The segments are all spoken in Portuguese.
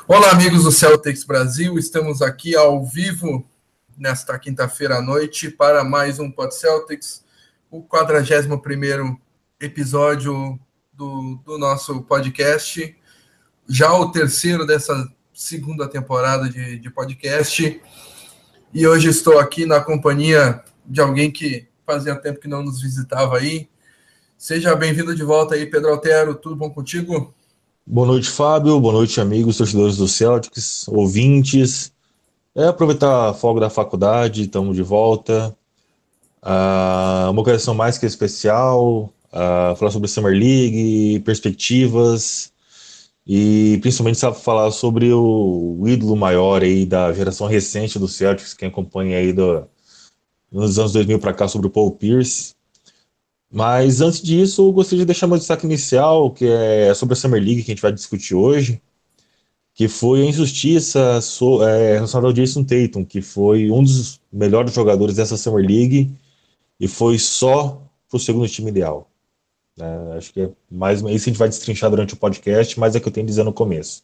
Olá, amigos do Celtics Brasil, estamos aqui ao vivo nesta quinta-feira à noite para mais um Pod Celtics, o 41º episódio do nosso podcast, já o terceiro dessa segunda temporada de podcast, e hoje estou aqui na companhia de alguém que fazia tempo que não nos visitava aí. Seja bem-vindo de volta aí, Pedro Altero, tudo bom contigo? Boa noite, Fábio. Boa noite, amigos, torcedores do Celtics, ouvintes. Aproveitar a folga da faculdade, estamos de volta. Uma ocasião mais que especial, falar sobre a Summer League, perspectivas e principalmente sabe, falar sobre o ídolo maior aí da geração recente do Celtics, quem acompanha aí nos anos 2000 para cá, sobre o Paul Pierce. Mas antes disso, eu gostaria de deixar meu destaque inicial, que é sobre a Summer League que a gente vai discutir hoje, que foi a injustiça relacionada ao Jason Tatum, que foi um dos melhores jogadores dessa Summer League e foi só pro segundo time ideal. Acho que é mais isso a gente vai destrinchar durante o podcast, mas é o que eu tenho a dizer no começo.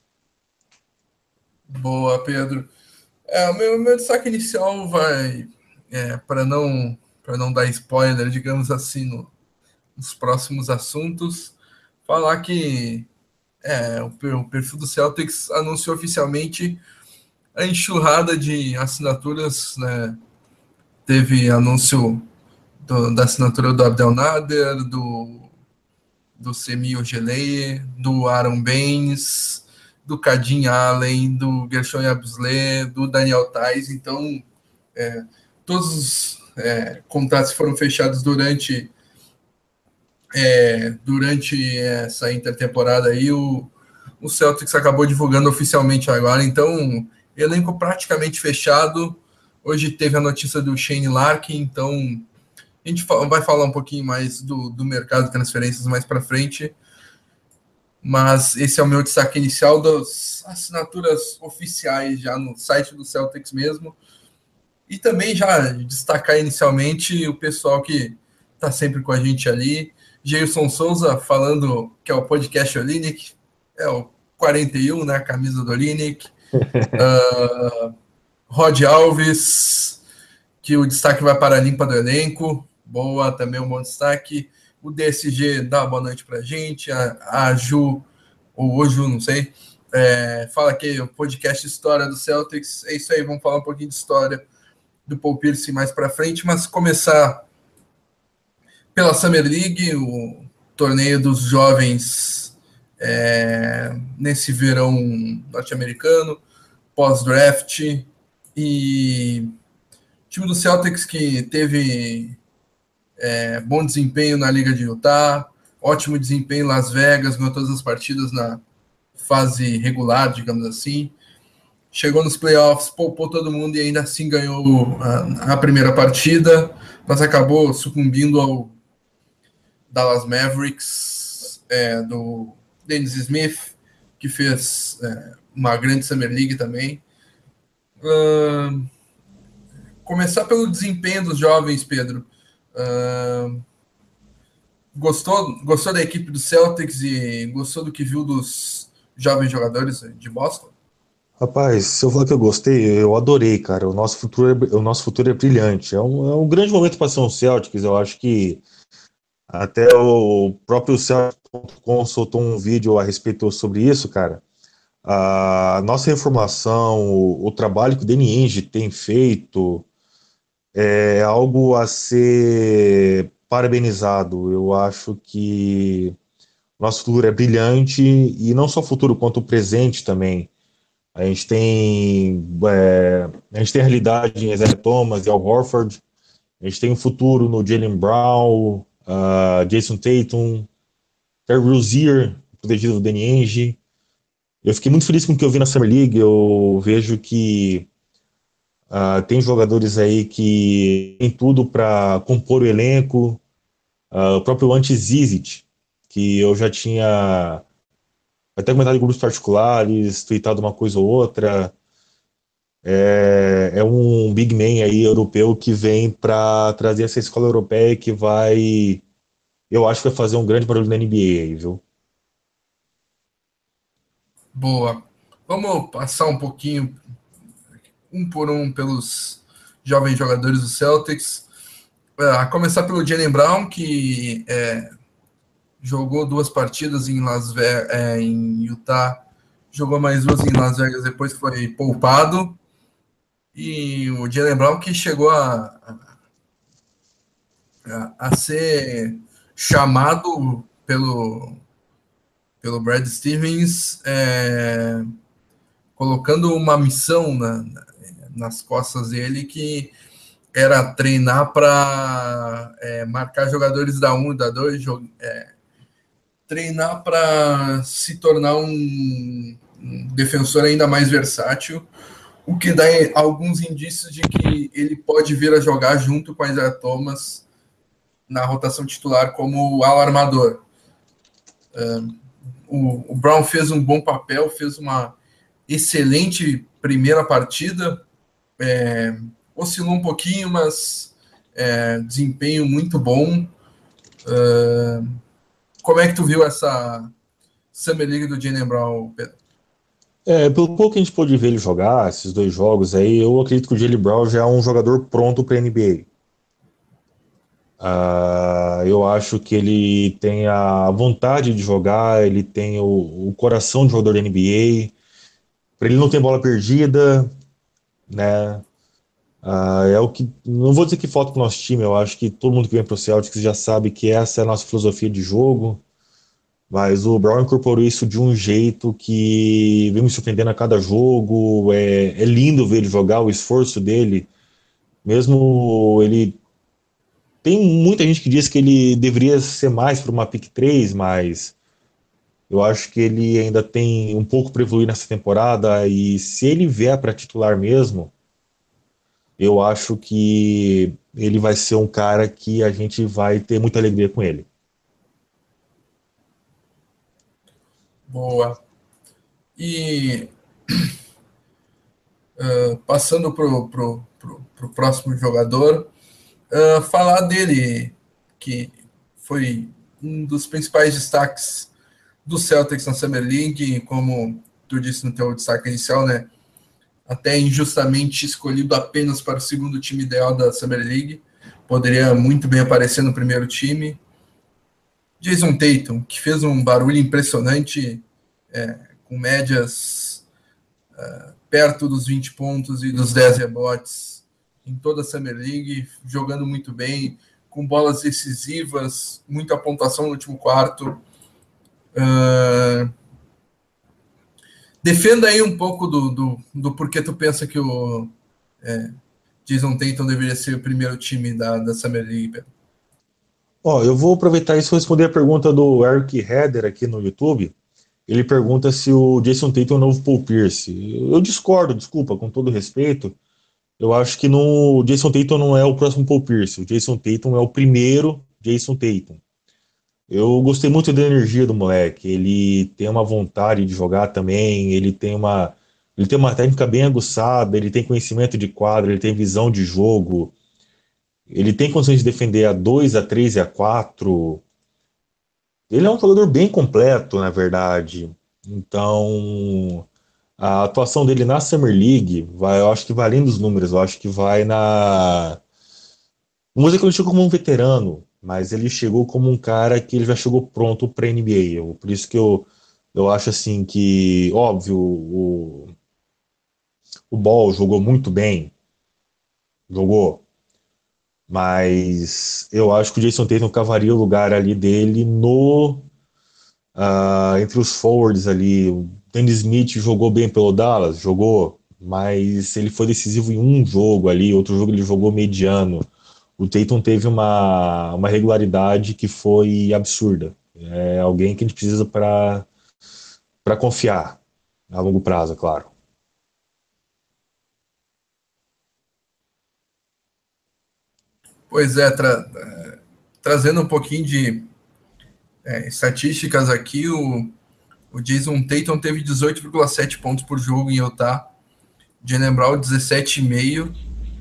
Boa, Pedro. O meu destaque inicial vai, para não dar spoiler, digamos assim, nos próximos assuntos, falar que o perfil do Celtics anunciou oficialmente a enxurrada de assinaturas, né? Teve anúncio da assinatura do Abdel Nader, do Semi Ojeleye, do Aaron Baines, do Kadim Allen, do Gershon Yabusele, do Daniel Theis. Então, todos os contratos foram fechados durante essa intertemporada aí. O Celtics acabou divulgando oficialmente agora. Então, elenco praticamente fechado. Hoje teve a notícia do Shane Larkin, então a gente vai falar um pouquinho mais do mercado de transferências mais para frente, mas esse é o meu destaque inicial das assinaturas oficiais já no site do Celtics mesmo, e também já destacar inicialmente o pessoal que está sempre com a gente ali, Geilson Souza falando que é o podcast Olynyk, é o 41, né, a camisa do Olynyk, Rod Alves, que o destaque vai para a limpa do elenco, boa, também um bom destaque. O DSG dá boa noite pra gente, a Ju, ou o Ju, não sei, fala que o podcast História do Celtics, é isso aí, vamos falar um pouquinho de história do Paul Pierce mais para frente, mas começar pela Summer League, o torneio dos jovens nesse verão norte-americano, pós-draft, e o time do Celtics que teve bom desempenho na Liga de Utah, ótimo desempenho em Las Vegas, ganhou todas as partidas na fase regular, digamos assim. Chegou nos playoffs, poupou todo mundo e ainda assim ganhou a primeira partida, mas acabou sucumbindo ao Dallas Mavericks, do Dennis Smith, que fez uma grande Summer League também. Começar pelo desempenho dos jovens, Pedro. Gostou da equipe do Celtics e gostou do que viu dos jovens jogadores de Boston? Rapaz, se eu falar que eu gostei, eu adorei, cara. O nosso futuro é brilhante. É um grande momento para ser um Celtics. Eu acho que até o próprio Celtics.com soltou um vídeo a respeito sobre isso, cara. A nossa informação, o trabalho que o Danny Ainge tem feito é algo a ser parabenizado. Eu acho que o nosso futuro é brilhante e não só o futuro, quanto o presente também. A gente tem a realidade em Isaiah Thomas e Al Horford. A gente tem o futuro no Jaylen Brown, Jason Tatum, Terry Rozier, protegido do Danny Ainge. Eu fiquei muito feliz com o que eu vi na Summer League. Eu vejo que tem jogadores aí que tem tudo para compor o elenco. O próprio Ante Zizic, que eu já tinha até comentado em grupos particulares, tweetado uma coisa ou outra. É um big man aí europeu que vem para trazer essa escola europeia que vai, eu acho que vai fazer um grande barulho na NBA aí, viu? Boa. Vamos passar um pouquinho, um por um, pelos jovens jogadores do Celtics. A começar pelo Jaylen Brown, que jogou 2 partidas em Utah, jogou mais 2 em Las Vegas, depois foi poupado. E o Jaylen Brown, que chegou a ser chamado pelo Brad Stevens, colocando uma missão nas costas dele, que era treinar para marcar jogadores da 1 e da 2, treinar para se tornar um defensor ainda mais versátil, o que dá alguns indícios de que ele pode vir a jogar junto com a Isaiah Thomas na rotação titular como alarmador. O Brown fez um bom papel, fez uma excelente primeira partida, oscilou um pouquinho, mas desempenho muito bom. Como é que tu viu essa Summer League do Jaylen Brown, Pedro? Pelo pouco que a gente pôde ver ele jogar, esses 2 jogos aí, eu acredito que o Jaylen Brown já é um jogador pronto para a NBA. Eu acho que ele tem a vontade de jogar, ele tem o coração de jogador da NBA. Para ele não ter bola perdida, né? É o que, não vou dizer que falta para o nosso time, eu acho que todo mundo que vem para o Celtics já sabe que essa é a nossa filosofia de jogo, mas o Brown incorporou isso de um jeito que vem me surpreendendo a cada jogo. É lindo ver ele jogar, o esforço dele, mesmo ele... Tem muita gente que diz que ele deveria ser mais para uma pick 3, mas eu acho que ele ainda tem um pouco para evoluir nessa temporada, e se ele vier para titular mesmo, eu acho que ele vai ser um cara que a gente vai ter muita alegria com ele. Boa. E passando pro próximo jogador, falar dele, que foi um dos principais destaques do Celtics na Summer League, como tu disse no teu destaque inicial, né? Até injustamente escolhido apenas para o segundo time ideal da Summer League, poderia muito bem aparecer no primeiro time. Jason Tatum, que fez um barulho impressionante, com médias perto dos 20 pontos e dos 10 rebotes em toda a Summer League, jogando muito bem, com bolas decisivas, muita pontuação no último quarto. Defenda aí um pouco do porquê tu pensa que o Jason Tatum deveria ser o primeiro time da Summer League. Eu vou aproveitar isso e responder a pergunta do Eric Heder aqui no YouTube. Ele pergunta se o Jason Tatum é o novo Paul Pierce. Eu discordo, desculpa, com todo respeito. Eu acho que o Jason Tatum não é o próximo Paul Pierce. O Jason Tatum é o primeiro Jason Tatum. Eu gostei muito da energia do moleque. Ele tem uma vontade de jogar também. Ele tem uma técnica bem aguçada. Ele tem conhecimento de quadra. Ele tem visão de jogo. Ele tem condições de defender a 2, a 3 e a 4. Ele é um jogador bem completo, na verdade. Então, a atuação dele na Summer League, eu acho que vai além dos números. Eu acho que vai na... Não vou dizer que ele chegou como um veterano, mas ele chegou como um cara que ele já chegou pronto para a NBA. Por isso que eu acho assim que, óbvio, o Ball jogou muito bem, jogou, mas eu acho que o Jason Tatum cavaria o lugar ali dele entre os forwards ali. O Dennis Smith jogou bem pelo Dallas, jogou, mas ele foi decisivo em um jogo ali, outro jogo ele jogou mediano. O Tatum teve uma regularidade que foi absurda. É alguém que a gente precisa para confiar a longo prazo, é claro. Pois é, trazendo um pouquinho de estatísticas aqui, o Jason Tatum teve 18,7 pontos por jogo em Utah, Jaylen Brown 17,5,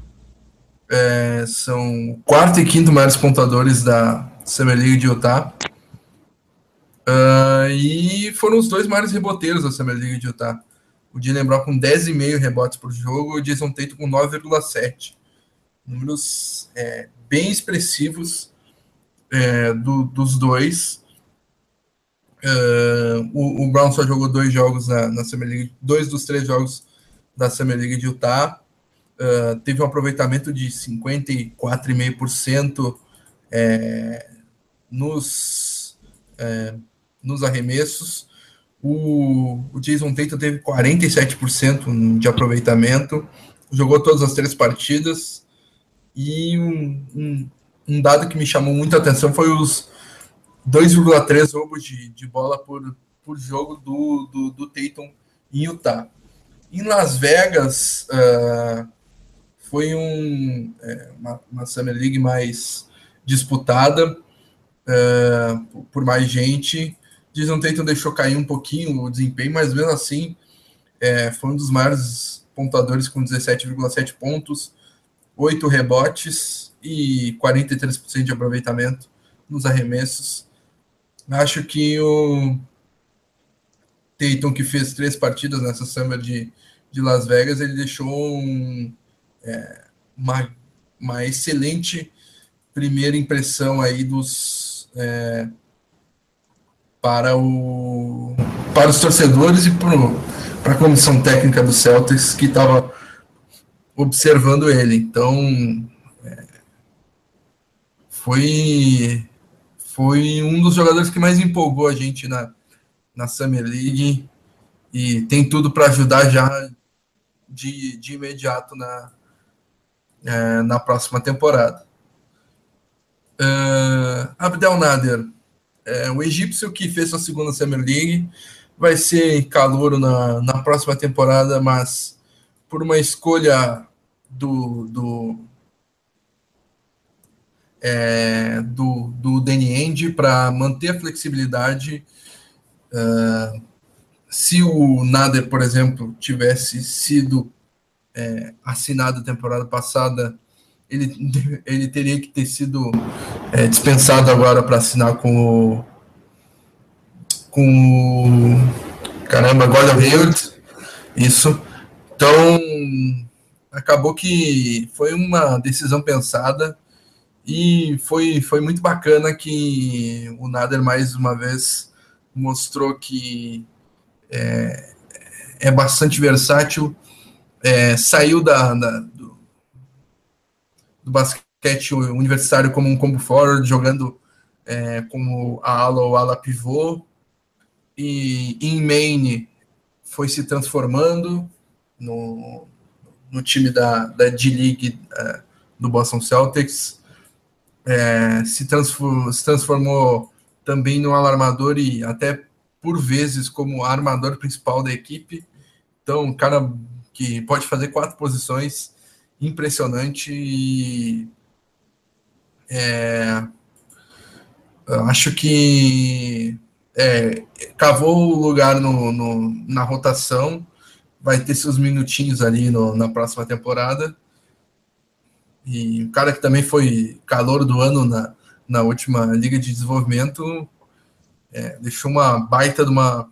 são o quarto e quinto maiores pontuadores da Summer League de Utah, e foram os 2 maiores reboteiros da Summer League de Utah. o Jaylen Brown com 10,5 rebotes por jogo, o Jason Tatum com 9,7. Números bem expressivos dos dois. O Brown só jogou 2 jogos na Summer League, 2 dos 3 jogos da Summer League de Utah. Teve um aproveitamento de 54,5% nos arremessos. O Jason Tatum teve 47% de aproveitamento, jogou todas as 3 partidas, e um dado que me chamou muita atenção foi os 2,3 roubos de bola por jogo do Tatum em Utah. Em Las Vegas, foi uma Summer League mais disputada, por mais gente. Jason Tatum deixou cair um pouquinho o desempenho, mas mesmo assim foi um dos maiores pontuadores com 17,7 pontos, 8 rebotes e 43% de aproveitamento nos arremessos. Acho que o Tatum, que fez 3 partidas nessa Summer de Las Vegas, ele deixou uma excelente primeira impressão aí para os torcedores e para a comissão técnica do Celtics, que estava observando ele. Então, foi um dos jogadores que mais empolgou a gente na Summer League, e tem tudo para ajudar já de imediato na próxima temporada. Abdel Nader, o egípcio que fez sua segunda Summer League, vai ser calouro na próxima temporada, mas por uma escolha do Danny Ainge para manter a flexibilidade. Se o Nader, por exemplo, tivesse sido assinado a temporada passada, ele teria que ter sido dispensado agora para assinar com o Gordon Hayward. Isso. Então, acabou que foi uma decisão pensada, e foi muito bacana que o Nader mais uma vez mostrou que é bastante versátil, saiu do basquete universitário como um combo forward, jogando como ala ou ala pivô, e em Maine foi se transformando no time da D-League do Boston Celtics, se transformou também no alarmador e até por vezes como armador principal da equipe. Então, um cara que pode fazer 4 posições, impressionante, e acho que cavou o lugar na rotação, vai ter seus minutinhos ali na próxima temporada. E o cara que também foi calouro do ano na última Liga de Desenvolvimento, deixou uma baita de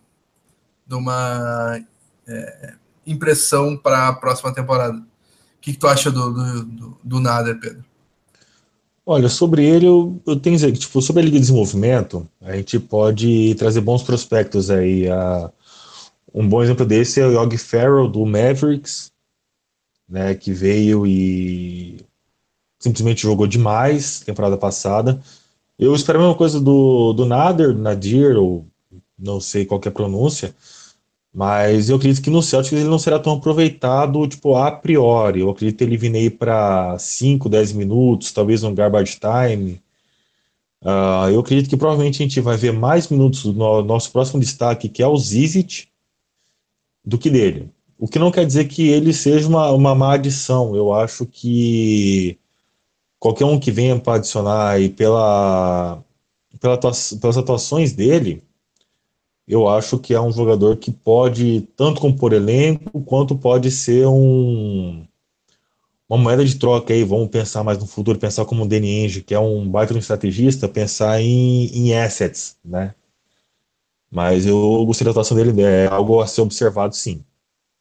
uma impressão para a próxima temporada. O que tu acha do Nader, Pedro? Olha, sobre ele, eu tenho que dizer que, sobre a Liga de Desenvolvimento, a gente pode trazer bons prospectos aí. Um bom exemplo desse é o Yogi Ferrell, do Mavericks, né, que veio e simplesmente jogou demais temporada passada. Eu espero a mesma coisa do Nadir, ou não sei qual que é a pronúncia, mas eu acredito que no Celtics ele não será tão aproveitado, a priori. Eu acredito que ele vindo aí para 5, 10 minutos, talvez um garbage time. Eu acredito que provavelmente a gente vai ver mais minutos do nosso próximo destaque, que é o Zizic, do que dele. O que não quer dizer que ele seja uma má adição. Eu acho que qualquer um que venha para adicionar aí pelas atuações dele, eu acho que é um jogador que pode tanto compor elenco, quanto pode ser uma moeda de troca aí. Vamos pensar mais no futuro, pensar como o Danny Ainge, que é um baita estrategista, pensar em assets, né? Mas eu gostei da atuação dele, é algo a ser observado, sim.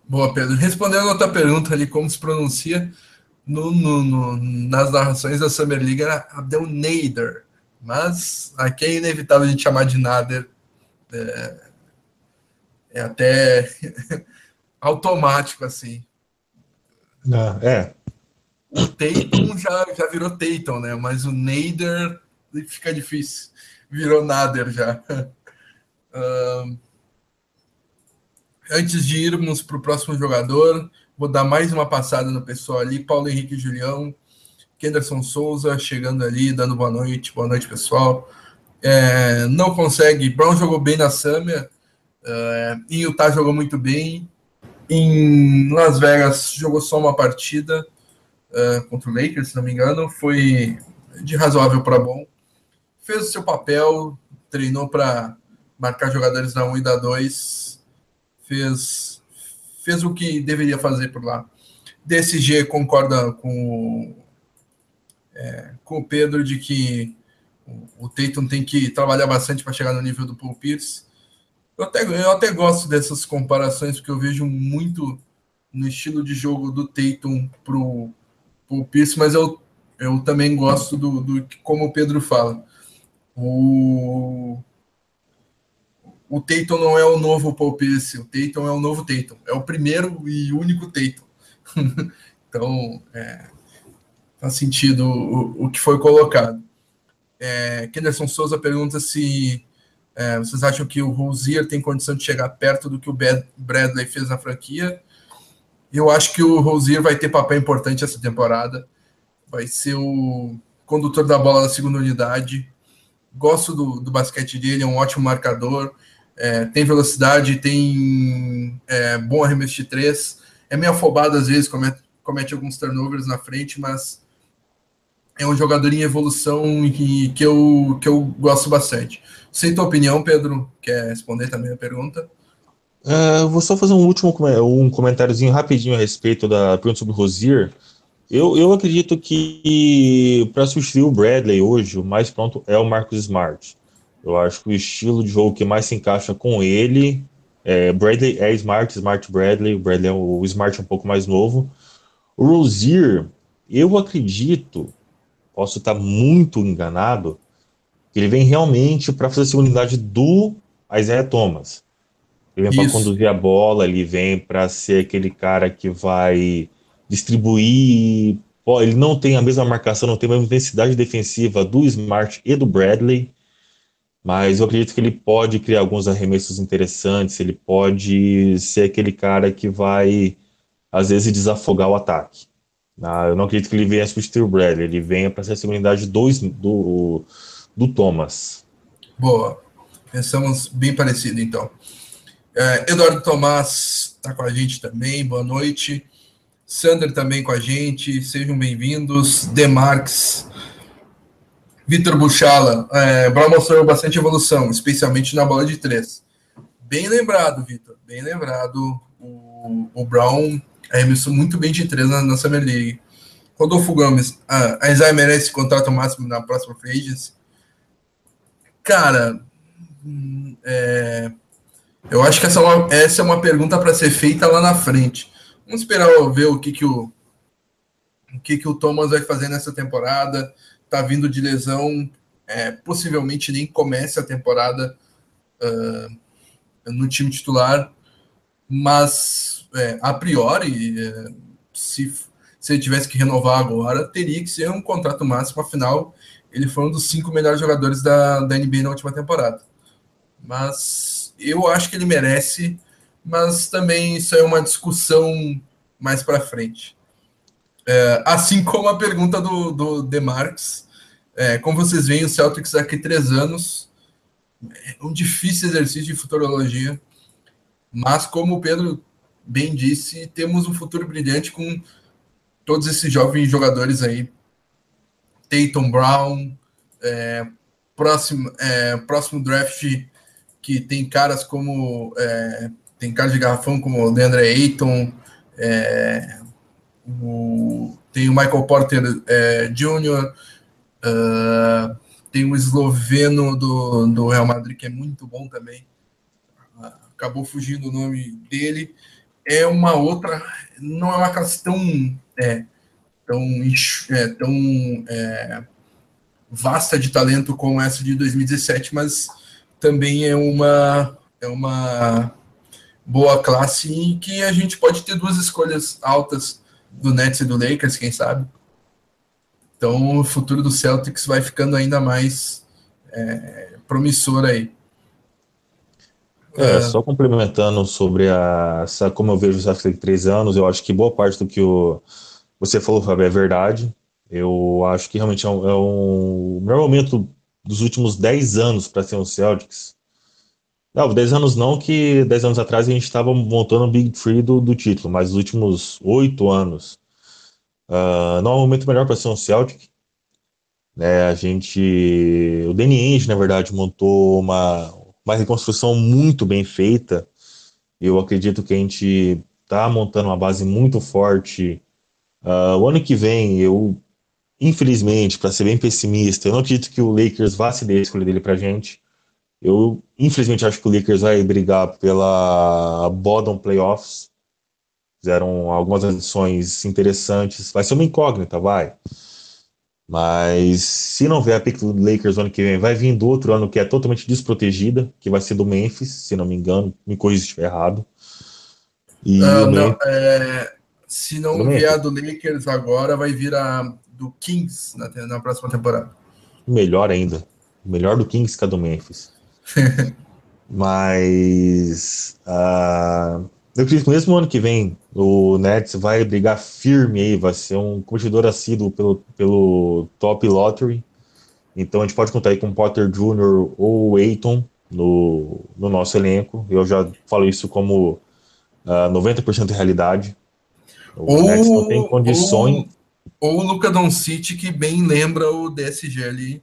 Boa, Pedro. Respondendo a outra pergunta ali, como se pronuncia, nas narrações da Summer League era Abdel Nader, mas aqui é inevitável a gente chamar de Nader, é até automático, assim. Ah, é. O Tatum já virou Tatum, né? Mas o Nader fica difícil. Virou Nader já. Antes de irmos para o próximo jogador, vou dar mais uma passada no pessoal ali. Paulo Henrique Julião, Kenderson Souza chegando ali, dando boa noite. Boa noite, pessoal. Não consegue. Brown jogou bem na Summer. Em Utah jogou muito bem. Em Las Vegas jogou só uma partida contra o Lakers, se não me engano. Foi de razoável para bom. Fez o seu papel, treinou para marcar jogadores da 1 e da 2. Fez o que deveria fazer por lá. DSG concorda com o Pedro de que o Tatum tem que trabalhar bastante para chegar no nível do Paul Pierce. Eu até gosto dessas comparações, porque eu vejo muito no estilo de jogo do Tatum pro Paul Pierce, mas eu também gosto do como o Pedro fala. O Tatum não é o novo Paul Pierce, o Tatum é o novo Tatum. É o primeiro e único Tatum. Então, faz sentido o que foi colocado. Kenderson Souza pergunta se vocês acham que o Rozier tem condição de chegar perto do que o Bradley fez na franquia. Eu acho que o Rozier vai ter papel importante essa temporada. Vai ser o condutor da bola da segunda unidade. Gosto do basquete dele, é um ótimo marcador. Tem velocidade, tem bom arremesso de 3. É meio afobado às vezes, comete alguns turnovers na frente, mas é um jogador em evolução que eu gosto bastante. Sei tua opinião, Pedro. Quer responder também a pergunta? Vou só fazer um comentáriozinho rapidinho a respeito da pergunta sobre o Rozier. Eu acredito que para substituir o Bradley hoje, o mais pronto é o Marcus Smart. Eu acho que o estilo de jogo que mais se encaixa com ele Bradley é Smart, Smart Bradley. O Bradley o Smart é um pouco mais novo. O Rozier, eu acredito, posso estar muito enganado, que ele vem realmente para fazer a segunda unidade do Isaiah Thomas. Ele vem para Isso. conduzir a bola, ele vem para ser aquele cara que vai distribuir. Pô, ele não tem a mesma marcação, não tem a mesma intensidade defensiva do Smart e do Bradley, mas eu acredito que ele pode criar alguns arremessos interessantes, ele pode ser aquele cara que vai, às vezes, desafogar o ataque. Eu não acredito que ele venha substituir o Bradley, ele venha para ser a segunda unidade do Thomas. Boa. Pensamos bem parecido, então. Eduardo Tomás está com a gente também. Boa noite. Sander também com a gente. Sejam bem-vindos. Demarques. Vitor Buchala. Brown mostrou bastante evolução, especialmente na bola de 3. Bem lembrado, Vitor. Bem lembrado. O Brown arremessou muito bem de 3 na Summer League. Rodolfo Gomes. A Isaiah merece contrato máximo na próxima free agency? Cara, eu acho que essa é uma pergunta para ser feita lá na frente. Vamos esperar ver o que o Thomas vai fazer nessa temporada. Tá vindo de lesão, possivelmente nem comece a temporada no time titular, mas a priori, se ele tivesse que renovar agora, teria que ser um contrato máximo, afinal, ele foi um dos 5 melhores jogadores da NBA na última temporada. Mas eu acho que ele merece, mas também isso é uma discussão mais para frente. Assim como a pergunta do Demarques, como vocês veem, o Celtics daqui 3 anos é um difícil exercício de futurologia, mas como o Pedro bem disse, temos um futuro brilhante com todos esses jovens jogadores aí, Tatum, Brown, próximo draft que tem caras como tem caras de garrafão como o DeAndre Ayton, tem o Michael Porter Jr., tem o esloveno do Real Madrid que é muito bom também, acabou fugindo o nome dele. é uma outra, não é uma classe tão, tão vasta de talento como essa de 2017, mas também é uma boa classe em que a gente pode ter duas escolhas altas do Nets e do Lakers, quem sabe. Então o futuro do Celtics vai ficando ainda mais promissor aí. Só complementando sobre como eu vejo o Celtics daqui 3 anos, eu acho que boa parte do que você falou, Fábio, é verdade. Eu acho que realmente o melhor momento dos últimos 10 anos para ser um Celtics. Não, 10 anos não, que 10 anos atrás a gente estava montando o Big Three do título, mas os últimos 8 anos. Não é o momento melhor para ser um Celtic. Né? O Danny Ainge, na verdade, montou uma reconstrução muito bem feita. Eu acredito que a gente está montando uma base muito forte. O ano que vem, infelizmente, para ser bem pessimista, eu não acredito que o Lakers vá ceder a escolha dele para a gente. Eu, infelizmente, acho que o Lakers vai brigar pela bottom playoffs. Fizeram algumas adições interessantes. Vai ser uma incógnita, vai. Mas se não vier a pick do Lakers no ano que vem, vai vir do outro ano que é totalmente desprotegida, que vai ser do Memphis, se não me engano. Me corrija se estiver errado. E o Não, Memphis, se do não vier a Memphis, do Lakers agora, vai vir a do Kings na próxima temporada. melhor ainda. Melhor do Kings que a do Memphis. Mas eu acredito que mesmo ano que vem o Nets vai brigar firme aí, vai ser um competidor assíduo pelo top lottery. Então a gente pode contar aí com o Potter Jr. ou o Ayton no nosso elenco. Eu já falo isso como 90% de realidade. O Nets não tem Ou, condições. ou, ou o Luka Doncic, que bem lembra o DSG ali,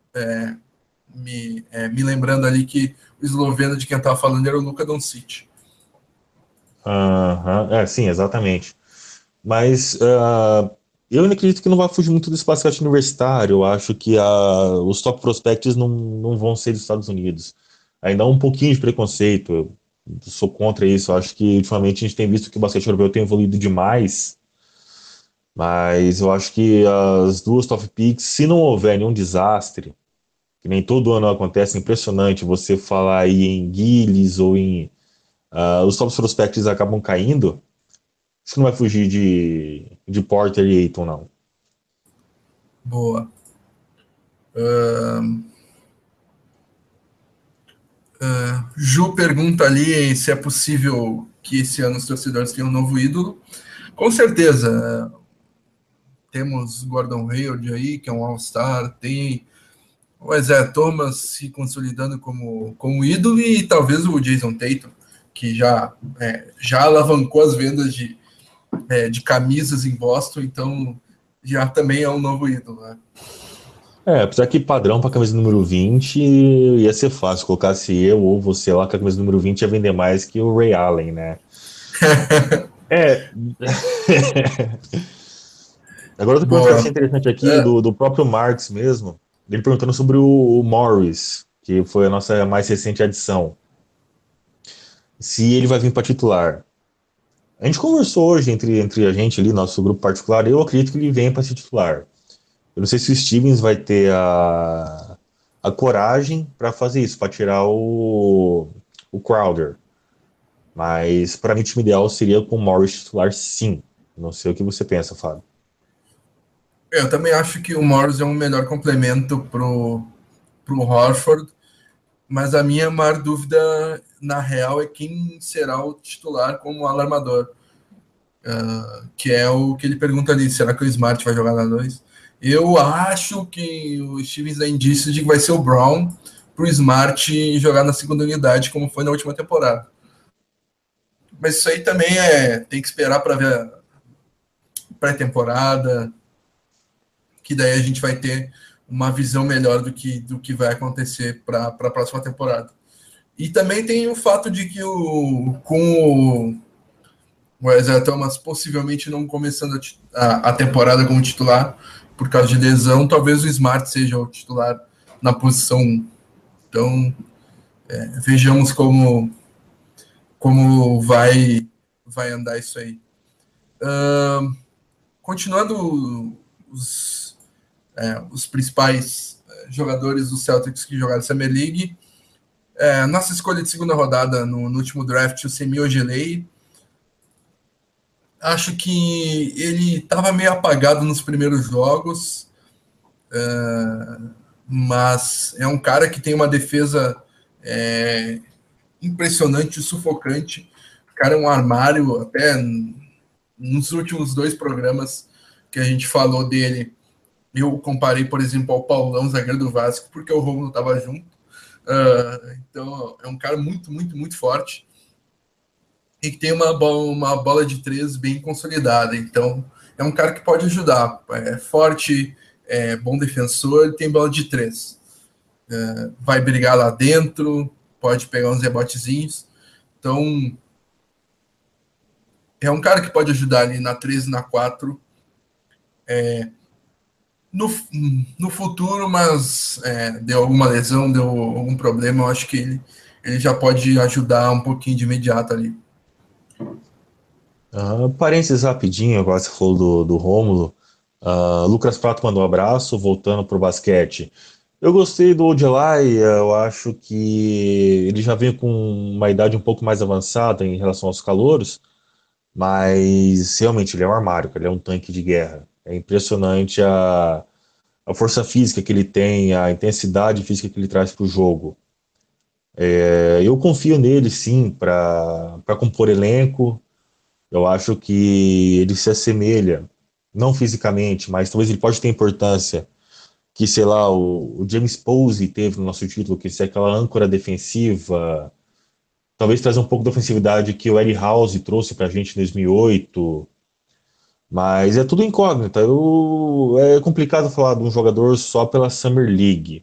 me lembrando ali que o esloveno de quem eu estava falando era o Luka Doncic. Sim, exatamente. Mas eu ainda acredito que não vai fugir muito do espaço basquete universitário. Eu acho que os top prospects não vão ser dos Estados Unidos. Ainda há um pouquinho de preconceito. Eu sou contra isso. Eu acho que ultimamente a gente tem visto que o basquete europeu tem evoluído demais. Mas eu acho que as duas top picks, se não houver nenhum desastre, que nem todo ano acontece, é impressionante você falar aí em Gilles ou em. Os top prospects acabam caindo. Acho que não vai fugir de Porter e Ayton, não. Boa. Ju pergunta ali se é possível que esse ano os torcedores tenham um novo ídolo. Com certeza. Temos Gordon Hayward aí, que é um All-Star, tem o Isaiah Thomas se consolidando como ídolo e talvez o Jason Tatum, que já alavancou as vendas de camisas em Boston, então já também é um novo ídolo. Né? Apesar que padrão para camisa número 20 ia ser fácil. Colocasse eu ou você lá com a camisa número 20 ia vender mais que o Ray Allen, né? É. Agora outra pergunta que eu achei Boa. interessante aqui, do próprio Marx mesmo, ele perguntando sobre o Morris, que foi a nossa mais recente adição. Se ele vai vir para titular. A gente conversou hoje entre a gente ali, nosso grupo particular, eu acredito que ele venha para ser titular. Eu não sei se o Stevens vai ter a coragem para fazer isso, para tirar o Crowder. Mas para mim, o time ideal seria com o Morris titular, sim. Não sei o que você pensa, Fábio. Eu também acho que o Morris é um melhor complemento pro Horford, mas a minha maior dúvida, na real, é quem será o titular como alarmador. Que é o que ele pergunta ali, será que o Smart vai jogar na 2? Eu acho que o Stevens dá indícios de que vai ser o Brown para o Smart jogar na segunda unidade, como foi na última temporada. Mas isso aí também tem que esperar para ver a pré-temporada, que daí a gente vai ter uma visão melhor do que vai acontecer para a próxima temporada. E também tem o fato de que com o Isaiah Thomas possivelmente não começando a temporada como titular por causa de lesão, talvez o Smart seja o titular na posição 1. Então, vejamos como vai vai andar isso aí. Continuando os principais jogadores do Celtics que jogaram Summer League, nossa escolha de segunda rodada no último draft, o Semi Ojeleye. Acho que ele estava meio apagado nos primeiros jogos, mas é um cara que tem uma defesa impressionante, sufocante. O cara é um armário. Até nos últimos 2 programas que a gente falou dele, eu comparei, por exemplo, ao Paulão, zagueiro do Vasco, porque o Romulo estava junto. Então, é um cara muito, muito, muito forte e que tem uma bola de 3 bem consolidada. Então, é um cara que pode ajudar. É forte, bom defensor, tem bola de 3. Vai brigar lá dentro, pode pegar uns rebotezinhos. Então, é um cara que pode ajudar ali na 3 e na 4 no, no futuro, mas deu alguma lesão, deu algum problema, eu acho que ele já pode ajudar um pouquinho de imediato ali. Parênteses rapidinho, agora você falou do Rômulo. Lucas Prato mandou um abraço, voltando pro basquete. Eu gostei do Ojeleye, eu acho que ele já vem com uma idade um pouco mais avançada em relação aos calouros, mas realmente ele é um armário, ele é um tanque de guerra. É impressionante a força física que ele tem, a intensidade física que ele traz para o jogo. Eu confio nele, sim, para compor elenco. Eu acho que ele se assemelha, não fisicamente, mas talvez ele pode ter importância que, sei lá, o James Posey teve no nosso título, que é aquela âncora defensiva, talvez trazer um pouco da ofensividade que o Eddie House trouxe pra gente em 2008, mas é tudo incógnita. É complicado falar de um jogador só pela Summer League.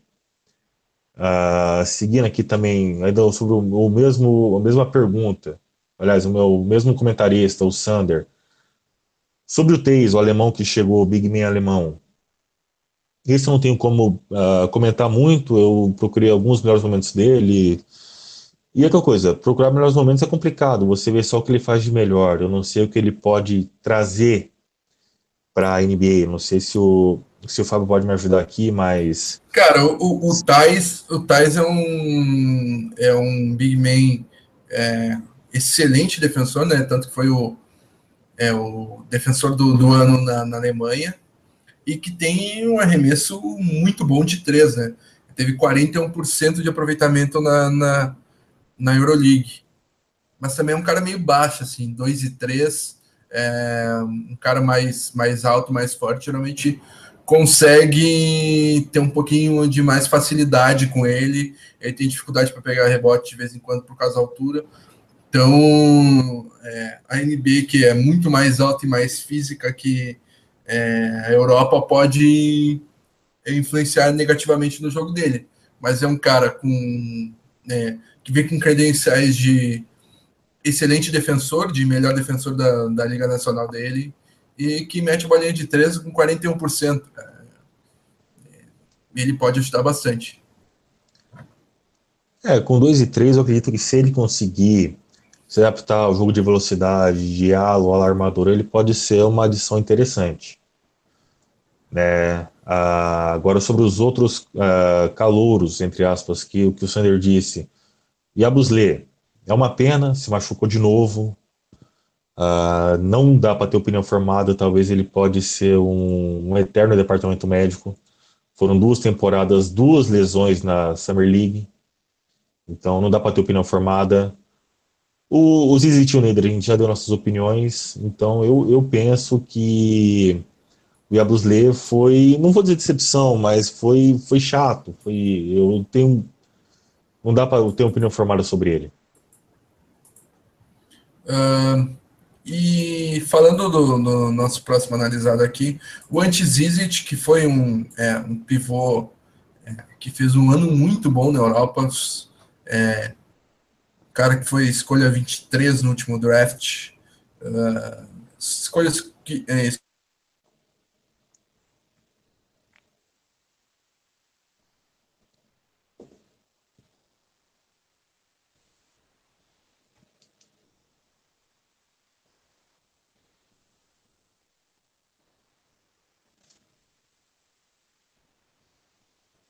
Seguindo aqui também, ainda sobre a mesma pergunta, aliás, o mesmo comentarista, o Sander, sobre o Tays, o alemão que chegou, o Big Man alemão. Esse eu não tenho como comentar muito, eu procurei alguns melhores momentos dele. E aquela coisa, procurar melhores momentos é complicado, você vê só o que ele faz de melhor. Eu não sei o que ele pode trazer para a NBA. Não sei se o Fábio pode me ajudar aqui, mas. Cara, o Thais é um big man excelente defensor, né? Tanto que foi o defensor do ano na Alemanha, e que tem um arremesso muito bom de 3, né? Teve 41% de aproveitamento na Euroleague. Mas também é um cara meio baixo, assim, 2 e 3. Um cara mais alto, mais forte, geralmente consegue ter um pouquinho de mais facilidade com ele. Ele tem dificuldade para pegar rebote de vez em quando por causa da altura. Então, a NBA, que é muito mais alta e mais física que a Europa, pode influenciar negativamente no jogo dele. Mas é um cara que vem com credenciais de excelente defensor, de melhor defensor da Liga Nacional dele, e que mete bolinha de 3 com 41%. Ele pode ajudar bastante. Com 2 e 3 eu acredito que se ele conseguir se adaptar ao jogo de velocidade, de halo, alarmador, ele pode ser uma adição interessante. Né? Agora, sobre os outros calouros, entre aspas, que o Sander disse. Yabusele, é uma pena, se machucou de novo. Não dá para ter opinião formada, talvez ele pode ser um eterno departamento médico. Foram 2 temporadas, 2 lesões na Summer League, então não dá para ter opinião formada. O Zizi Tionader, a gente já deu nossas opiniões, então eu penso que o Yabusele foi, não vou dizer decepção, mas foi chato. Não dá para ter opinião formada sobre ele. E falando do nosso próximo analisado aqui, o Ante Zizic, que foi um pivô que fez um ano muito bom na Europa, cara que foi escolha 23 no último draft, escolhas que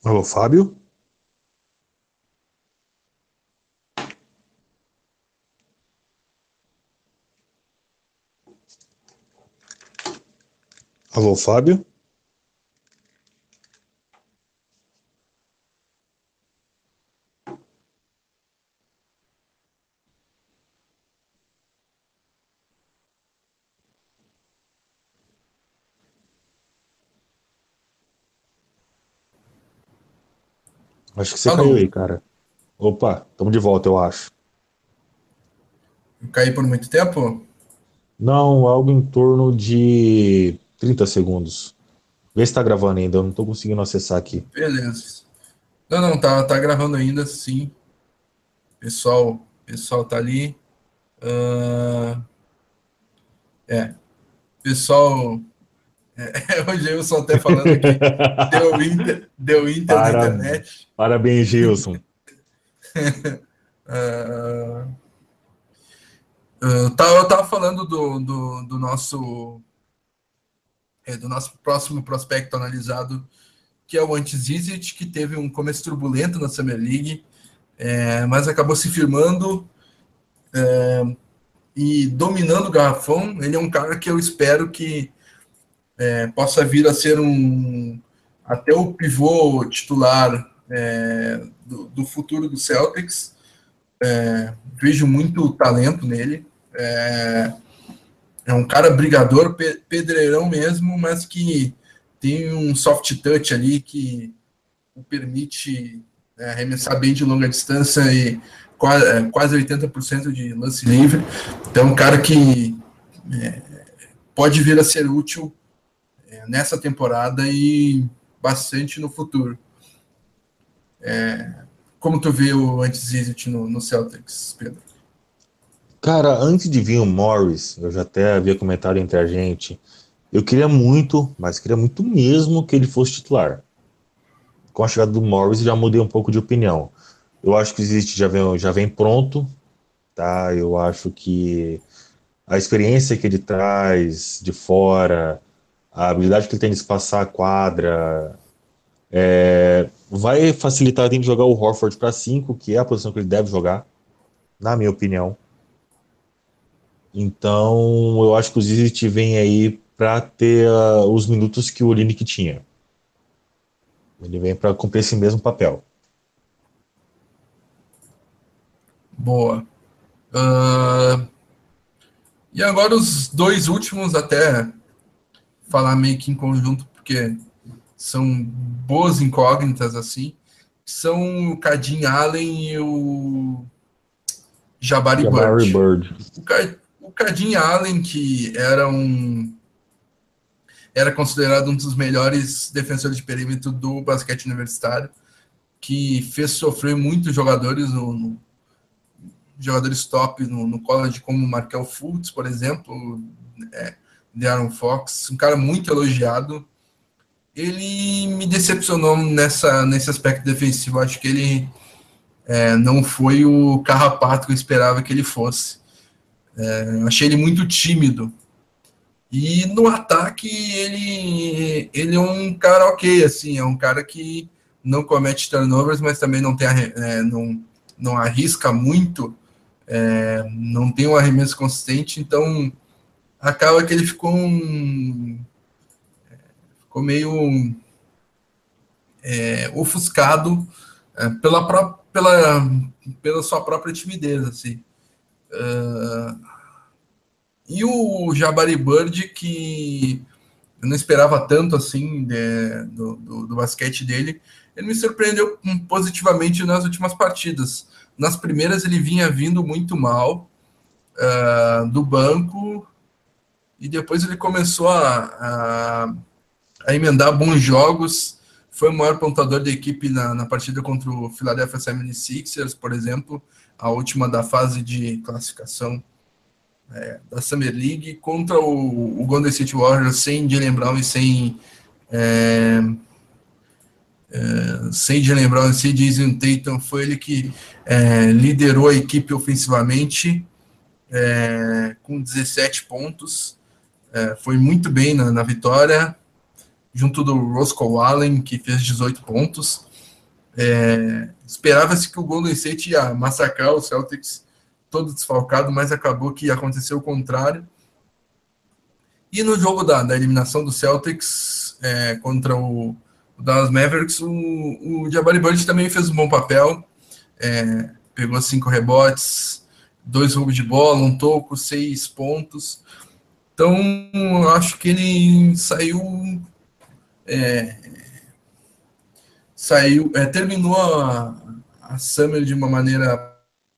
Alô, Fábio? Alô, Fábio? Acho que você caiu Alô, aí, cara. Opa, estamos de volta, eu acho. eu caí por muito tempo? Não, algo em torno de 30 segundos. Vê se tá gravando ainda, eu não tô conseguindo acessar aqui. Beleza. Não, não, tá gravando ainda, sim. Pessoal tá ali. Ah, pessoal, hoje eu só até falando que deu Inter na Para, internet. parabéns, Gilson. Ah, eu tava falando do nosso próximo prospecto analisado, que é o Ante Zizic, que teve um começo turbulento na Summer League, mas acabou se firmando e dominando o garrafão. Ele é um cara que eu espero que possa vir a ser até o pivô titular do futuro do Celtics. Vejo muito talento nele. É um cara brigador, pedreirão mesmo, mas que tem um soft touch ali que o permite arremessar bem de longa distância e quase 80% de lance livre. Então, um cara que pode vir a ser útil nessa temporada e bastante no futuro. Como tu vê o Antes no Celtics, Pedro? Cara, antes de vir o Morris, eu já até havia comentado entre a gente, eu queria muito, mas queria muito mesmo que ele fosse titular. Com a chegada do Morris, já mudei um pouco de opinião. Eu acho que o Zizic já vem pronto, tá? Eu acho que a experiência que ele traz de fora, a habilidade que ele tem de espaçar a quadra, vai facilitar ele de jogar o Horford para 5, que é a posição que ele deve jogar, na minha opinião. Então, eu acho que o Zizic vem aí para ter os minutos que o Olynyk tinha. Ele vem para cumprir esse mesmo papel. Boa. Uh, e agora os dois últimos, até falar meio que em conjunto, porque são boas incógnitas, assim, são o Kadim Allen e o Jabari Jabari Bird. Bird. O Kadim Allen, que era considerado um dos melhores defensores de perímetro do basquete universitário, que fez sofrer muitos jogadores jogadores top no college, como o Markel Fultz, por exemplo, De'Aaron Fox, um cara muito elogiado. Ele me decepcionou nesse aspecto defensivo. Acho que ele não foi o carrapato que eu esperava que ele fosse. Achei ele muito tímido. E no ataque, ele é um cara ok, assim, é um cara que não comete turnovers, mas também não arrisca muito, não tem um arremesso consistente, então acaba que ele ficou meio ofuscado pela sua própria timidez, assim. E o Jabari Bird, que eu não esperava tanto assim do basquete dele, ele me surpreendeu positivamente nas últimas partidas. Nas primeiras ele vinha vindo muito mal do banco e depois ele começou a emendar bons jogos. Foi o maior pontuador da equipe na partida contra o Philadelphia 76ers, por exemplo, a última da fase de classificação da Summer League, contra o Golden State Warriors sem Jaylen Brown e sem Jaylen Brown e sem Jason Tatum. Foi ele que liderou a equipe ofensivamente com 17 pontos. Foi muito bem na vitória, junto do Roscoe Allen, que fez 18 pontos. Esperava-se que o Golden State ia massacrar o Celtics todo desfalcado, mas acabou que aconteceu o contrário. E no jogo da eliminação do Celtics contra o Dallas Mavericks, o Jabari Bird também fez um bom papel. Pegou 5 rebotes, 2 roubos de bola, um toco, 6 pontos. Então, eu acho que ele terminou a Summer de uma maneira.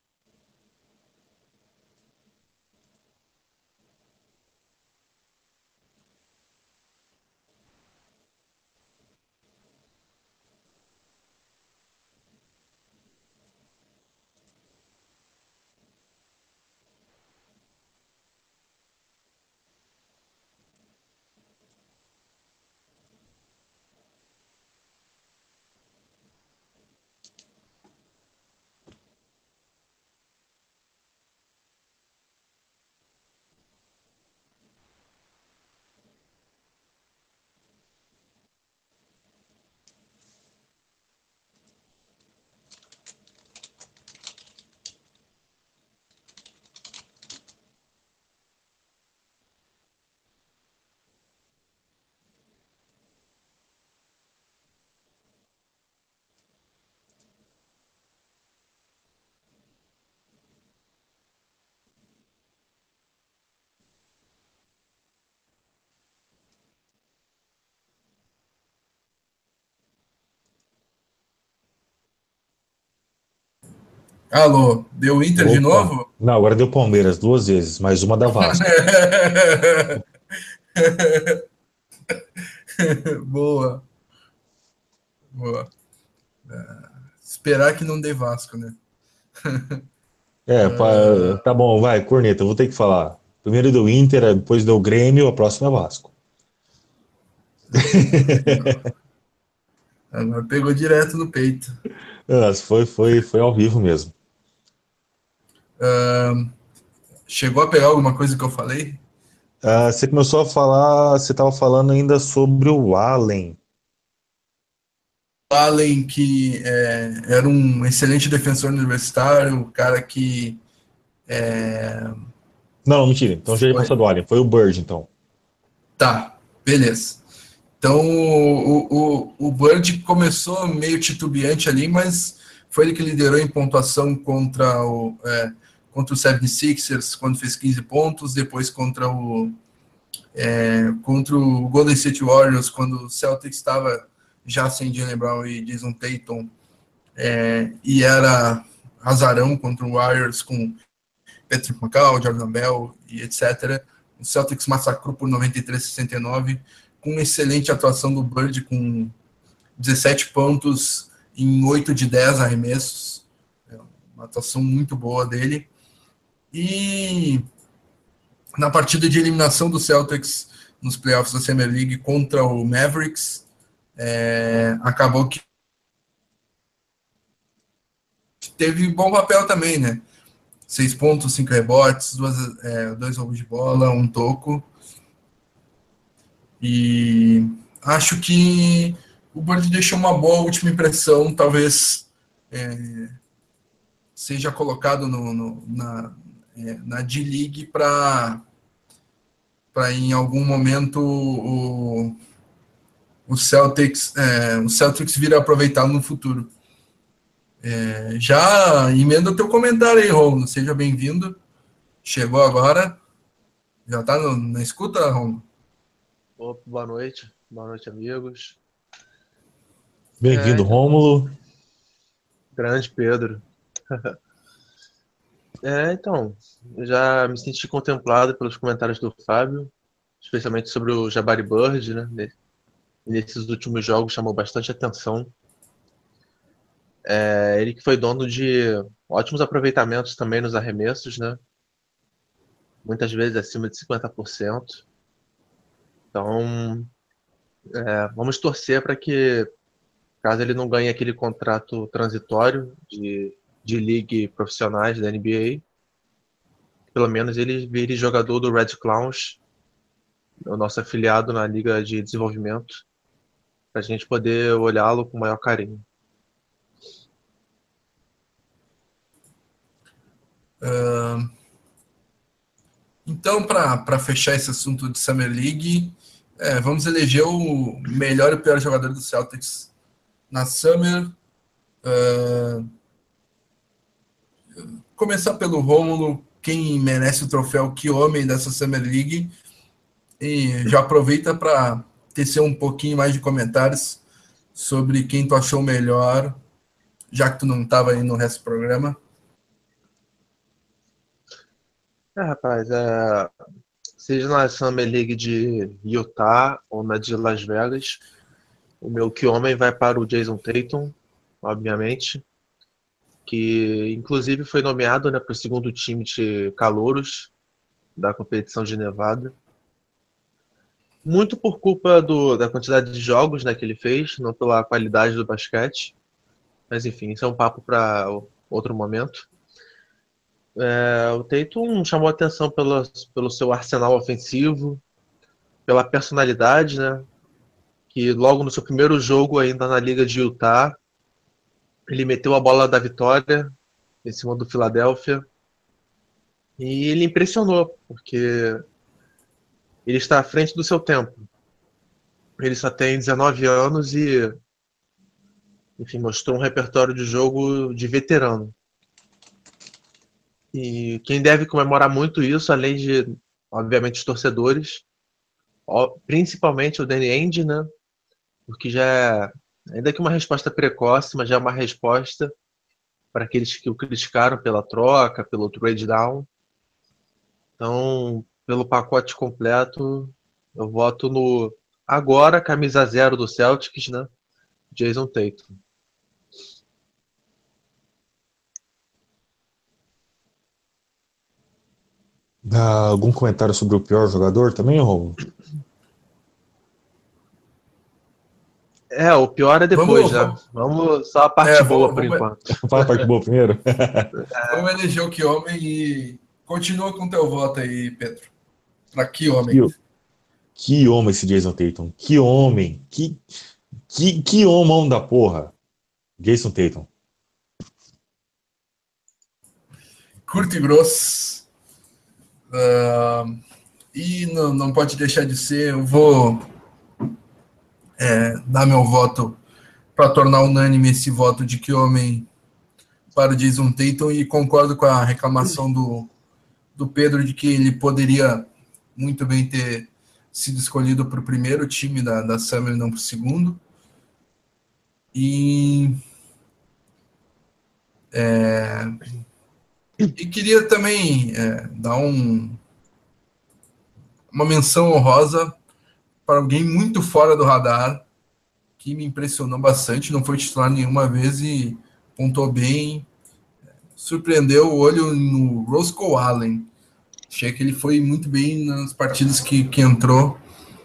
Alô, deu Inter de Opa. novo? Não, agora deu Palmeiras 2 vezes, mais uma da Vasco. Boa, boa. Esperar que não dê Vasco, né? Tá bom, vai, corneta, eu vou ter que falar. Primeiro deu Inter, depois deu Grêmio, a próxima é Vasco. Agora pegou direto no peito. Nossa, foi ao vivo mesmo. Chegou a pegar alguma coisa que eu falei? Você começou a falar, você estava falando ainda sobre o Allen. Allen, que era um excelente defensor universitário, um cara que Não, mentira, então já ia foi. passar do Allen, foi o Bird, então. Tá, beleza. Então o Bird começou meio titubeante ali, mas foi ele que liderou em pontuação contra o 76ers, quando fez 15 pontos, depois contra o Golden State Warriors, quando o Celtics estava já sem Jaylen Brown e Jason Tatum, e era azarão contra o Warriors com Patrick McCaw, Jordan Bell e etc. O Celtics massacrou por 93-69, com uma excelente atuação do Bird, com 17 pontos em 8 de 10 arremessos. Uma atuação muito boa dele. E na partida de eliminação do Celtics nos playoffs da Summer League contra o Mavericks, acabou que teve bom papel também, né? 6 pontos, 5 rebotes, 2 roubos de bola, um toco. E acho que o Bird deixou uma boa última impressão, talvez seja colocado na D-League para em algum momento o Celtics vir a aproveitar no futuro. Já emenda o teu comentário aí, Romulo. Seja bem-vindo. Chegou agora. Já está na escuta, Romulo? Opa, boa noite, amigos. Bem-vindo, Então, Rômulo. grande Pedro. Então, eu já me senti contemplado pelos comentários do Fábio, especialmente sobre o Jabari Bird, né? Nesses últimos jogos chamou bastante atenção. Ele que foi dono de ótimos aproveitamentos também nos arremessos, né? Muitas vezes acima de 50%. Então, vamos torcer para que, caso ele não ganhe aquele contrato transitório de league profissionais da NBA, pelo menos ele vire jogador do Red Clowns, o nosso afiliado na Liga de Desenvolvimento, para a gente poder olhá-lo com maior carinho. Então, para fechar esse assunto de Summer League, vamos eleger o melhor e o pior jogador do Celtics na Summer. Começar pelo Rômulo, quem merece o troféu Que Homem dessa Summer League, e já aproveita para tecer um pouquinho mais de comentários sobre quem tu achou melhor, já que tu não estava aí no resto do programa. Rapaz, seja na Summer League de Utah ou na de Las Vegas, o meu Que Homem vai para o Jason Tatum, obviamente, que inclusive foi nomeado, né, para o segundo time de calouros da competição de Nevada. Muito por culpa da quantidade de jogos, né, que ele fez, não pela qualidade do basquete. Mas enfim, isso é um papo para outro momento. O Tatum chamou a atenção pelo seu arsenal ofensivo, pela personalidade, né? Que logo no seu primeiro jogo ainda na Liga de Utah, ele meteu a bola da vitória em cima do Philadelphia. E ele impressionou, porque ele está à frente do seu tempo. Ele só tem 19 anos e, enfim, mostrou um repertório de jogo de veterano. E quem deve comemorar muito isso, além de, obviamente, os torcedores, principalmente o Danny Ainge, né? Porque já é, ainda que uma resposta precoce, mas já é uma resposta para aqueles que o criticaram pela troca, pelo trade down. Então, pelo pacote completo, eu voto no agora camisa 0 do Celtics, né? Jason Tatum. Algum comentário sobre o pior jogador também, Romulo? O pior é depois, né? Vamos só a parte boa por enquanto. Fala a parte boa primeiro. Vamos eleger o Que Homem e continua com teu voto aí, Pedro. Para Que Homem. Que homem esse Jason Tatum. Que homem. Que homão da porra. Jason Tatum. Curto e grosso. E não pode deixar de ser, eu vou dar meu voto para tornar unânime esse voto de Que Homem para o Jason Tatum, e concordo com a reclamação do Pedro de que ele poderia muito bem ter sido escolhido para o primeiro time da Summer, não para o segundo. E queria também dar uma menção honrosa para alguém muito fora do radar, que me impressionou bastante, não foi titular nenhuma vez e pontuou bem, surpreendeu o olho no Roscoe Allen. Achei que ele foi muito bem nas partidas que entrou.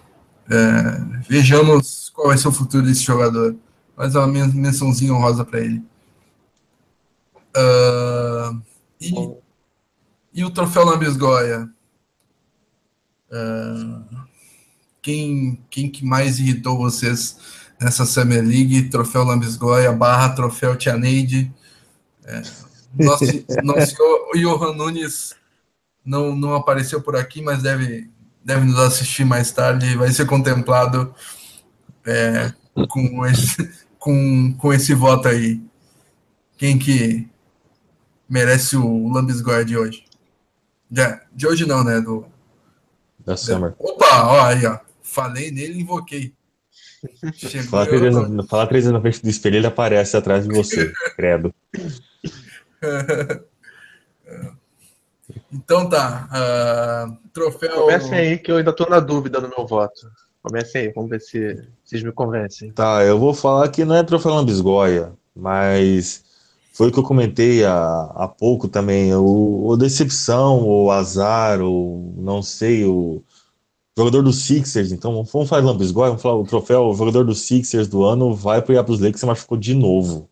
Vejamos qual vai ser o futuro desse jogador. Mas uma mençãozinha honrosa para ele. E o troféu Lambisgoia? Quem que mais irritou vocês nessa Summer League? Troféu Lambisgoia / troféu Tia Neide. Nosso Johan Nunes não apareceu por aqui, mas deve nos assistir mais tarde. Vai ser contemplado com esse voto aí. Quem que merece o Lambisgoia de hoje? De hoje não, né? Da Summer. Opa, ó, aí, ó. Falei nele e invoquei. Fala 3 vezes na frente do espelho, ele aparece atrás de você, credo. Então tá. Troféu. Comecem aí que eu ainda tô na dúvida no meu voto. Comecem aí, vamos ver se vocês me convencem. Tá, eu vou falar que não é troféu Lambisgoia, mas foi o que eu comentei há pouco também. O decepção, o azar, o não sei, o jogador dos Sixers. Então vamos falar de Lambisgoia, vamos falar o troféu, o jogador dos Sixers do ano vai para os Lakers, que se machucou de novo.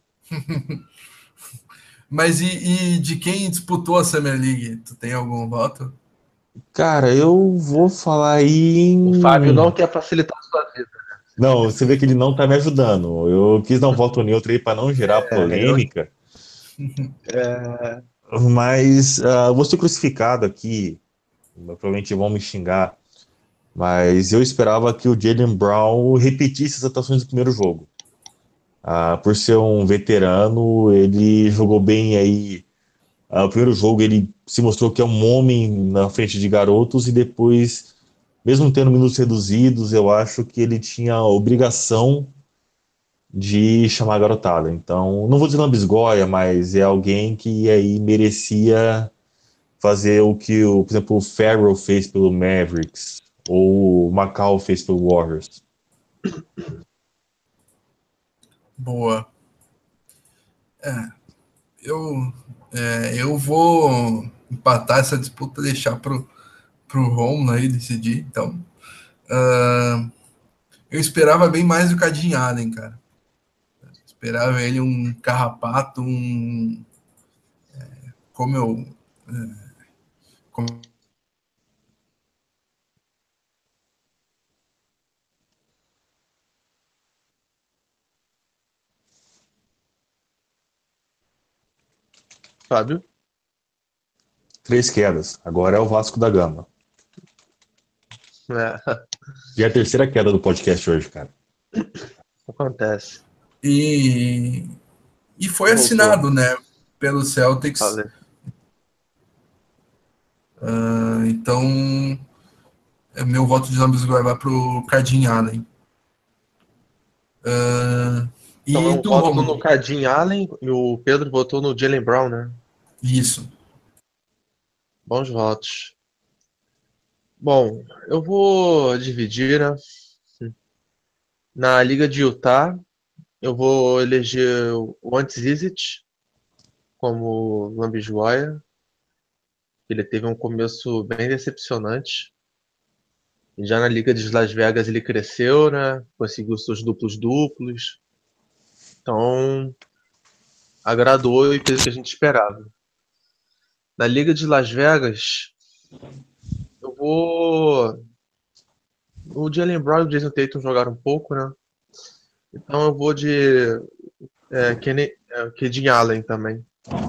Mas e de quem disputou a Summer League? Tu tem algum voto? Cara, eu vou falar aí. O Fábio não quer facilitar a sua vida. Não, você vê que ele não tá me ajudando. Eu quis dar um voto neutro aí para não gerar polêmica. Mas vou ser crucificado aqui, provavelmente vão me xingar, mas eu esperava que o Jaylen Brown repetisse as atuações do primeiro jogo. Por ser um veterano, ele jogou bem aí. O primeiro jogo ele se mostrou que é um homem na frente de garotos e depois, mesmo tendo minutos reduzidos, eu acho que ele tinha a obrigação de chamar a garotada. Então, não vou dizer lambisgoia, mas é alguém que aí merecia fazer o que, por exemplo, o Farrell fez pelo Mavericks ou o Macau fez pelo Warriors. Boa. Eu vou empatar essa disputa, deixar pro Romulo aí decidir. Então, eu esperava bem mais do Cadinho Allen, cara. Esperava ele um carrapato, como eu. Fábio? 3 quedas. Agora é o Vasco da Gama. E a terceira queda do podcast hoje, cara. Acontece. E foi assinado, né, pelo Celtics. Então, meu voto de lambisgoia vai pro Cadinho Allen. Então eu voto no Cadinho Allen e o Pedro votou no Jaylen Brown, né? Isso. Bons votos. Bom, eu vou dividir, né? Na Liga de Utah, eu vou eleger o Ante Zizic como lambisgoia. Ele teve um começo bem decepcionante. E já na Liga de Las Vegas ele cresceu, né? Conseguiu seus duplos-duplos. Então, agradou e fez o que a gente esperava. Na Liga de Las Vegas, eu vou... O Jaylen Brown e o Jason Tatum jogaram um pouco, né? Então eu vou de Cadinho Allen também.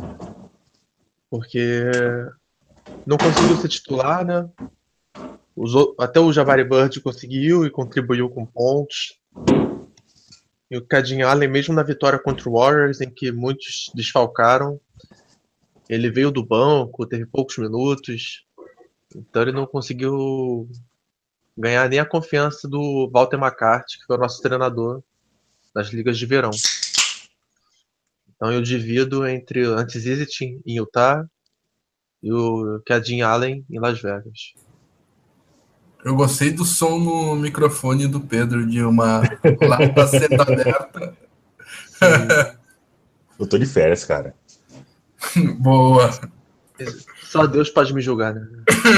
Porque não conseguiu ser titular, né? Até o Jabari Bird conseguiu e contribuiu com pontos. E o Cadinho Allen, mesmo na vitória contra o Warriors, em que muitos desfalcaram, ele veio do banco, teve poucos minutos. Então ele não conseguiu ganhar nem a confiança do Walter McCarthy, que foi o nosso treinador das ligas de verão. Então eu divido entre o Ante Zizic em Utah e o Cadinho Allen em Las Vegas. Eu gostei do som no microfone do Pedro, de uma lata sendo aberta. Eu tô de férias, cara. Boa. Só Deus pode me julgar, né?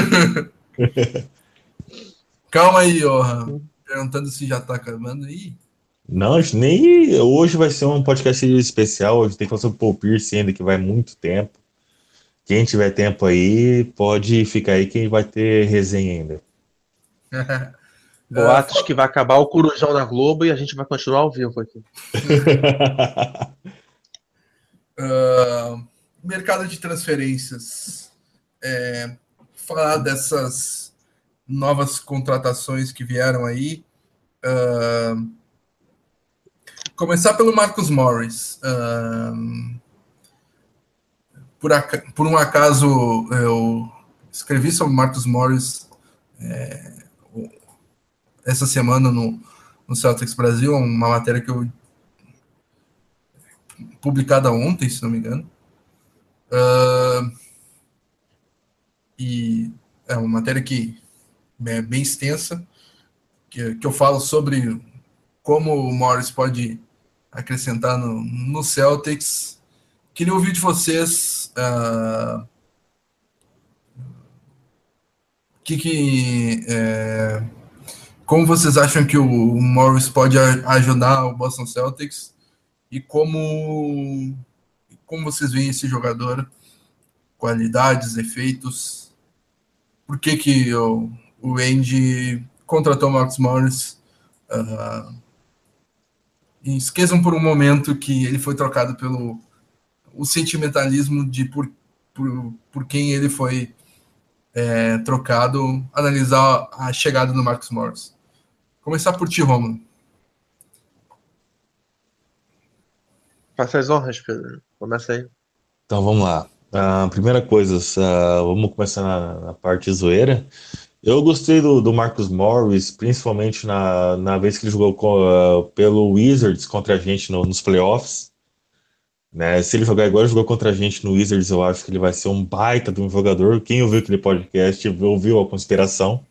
Calma aí, Johan. Perguntando se já tá acabando aí. Não, nem hoje vai ser um podcast especial. Hoje tem que falar sobre o Paul Pierce ainda, que vai muito tempo. Quem tiver tempo aí, pode ficar aí que vai ter resenha ainda. Boatos que vai acabar o Corujão na Globo e a gente vai continuar ao vivo aqui. Mercado de transferências. Falar dessas novas contratações que vieram aí. Começar pelo Marcus Morris. Por um acaso, eu escrevi sobre Marcus Morris essa semana no Celtics Brasil, uma matéria que eu publicada ontem, se não me engano. E é uma matéria que é bem extensa, que eu falo sobre como o Morris pode acrescentar no Celtics. Queria ouvir de vocês como vocês acham que o Morris pode ajudar o Boston Celtics e como vocês veem esse jogador, qualidades, efeitos, por que o Andy contratou o Marcus Morris. E esqueçam por um momento que ele foi trocado pelo o sentimentalismo de por quem ele foi trocado, analisar a chegada do Marcus Morris. Começar por ti, Romulo. Faça as honras, Pedro. Começa aí. Então vamos lá. Primeira coisa, vamos começar na parte zoeira. Eu gostei do Marcus Morris, principalmente na vez que ele jogou pelo Wizards contra a gente nos playoffs. Né? Se ele jogar igual ele jogou contra a gente no Wizards, eu acho que ele vai ser um baita de um jogador. Quem ouviu aquele podcast ouviu a conspiração.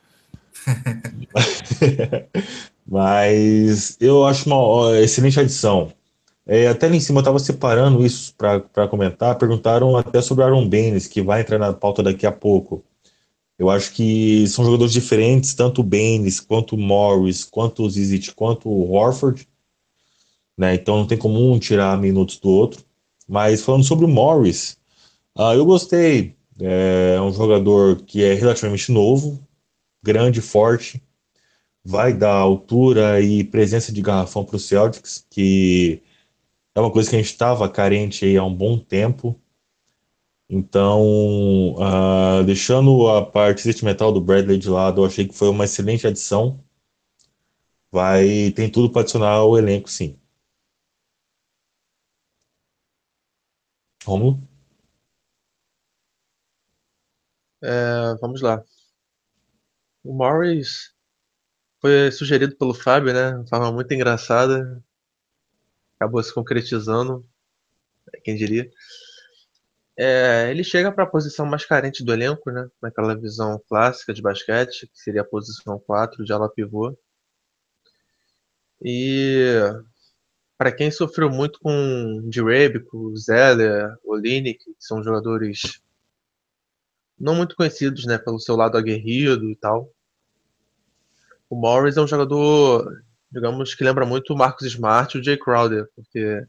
Mas eu acho uma excelente adição. Até ali em cima eu estava separando isso para comentar. Perguntaram até sobre o Aaron Baines, que vai entrar na pauta daqui a pouco. Eu acho que são jogadores diferentes, tanto o Baines, quanto o Morris, quanto o Zizic, quanto o Horford. Né? Então não tem como um tirar minutos do outro. Mas falando sobre o Morris, eu gostei. É um jogador que é relativamente novo, grande, forte, vai dar altura e presença de garrafão para o Celtics, que é uma coisa que a gente estava carente aí há um bom tempo. Então, deixando a parte sentimental do Bradley de lado, eu achei que foi uma excelente adição. Tem tudo para adicionar ao elenco, sim. Romulo? Vamos lá. O Morris foi sugerido pelo Fábio, né? De forma muito engraçada. Acabou se concretizando, quem diria. Ele chega para a posição mais carente do elenco, né? Naquela visão clássica de basquete, que seria a posição 4 de ala pivô. E para quem sofreu muito com Jerebico, Zeller, Olynyk, que são jogadores não muito conhecidos, né, pelo seu lado aguerrido e tal. O Morris é um jogador, digamos, que lembra muito o Marcus Smart e o Jay Crowder, porque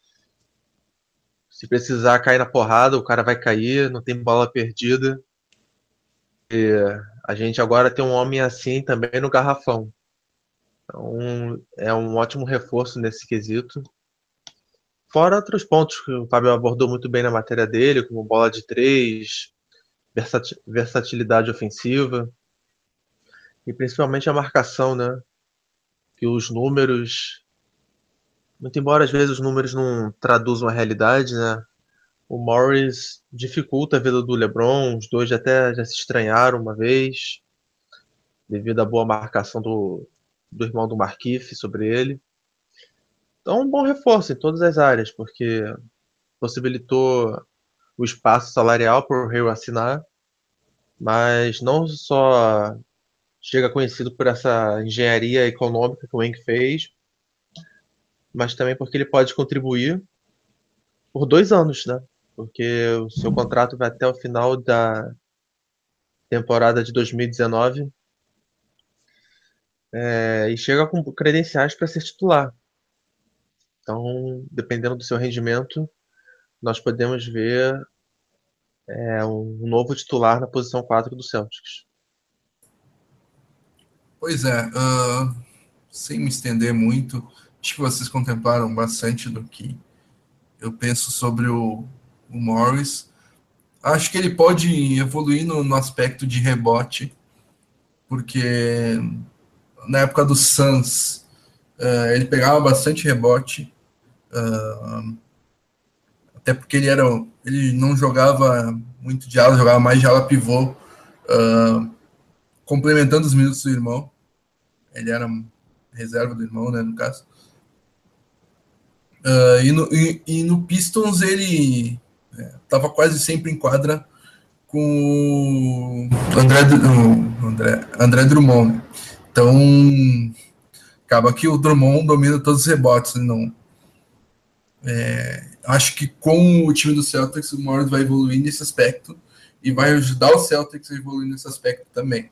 se precisar cair na porrada, o cara vai cair, não tem bola perdida. E a gente agora tem um homem assim também no garrafão. Então, é um ótimo reforço nesse quesito. Fora outros pontos que o Fábio abordou muito bem na matéria dele, como bola de três, versatilidade ofensiva e principalmente a marcação, né? Que os números, muito embora às vezes os números não traduzam a realidade, né? O Morris dificulta a vida do LeBron, os dois até já se estranharam uma vez, devido à boa marcação do irmão do Markieff sobre ele. Então, um bom reforço em todas as áreas, porque possibilitou o espaço salarial para o Rio assinar, mas não só chega conhecido por essa engenharia econômica que o Wang fez, mas também porque ele pode contribuir por 2 anos, né? Porque o seu contrato vai até o final da temporada de 2019 e chega com credenciais para ser titular. Então, dependendo do seu rendimento, nós podemos ver um novo titular na posição 4 do Celtics. Pois é, sem me estender muito, acho que vocês contemplaram bastante do que eu penso sobre o Morris. Acho que ele pode evoluir no aspecto de rebote, porque na época do Suns ele pegava bastante rebote, até porque ele não jogava muito de ala, jogava mais de ala pivô, complementando os minutos do irmão. Ele era reserva do irmão, né, no caso. E no Pistons ele estava quase sempre em quadra com o André Drummond. Né? Então, acaba que o Drummond domina todos os rebotes. Não. Acho que com o time do Celtics, o Morris vai evoluir nesse aspecto e vai ajudar o Celtics a evoluir nesse aspecto também.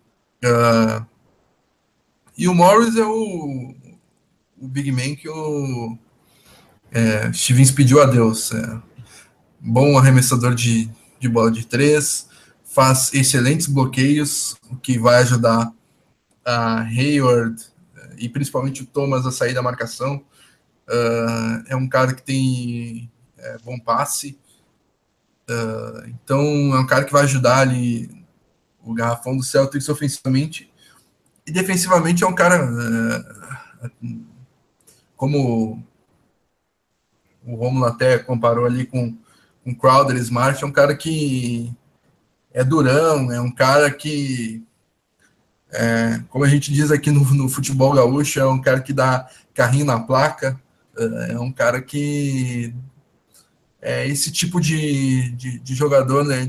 E o Morris é o Big Man que o Stevens pediu a Deus. Bom arremessador de bola de três, faz excelentes bloqueios, o que vai ajudar a Hayward e principalmente o Thomas a sair da marcação. É um cara que tem bom passe, Então é um cara que vai ajudar ali o garrafão do Celtics ofensivamente. E defensivamente é um cara, como o Romulo até comparou ali com Crowder, Smart, é um cara que é durão, é um cara que, como a gente diz aqui no futebol gaúcho, é um cara que dá carrinho na placa, é um cara que é esse tipo de jogador, né,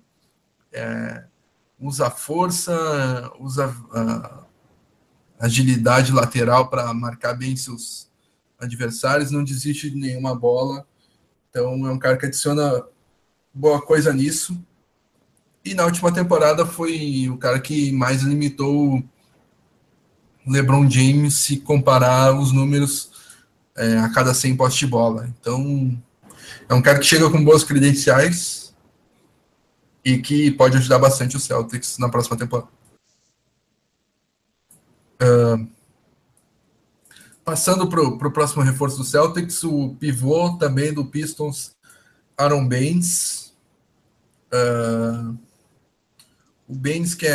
usa força, usa agilidade lateral para marcar bem seus adversários, não desiste de nenhuma bola. Então é um cara que adiciona boa coisa nisso. E na última temporada foi o cara que mais limitou o LeBron James se comparar os números a cada 100 postes de bola. Então é um cara que chega com boas credenciais e que pode ajudar bastante o Celtics na próxima temporada. Passando para o próximo reforço do Celtics, o pivô também do Pistons, Aaron Baines. O Baines que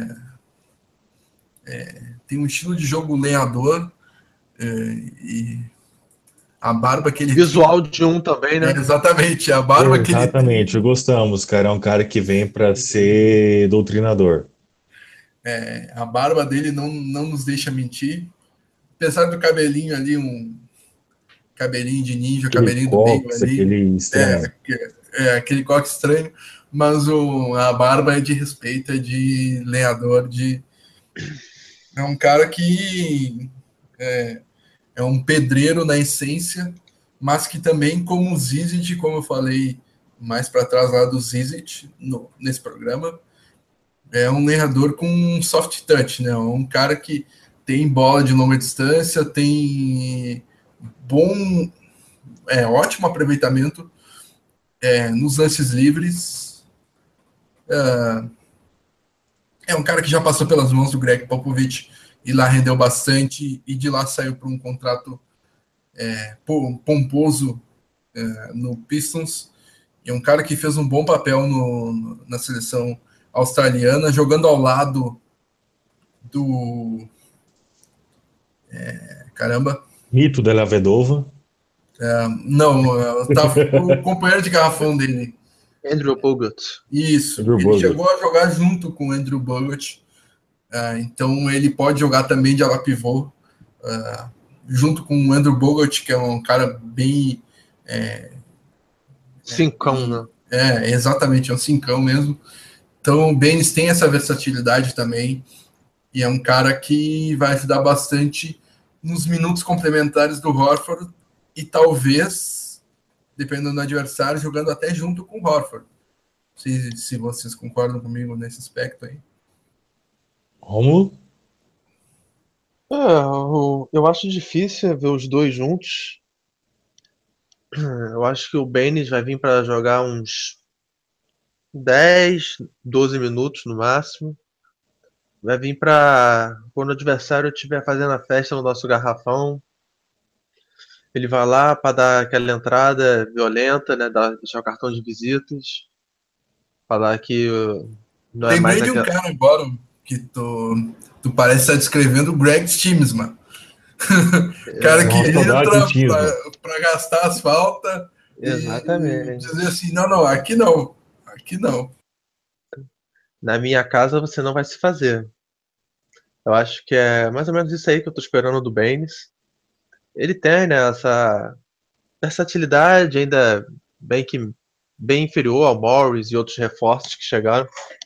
tem um estilo de jogo lenhador, e a barba que ele Visual de um também, né? exatamente, a barba que ele Exatamente, tem, gostamos, cara. É um cara que vem para ser doutrinador. a barba dele não nos deixa mentir. Apesar do cabelinho ali, um cabelinho de ninja, Aquele cabelinho do meio cox, ali, aquele estranho. aquele coque estranho, mas a barba é de respeito, é de lenhador, é um cara que é um pedreiro na essência, mas que também, como o Zizit, como eu falei mais para trás lá do Zizit, nesse programa, é um lenhador com um soft touch, né? Um cara que tem bola de longa distância, tem bom, ótimo aproveitamento nos lances livres. É um cara que já passou pelas mãos do Greg Popovich e lá rendeu bastante, e de lá saiu para um contrato pomposo no Pistons. E é um cara que fez um bom papel na seleção australiana, jogando ao lado do. Caramba. Mito da Vedova. Não, tá o companheiro de garrafão dele. Andrew Bogut. Isso. Andrew Ele Bogut. chegou a jogar junto com o Andrew Bogut. Então ele pode jogar também de ala pivô, junto com o Andrew Bogut, que é um cara bem. Cincão, né? Exatamente, é um cincão mesmo. Então o Baines tem essa versatilidade também, e é um cara que vai ajudar bastante nos minutos complementares do Horford, e talvez, dependendo do adversário, jogando até junto com o Horford. Se vocês concordam comigo nesse aspecto aí. Romulo? Eu acho difícil ver os dois juntos. Eu acho que o Baines vai vir para jogar uns 10, 12 minutos no máximo. Vai vir para quando o adversário estiver fazendo a festa no nosso garrafão. Ele vai lá para dar aquela entrada violenta, né? Deixar o cartão de visitas. Falar que não é mais Lembrei de um aquela. cara agora que tu parece estar descrevendo o Greg Stims, mano. Cara que Nossa, saudade do entra Tisma. para gastar as faltas e Exatamente. dizer assim, não, aqui não, aqui não. Na minha casa você não vai se fazer. Eu acho que é mais ou menos isso aí que eu tô esperando do Baines. Ele tem, né, essa versatilidade ainda bem inferior ao Morris e outros reforços que chegaram.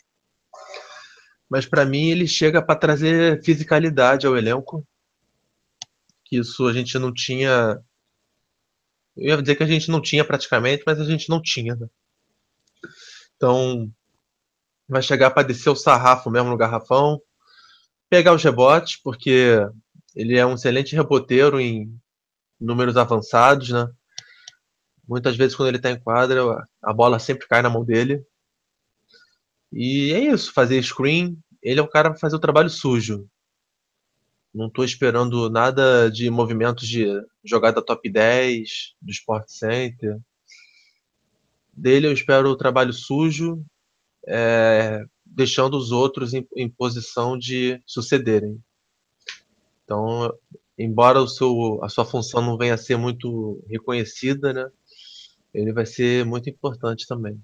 Mas para mim ele chega para trazer fisicalidade ao elenco, que isso a gente não tinha. Eu ia dizer que a gente não tinha praticamente, mas a gente não tinha, né? Então vai chegar para descer o sarrafo mesmo no garrafão, pegar os rebotes, porque ele é um excelente reboteiro em números avançados, né? Muitas vezes quando ele está em quadra, a bola sempre cai na mão dele. E é isso, fazer screen. Ele é um cara para fazer o trabalho sujo. Não estou esperando nada de movimentos de jogada top 10 do Sport Center. Dele eu espero o trabalho sujo, deixando os outros em posição de sucederem. Então, embora a sua função não venha a ser muito reconhecida, né, ele vai ser muito importante também.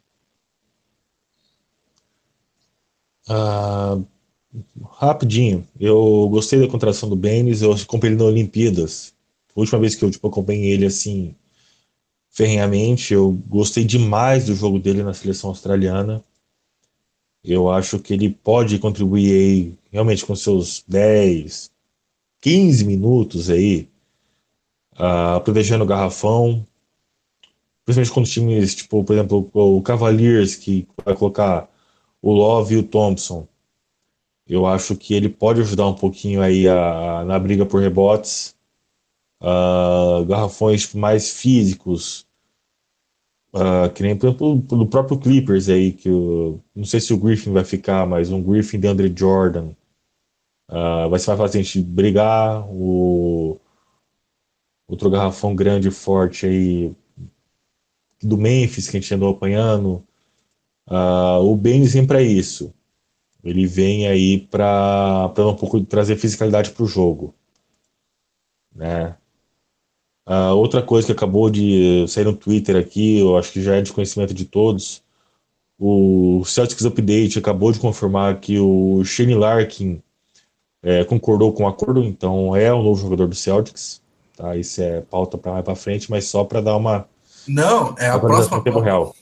Ah, rapidinho, eu gostei da contratação do Baines, eu acompanhei ele na Olimpíadas. A última vez que eu acompanhei ele assim ferrenhamente, eu gostei demais do jogo dele na seleção australiana. Eu acho que ele pode contribuir aí, realmente com seus 10, 15 minutos aí, protegendo o garrafão, principalmente quando os times, tipo, por exemplo, o Cavaliers, que vai colocar o Love e o Thompson. Eu acho que ele pode ajudar um pouquinho aí na briga por rebotes, garrafões mais físicos, que nem, por exemplo, do próprio Clippers aí, não sei se o Griffin vai ficar, mas um Griffin de Andre Jordan vai ser mais fácil a gente brigar. O outro garrafão grande e forte aí do Memphis, que a gente andou apanhando. O Baines vem para isso. Ele vem aí para um pouco trazer fisicalidade para o jogo, né? Outra coisa que acabou de sair no Twitter aqui, eu acho que já é de conhecimento de todos, o Celtics Update acabou de confirmar que o Shane Larkin concordou com o acordo, então é o novo jogador do Celtics, tá? Isso é pauta para mais para frente, mas só para dar uma Não, é a atualização em próxima tempo pauta. real.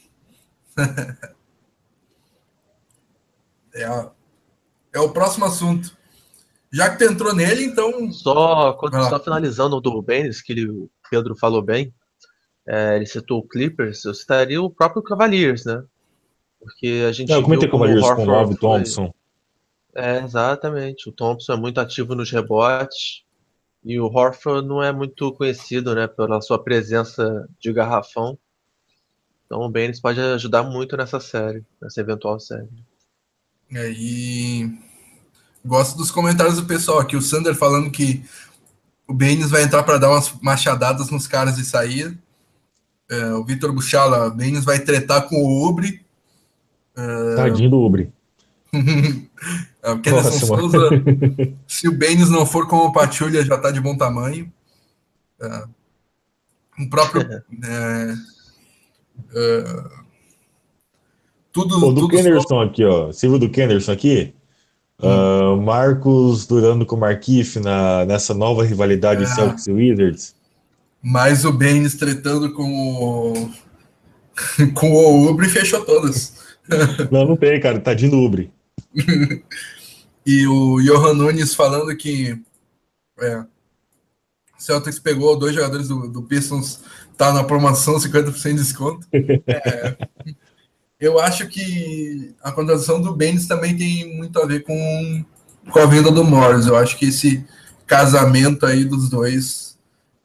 É o próximo assunto. Já que tu entrou nele, então. Vai Só lá. finalizando do Baines, o Pedro falou bem, ele citou o Clippers, eu citaria o próprio Cavaliers, né? Porque a Não, gente eu viu comentei com o como o Warriors com Horford Love e foi. Thompson. Exatamente. O Thompson é muito ativo nos rebotes e o Horford não é muito conhecido, né, pela sua presença de garrafão. Então o Baines pode ajudar muito nessa série, nessa eventual série. E gosto dos comentários do pessoal aqui. O Sander falando que o Baines vai entrar para dar umas machadadas nos caras e sair. O Vitor Buchala, Baines vai tretar com o Ubre. Tadinho do Ubre. O Kenderson Próximo. Souza, se o Baines não for como o Pachulia, já está de bom tamanho. O próprio. Pô, Tudo, do tudo sobre. Kenderson aqui, ó. Você viu do Kenderson aqui? Marcos durando com o Markieff nessa nova rivalidade Celtics e Wizards. Mas o Baines tretando com o Ubre fechou todas. Não, não tem, cara. Tadinho do Ubre. E o Johan Nunes falando que o Celtics pegou dois jogadores do Pistons, tá na promoção 50% de desconto. Eu acho que a contratação do Baines também tem muito a ver com a venda do Morris. Eu acho que esse casamento aí dos dois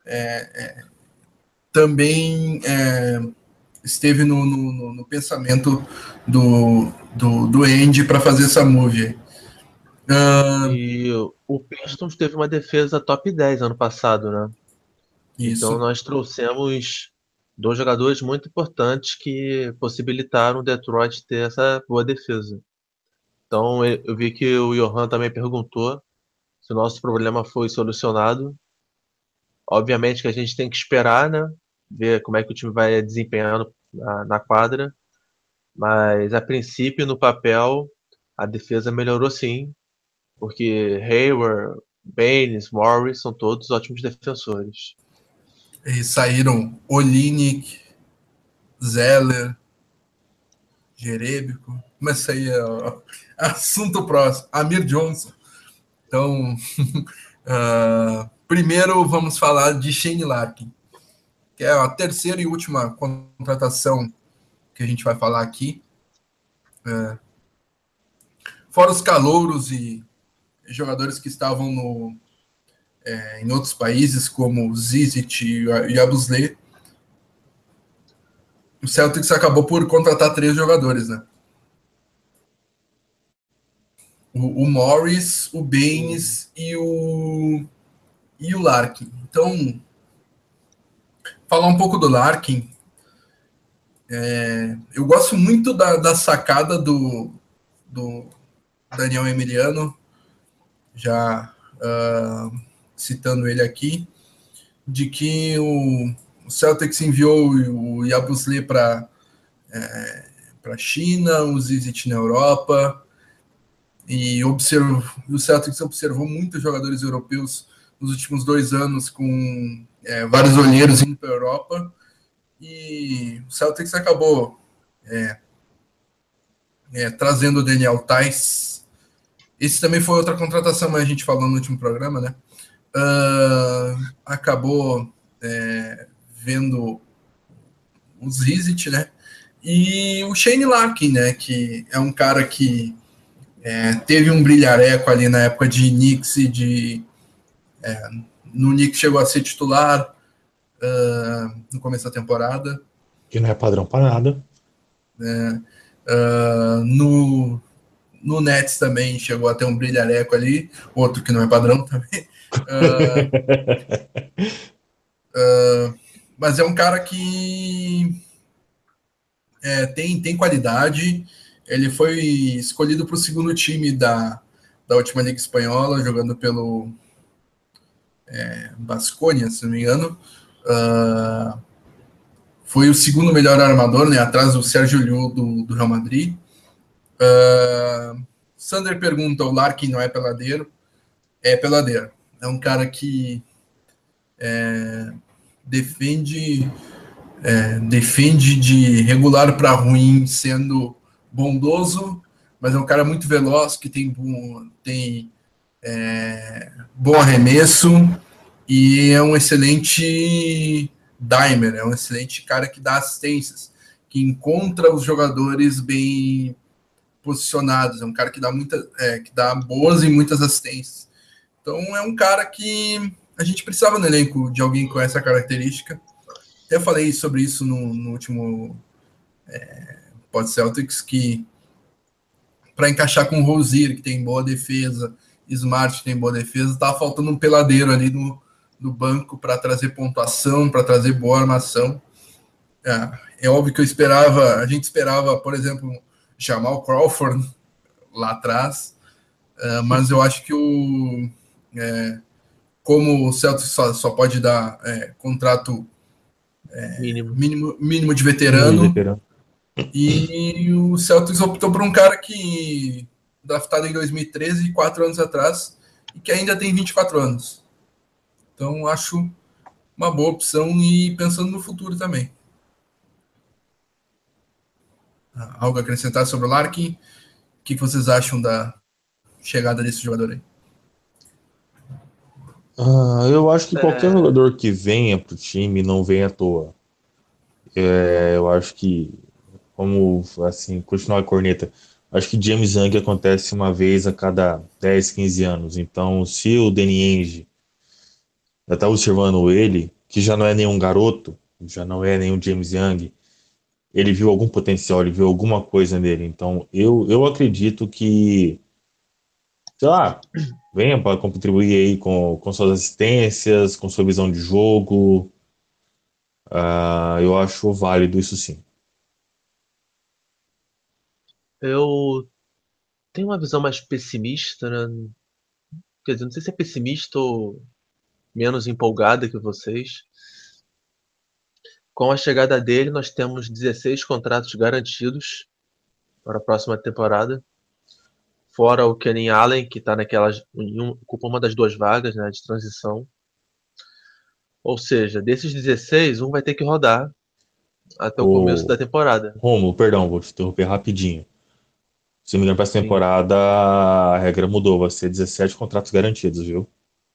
também esteve no pensamento do Andy para fazer essa move. E o Pistons teve uma defesa top 10 ano passado, né? Então Isso. nós trouxemos dois jogadores muito importantes que possibilitaram o Detroit ter essa boa defesa. Então eu vi que o Johan também perguntou se o nosso problema foi solucionado. Obviamente que a gente tem que esperar, né? Ver como é que o time vai desempenhando na quadra. Mas a princípio, no papel, a defesa melhorou sim, porque Hayward, Baines, Morris são todos ótimos defensores. E saíram Olinick, Zeller, Jerebico. Mas isso aí é assunto próximo. Amir Johnson. Então, primeiro vamos falar de Shane Larkin, que é a terceira e última contratação que a gente vai falar aqui. Fora os calouros e jogadores que estavam em outros países, como Zizic e Abusley, o Celtics acabou por contratar três jogadores, né? O Morris, o Baines e o Larkin. Então, falar um pouco do Larkin. Eu gosto muito da sacada do Daniel Emiliano, já citando ele aqui, de que o Celtics enviou o Yabusele para a China, o Zizic na Europa, e o Celtics observou muitos jogadores europeus nos últimos 2 anos, com vários olheiros indo para a Europa, e o Celtics acabou trazendo o Daniel Theis. Esse também foi outra contratação, mas a gente falou no último programa, né? Acabou vendo o Zizic, né? E o Shane Larkin, né? Que é um cara que teve um brilhareco ali na época de Knicks e no Knicks chegou a ser titular no começo da temporada. Que não é padrão para nada. No Nets também chegou a ter um brilhareco ali, outro que não é padrão também. Mas é um cara que tem qualidade. Ele foi escolhido para o segundo time da última Liga Espanhola, jogando pelo Baskonia, se não me engano. Foi o segundo melhor armador, né, atrás do Sérgio Llull do Real Madrid. Sander pergunta: o Larkin não é peladeiro? É peladeiro. É um cara que defende de regular para ruim, sendo bondoso, mas é um cara muito veloz, que tem bom arremesso e é um excelente dimer, é um excelente cara que dá assistências, que encontra os jogadores bem posicionados, é um cara que dá boas e muitas assistências. Então é um cara que a gente precisava no elenco de alguém com essa característica. Até falei sobre isso no último Pod Celtics, que para encaixar com o Rozier, que tem boa defesa, Smart, que tem boa defesa, tá faltando um peladeiro ali no banco para trazer pontuação, para trazer boa armação. É óbvio que a gente esperava, por exemplo, Jamal Crawford lá atrás, mas eu acho que como o Celtics só pode dar contrato mínimo de veterano, e o Celtics optou por um cara que draftado em 2013, 4 anos atrás, e que ainda tem 24 anos. Então, acho uma boa opção e pensando no futuro também. Algo a acrescentar sobre o Larkin? O que vocês acham da chegada desse jogador aí? Eu acho que qualquer jogador que venha para o time não vem à toa. Eu acho que, como assim, continuar a corneta, acho que James Young acontece uma vez a cada 10, 15 anos. Então, se o Danny Ainge já está observando ele, que já não é nenhum garoto, já não é nenhum James Young, ele viu algum potencial, ele viu alguma coisa nele. Então, eu acredito que, sei lá, venha para contribuir aí com suas assistências, com sua visão de jogo. Eu acho válido isso sim. Eu tenho uma visão mais pessimista, né? Quer dizer, não sei se é pessimista ou menos empolgada que vocês. Com a chegada dele, nós temos 16 contratos garantidos para a próxima temporada. Fora o Kenny Allen, que está ocupa uma das 2 vagas, né, de transição. Ou seja, desses 16, um vai ter que rodar até o começo da temporada. Romulo, perdão, vou te interromper rapidinho. Se não me engano, para essa Sim. temporada a regra mudou, vai ser 17 contratos garantidos, viu?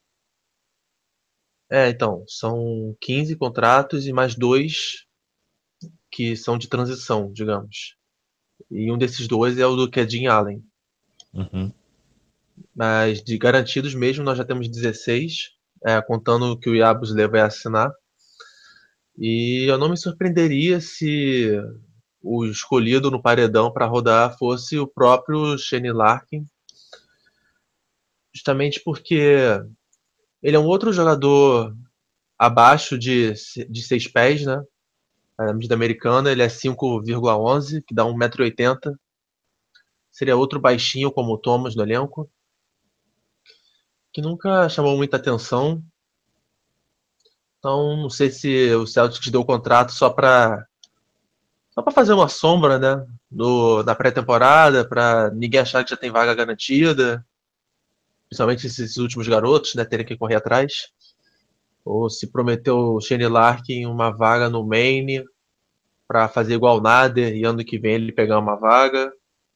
Então, são 15 contratos e mais 2 que são de transição, digamos. E um desses 2 é o do Kenny Allen. Uhum. Mas de garantidos mesmo, nós já temos 16, contando que o Yabusele vai assinar. E eu não me surpreenderia se o escolhido no paredão para rodar fosse o próprio Shane Larkin, justamente porque ele é um outro jogador abaixo de 6 pés, né? Na medida americana, ele é 5,11, que dá 1,80 m. Seria outro baixinho como o Thomas no elenco, que nunca chamou muita atenção. Então, não sei se o Celtics deu o contrato só para fazer uma sombra, né, na pré-temporada, para ninguém achar que já tem vaga garantida, principalmente esses últimos garotos, né, terem que correr atrás. Ou se prometeu o Shane Larkin uma vaga no Maine para fazer igual o Nader e ano que vem ele pegar uma vaga.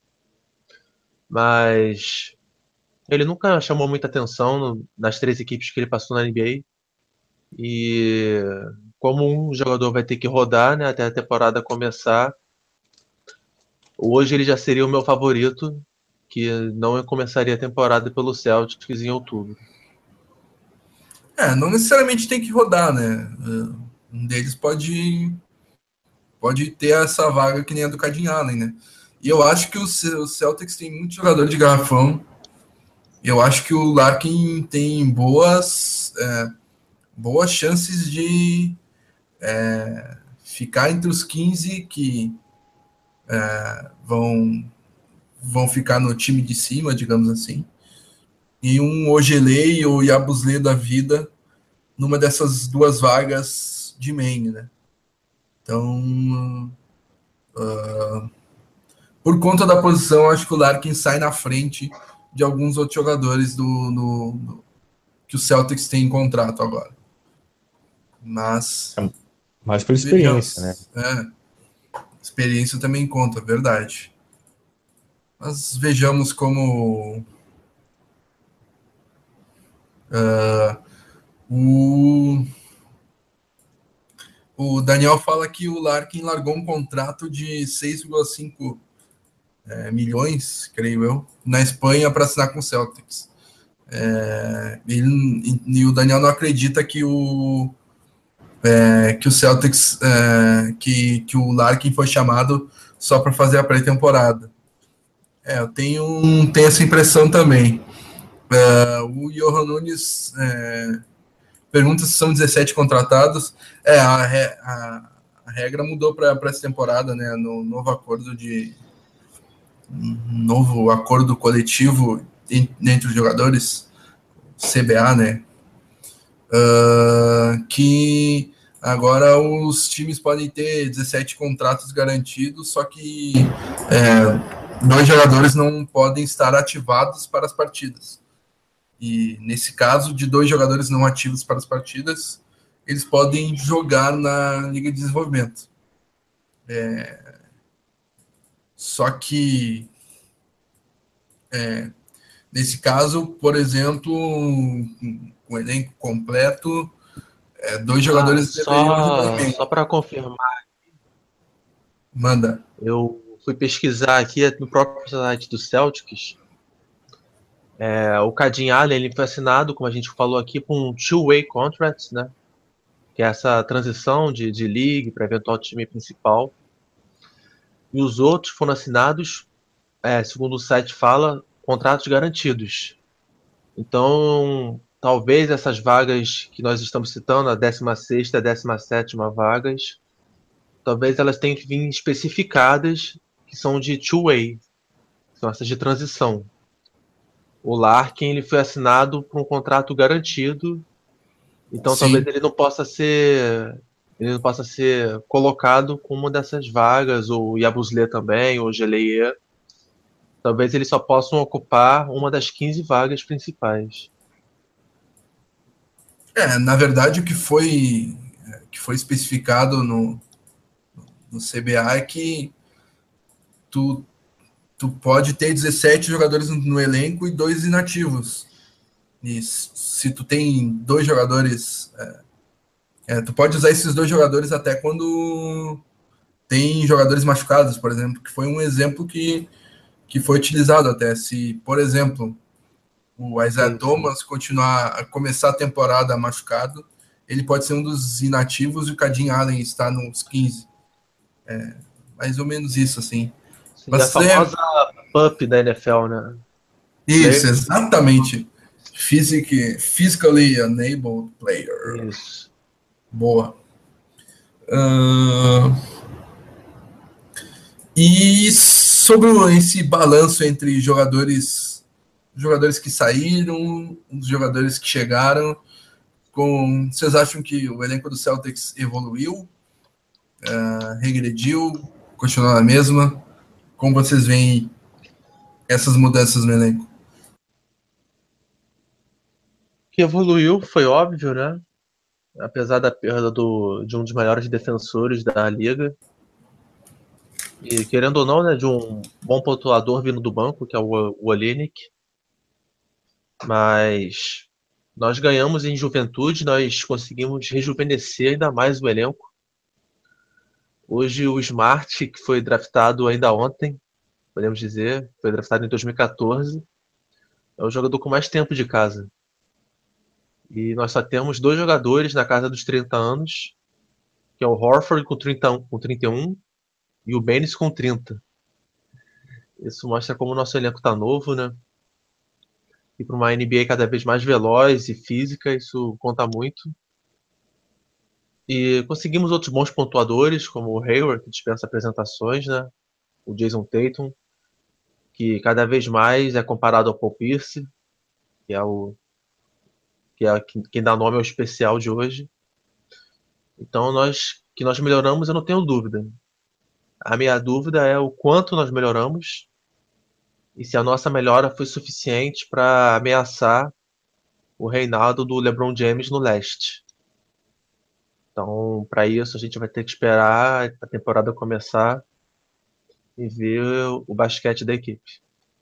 Mas ele nunca chamou muita atenção nas 3 equipes que ele passou na NBA. E como um jogador vai ter que rodar, né, até a temporada começar, hoje ele já seria o meu favorito, que não começaria a temporada pelo Celtics em outubro. Não necessariamente tem que rodar, né? Um deles pode ter essa vaga que nem a do Cadin Allen, né? E eu acho que o Celtics tem muito jogador de garrafão. Eu acho que o Larkin tem boas chances de ficar entre os 15 que vão ficar no time de cima, digamos assim. E um Ojeley ou Yabusele da vida numa dessas 2 vagas de main, né? Então, por conta da posição, acho que o Larkin sai na frente de alguns outros jogadores que o Celtics tem em contrato agora. Mas... mais por experiência, né? Experiência também conta, verdade. Mas vejamos como... O Daniel fala que o Larkin largou um contrato de 6,5 milhões, creio eu, na Espanha para assinar com o Celtics. E o Daniel não acredita que o Celtics, que o Larkin foi chamado só para fazer a pré-temporada. Eu tenho essa impressão também. O Johan Nunes pergunta se são 17 contratados. A regra mudou para essa temporada, né? No novo acordo coletivo entre os jogadores, CBA, né? Que agora os times podem ter 17 contratos garantidos, só que 2 jogadores não podem estar ativados para as partidas. E nesse caso, de 2 jogadores não ativos para as partidas, eles podem jogar na Liga de Desenvolvimento. Só que nesse caso, por exemplo, com o elenco completo, 2 jogadores deveriam jogar bem. Só para confirmar, Manda. Eu fui pesquisar aqui no próprio site do Celtics. O Cadin Allen ele foi assinado, como a gente falou aqui, com um two-way contract, né? Que é essa transição de league para eventual time principal. E os outros foram assinados, segundo o site fala, contratos garantidos. Então, talvez essas vagas que nós estamos citando, a 16ª e a 17ª vagas, talvez elas tenham que vir especificadas que são de two-way, são essas de transição. O Larkin ele foi assinado por um contrato garantido, então Sim. Talvez ele não possa ser colocado com uma dessas vagas, ou Yabusele também, ou Geleye. Talvez eles só possam ocupar uma das 15 vagas principais. Na verdade, o que foi especificado no CBA é que tu pode ter 17 jogadores no elenco e 2 inativos. E se tu tem 2 jogadores, tu pode usar esses 2 jogadores até quando tem jogadores machucados, por exemplo, que foi um exemplo que foi utilizado até. Se, por exemplo, o Isaiah Thomas começar a temporada machucado, ele pode ser um dos inativos e o Cadin Allen está nos 15. Mais ou menos isso, assim. A famosa PUP da NFL, né? Isso, exatamente. Physically Enabled Player. Isso. Boa. E sobre esse balanço entre jogadores que saíram, os jogadores que chegaram, vocês acham que o elenco do Celtics evoluiu, regrediu, continuou na mesma? Como vocês veem essas mudanças no elenco? Que evoluiu, foi óbvio, né? Apesar da perda de um dos maiores defensores da liga. E querendo ou não, né, de um bom pontuador vindo do banco, que é o Olynyk. Mas nós ganhamos em juventude, nós conseguimos rejuvenescer ainda mais o elenco. Hoje o Smart, que foi draftado ainda ontem, podemos dizer, foi draftado em 2014, é o jogador com mais tempo de casa. E nós só temos 2 jogadores na casa dos 30 anos, que é o Horford com 31 e o Baines com 30. Isso mostra como o nosso elenco está novo, né? E para uma NBA cada vez mais veloz e física, isso conta muito. E conseguimos outros bons pontuadores, como o Hayward, que dispensa apresentações, né? O Jason Tatum, que cada vez mais é comparado ao Paul Pierce, que é quem dá nome ao especial de hoje. Então, nós melhoramos, eu não tenho dúvida. A minha dúvida é o quanto nós melhoramos e se a nossa melhora foi suficiente para ameaçar o reinado do LeBron James no leste. Então, para isso, a gente vai ter que esperar a temporada começar e ver o basquete da equipe.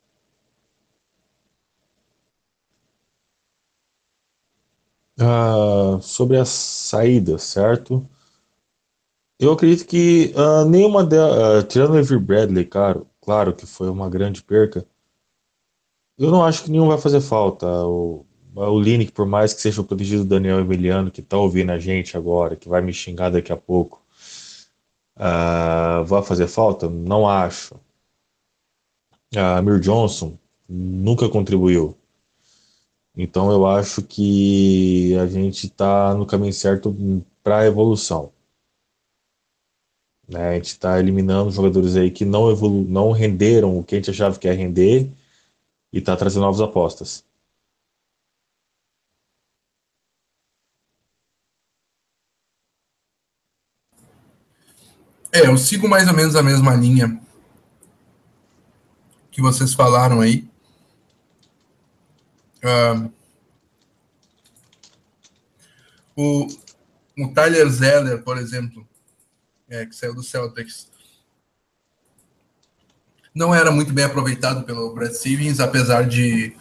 Sobre as saídas, certo? Eu acredito que nenhuma delas, tirando o Avery Bradley, claro que foi uma grande perca, eu não acho que nenhum vai fazer falta. O Lineker, por mais que seja o protegido Daniel Emiliano, que tá ouvindo a gente agora, que vai me xingar daqui a pouco, vai fazer falta? Não acho. Amir Johnson nunca contribuiu. Então eu acho que a gente está no caminho certo para a evolução. Né? A gente está eliminando jogadores aí que não renderam o que a gente achava que ia render e está trazendo novas apostas. Eu sigo mais ou menos a mesma linha que vocês falaram aí. O Tyler Zeller, por exemplo, que saiu do Celtics, não era muito bem aproveitado pelo Brad Stevens, apesar de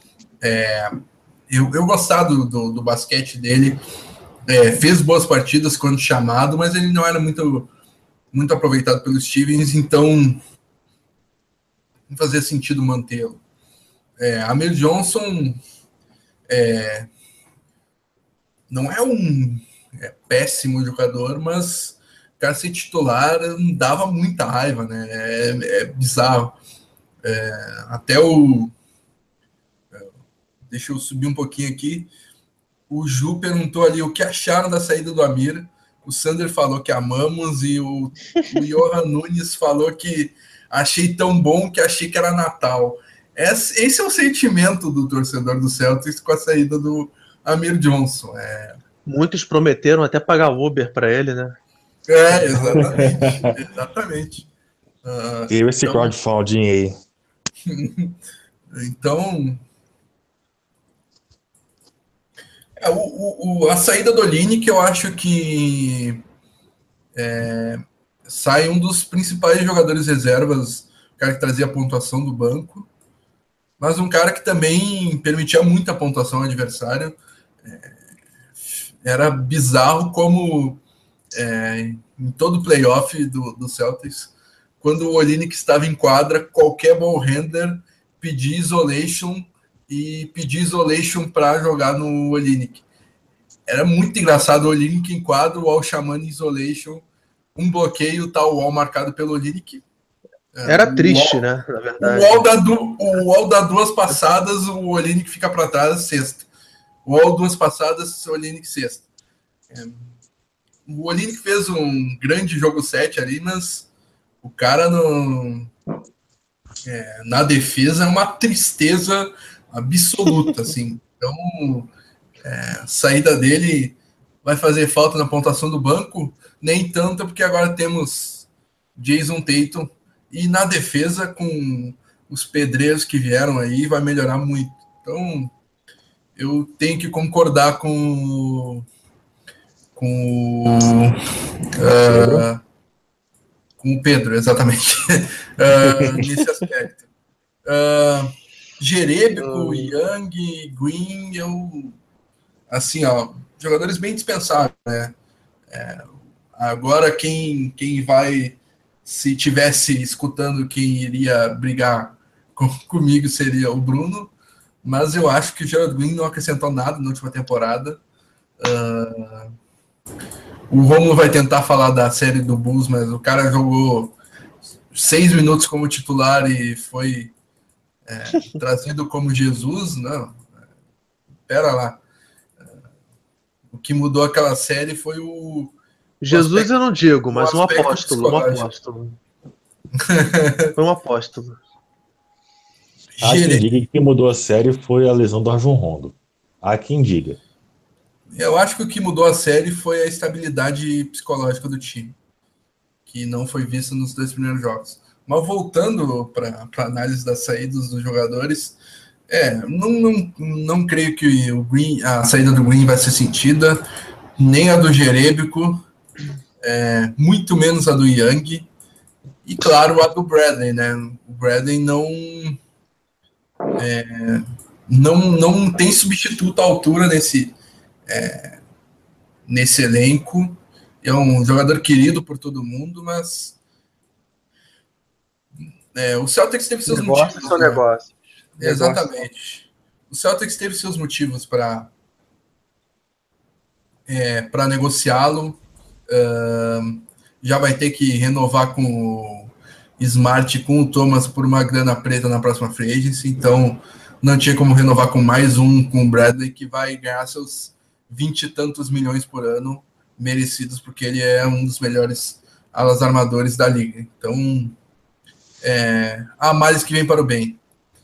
eu gostar do basquete dele. Fez boas partidas quando chamado, mas ele não era muito aproveitado pelo Stevens, então não fazia sentido mantê-lo. Amir Johnson não é um péssimo jogador, mas cara ser titular dava muita raiva, né? É bizarro. Até deixa eu subir um pouquinho aqui. O Ju perguntou ali o que acharam da saída do Amir. O Sander falou que amamos e o Johan Nunes falou que achei tão bom que achei que era Natal. Esse é o sentimento do torcedor do Celtics com a saída do Amir Johnson. Muitos prometeram até pagar Uber para ele, né? Exatamente. Exatamente. Teve esse crowdfunding aí. Então, a saída do Olynyk, eu acho que sai um dos principais jogadores reservas, o cara que trazia a pontuação do banco, mas um cara que também permitia muita pontuação ao adversário. Era bizarro como em todo o playoff do Celtics, quando o Olynyk estava em quadra, qualquer ball handler pedia isolation para jogar no Olynyk. Era muito engraçado o Olynyk em quadro, o wall chamando isolation, um bloqueio, tal wall marcado pelo Olynyk. Era triste, né? Na verdade. O wall dá 2 passadas, o Olynyk fica para trás, sexta. O wall 2 passadas, o Olynyk sexta. O Olynyk fez um grande jogo 7 ali, mas o cara na defesa é uma tristeza absoluta, assim. Então, a saída dele vai fazer falta na pontuação do banco, nem tanto, porque agora temos Jason Tatum, e na defesa, com os pedreiros que vieram aí, vai melhorar muito. Então, eu tenho que concordar com, Pedro? com o Pedro, exatamente, nesse aspecto. Jerebico, Young, Green, assim, jogadores bem dispensáveis, né? Agora, quem vai, se tivesse escutando, quem iria brigar comigo seria o Bruno, mas eu acho que o Gerald Green não acrescentou nada na última temporada. O Romulo vai tentar falar da série do Bulls, mas o cara jogou 6 minutos como titular e foi trazido como Jesus. Não, pera lá. O que mudou aquela série foi o Jesus eu não digo, mas um aspecto apóstolo, um psicológico. apóstolo. Foi um apóstolo. Há quem diga que quem mudou a série foi a lesão do Rajon Rondo. Há quem diga. Eu acho que o que mudou a série foi a estabilidade psicológica do time, que não foi vista nos 2 primeiros jogos. Mas voltando para a análise das saídas dos jogadores, não creio que a saída do Green vai ser sentida, nem a do Jerebico, muito menos a do Young, e claro, a do Bradley, né? O Bradley não tem substituto à altura nesse elenco. É um jogador querido por todo mundo, mas o Celtics teve seus Negócios motivos, são né? negócios. Exatamente. O Celtics teve seus motivos para negociá-lo. Já vai ter que renovar com o Smart e com o Thomas por uma grana preta na próxima free agency, então não tinha como renovar com mais um, com o Bradley, que vai ganhar seus 20 e tantos milhões por ano, merecidos, porque ele é um dos melhores alas armadores da liga. Então, há males que vem para o bem.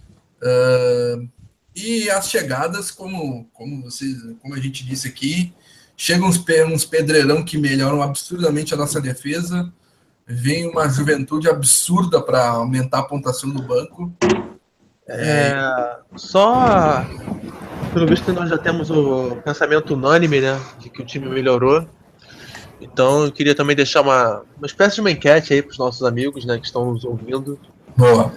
E as chegadas, como a gente disse aqui, chegam uns pedreirão que melhoram absurdamente a nossa defesa, vem uma juventude absurda para aumentar a pontuação do banco. Só pelo visto nós já temos o pensamento unânime, né, de que o time melhorou. Então eu queria também deixar uma espécie de uma enquete aí para os nossos amigos, né, que estão nos ouvindo. Boa.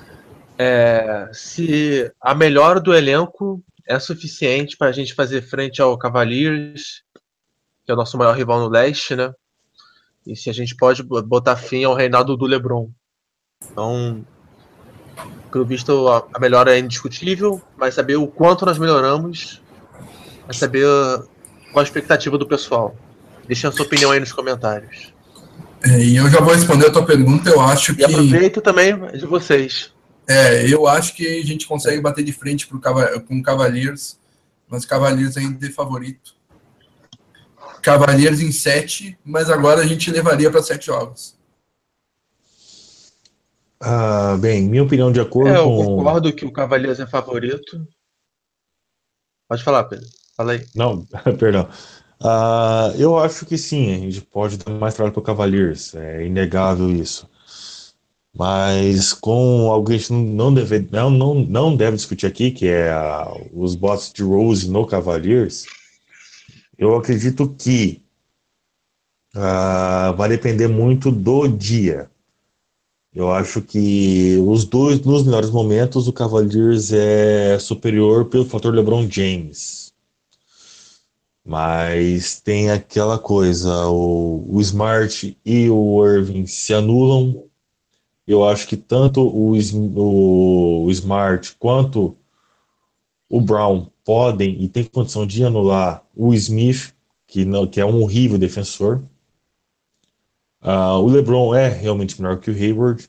Se a melhora do elenco é suficiente para a gente fazer frente ao Cavaliers, que é o nosso maior rival no leste, né? E se a gente pode botar fim ao reinado do LeBron. Então, pelo visto, a melhora é indiscutível, mas saber o quanto nós melhoramos, vai saber qual a expectativa do pessoal. Deixem a sua opinião aí nos comentários. E eu já vou responder a tua pergunta, eu acho que... E aproveito também de vocês. Eu acho que a gente consegue bater de frente com o Cavaliers, mas o Cavaliers ainda é favorito. Cavaliers em 7, mas agora a gente levaria para 7 jogos. Bem, minha opinião de acordo eu com... concordo que o Cavaliers é favorito. Pode falar, Pedro. Fala aí. Não, perdão. Eu acho que sim, a gente pode dar mais trabalho para o Cavaliers, é inegável isso. Mas com algo que a gente não deve discutir aqui, que é os bots de Rose no Cavaliers, eu acredito que vai depender muito do dia. Eu acho que os dois, nos melhores momentos, o Cavaliers é superior pelo fator LeBron James. Mas tem aquela coisa, o Smart e o Irving se anulam. Eu acho que tanto o Smart quanto o Brown podem e têm condição de anular o Smith, que é um horrível defensor. O LeBron é realmente melhor que o Hayward.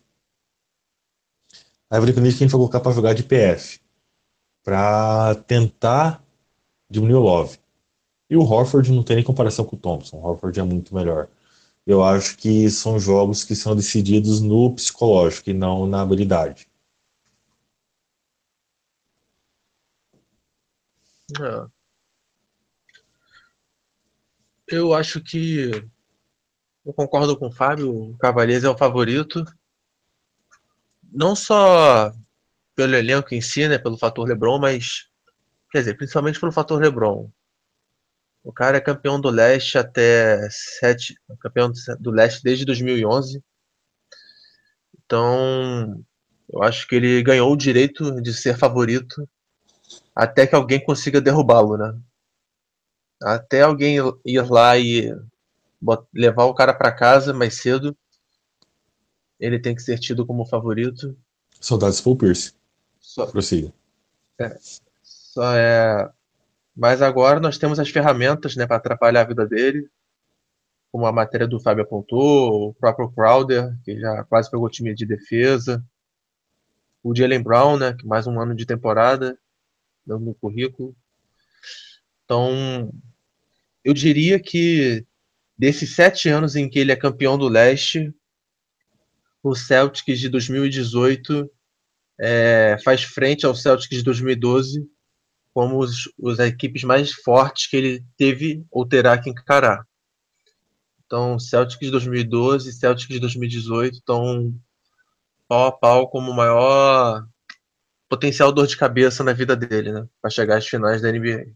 Aí vai depender de quem a gente vai colocar para jogar de PF, para tentar diminuir o Love. E o Horford não tem nem comparação com o Thompson. O Horford é muito melhor. Eu acho que são jogos que são decididos no psicológico e não na habilidade. É. Eu acho que eu concordo com o Fábio, o Cavaliers é o favorito, não só pelo elenco em si, né, pelo fator LeBron, mas, quer dizer, principalmente pelo fator LeBron. O cara é campeão do leste até sete, campeão do leste desde 2011. Então, eu acho que ele ganhou o direito de ser favorito até que alguém consiga derrubá-lo, né? Até alguém ir lá e levar o cara para casa mais cedo, ele tem que ser tido como favorito. Saudades Paul Pierce. Só, Prossiga. só é. Mas agora nós temos as ferramentas, né, para atrapalhar a vida dele, como a matéria do Fábio apontou, o próprio Crowder, que já quase pegou o time de defesa, o Jaylen Brown, né, que mais um ano de temporada, dando no currículo. Então, eu diria que desses 7 anos em que ele é campeão do leste, o Celtics de 2018 faz frente ao Celtics de 2012 como as equipes mais fortes que ele teve ou terá que encarar. Então, Celtics de 2012 e Celtics de 2018 estão pau a pau como o maior potencial dor de cabeça na vida dele, né? Para chegar às finais da NBA.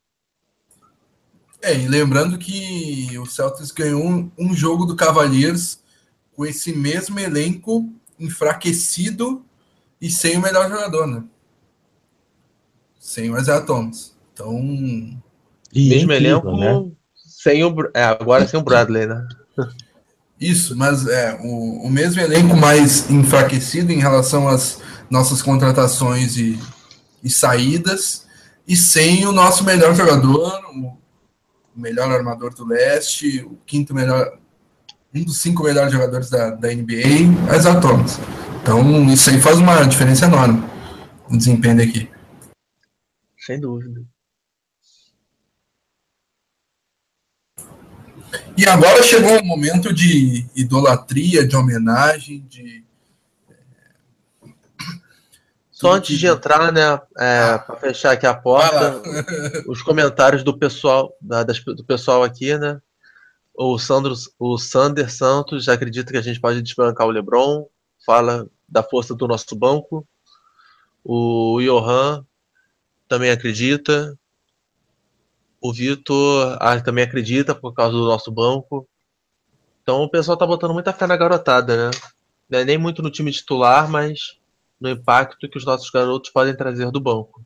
E lembrando que o Celtics ganhou um jogo do Cavaliers com esse mesmo elenco enfraquecido e sem o melhor jogador, né? Sem o Isaiah Thomas. Então, E é Mesmo incrível, né? elenco, sem agora sem o Bradley, né? isso, mas o mesmo elenco mais enfraquecido em relação às nossas contratações e saídas, e sem o nosso melhor jogador, o melhor armador do leste, o quinto melhor, um dos 5 melhores jogadores da NBA, Isaiah Thomas. Então, isso aí faz uma diferença enorme no desempenho da equipe. Sem dúvida. E agora chegou um momento de idolatria, de homenagem, de. Só antes de entrar, né, para fechar aqui a porta, os comentários do pessoal, do pessoal aqui, né? O Sander Santos acredita que a gente pode desbancar o LeBron, fala da força do nosso banco. O Johan também acredita. O Vitor também acredita por causa do nosso banco. Então o pessoal tá botando muita fé na garotada, né? Não é nem muito no time titular, mas no impacto que os nossos garotos podem trazer do banco.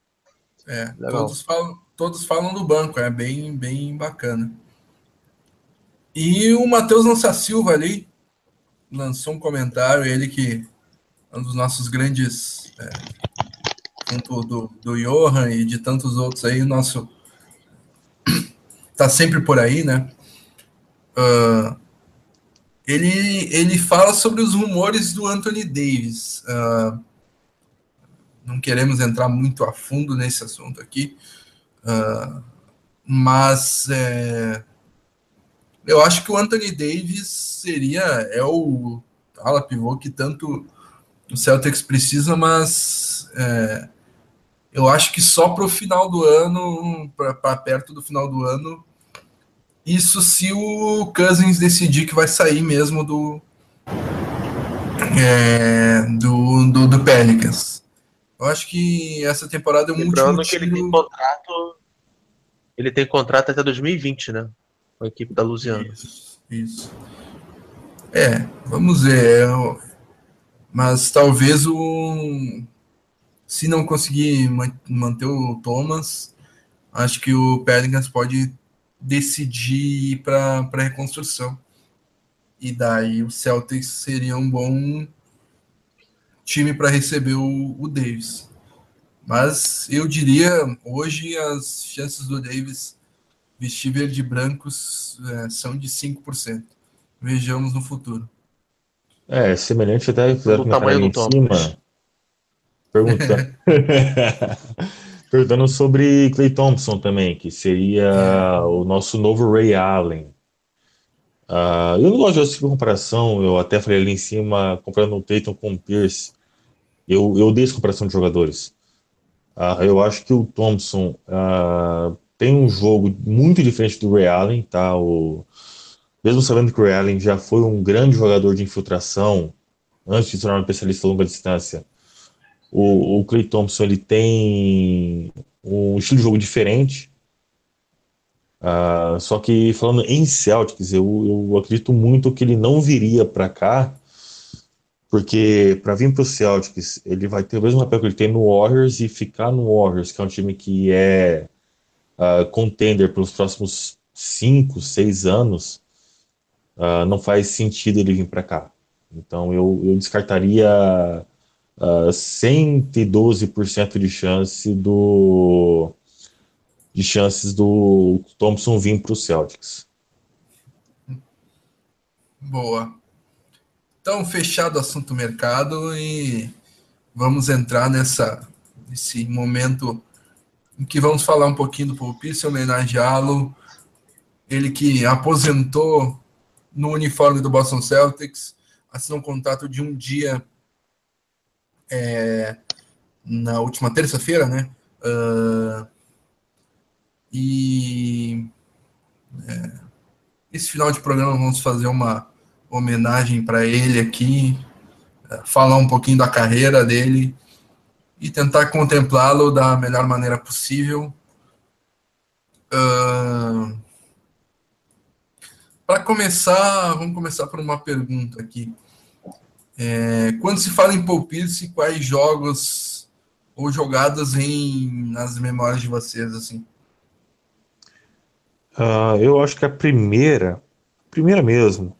Todos falam do banco, é bem, bem bacana. E o Matheus Lança Silva ali lançou um comentário, ele que é um dos nossos grandes, junto do Johan e de tantos outros aí, o nosso tá sempre por aí, né? Ele fala sobre os rumores do Anthony Davis. Não queremos entrar muito a fundo nesse assunto aqui, mas eu acho que o Anthony Davis é o ala pivô que tanto o Celtics precisa, mas eu acho que só para o final do ano, para perto do final do ano, isso se o Cousins decidir que vai sair mesmo do Pelicans. Eu acho que essa temporada é um último que tiro. Ele tem contrato até 2020, né? Com a equipe da Louisiana. Isso. Vamos ver. Mas talvez se não conseguir manter o Thomas, acho que o Pelicans pode decidir ir para a reconstrução. E daí o Celtics seria um bom time para receber o Davis. Mas eu diria, hoje as chances do Davis vestir verde e brancos são de 5%. Vejamos no futuro. Semelhante até fizeram do tamanho do em cima. Perguntando perguntando sobre Klay Thompson também, que seria É, o nosso novo Ray Allen. Eu não gosto dessa comparação, eu até falei ali em cima, comparando o Tatum com o Pierce. Eu odeio essa comparação de jogadores. Eu acho que o Thompson tem um jogo muito diferente do Ray Allen, tá? Mesmo sabendo que o Ray Allen já foi um grande jogador de infiltração antes de se tornar um especialista a longa distância, o Klay Thompson ele tem um estilo de jogo diferente. Só que falando em Celtics, eu acredito muito que ele não viria para cá, porque para vir para o Celtics, ele vai ter o mesmo papel que ele tem no Warriors e ficar no Warriors, que é um time que é contender pelos próximos 5, 6 anos, não faz sentido ele vir para cá. Então eu descartaria 112% de chances do Thompson vir para o Celtics. boa. Então, fechado o assunto mercado e vamos entrar nesse momento em que vamos falar um pouquinho do Paul Pierce, homenageá-lo. Ele que aposentou no uniforme do Boston Celtics, assinou um contrato de um dia na última terça-feira, né? E esse final de programa vamos fazer uma homenagem para ele aqui, falar um pouquinho da carreira dele e tentar contemplá-lo da melhor maneira possível. Para começar, vamos começar por uma pergunta aqui. Quando se fala em Paul Pierce, quais jogos ou jogadas vêm nas memórias de vocês, assim? Eu acho que a primeira mesmo,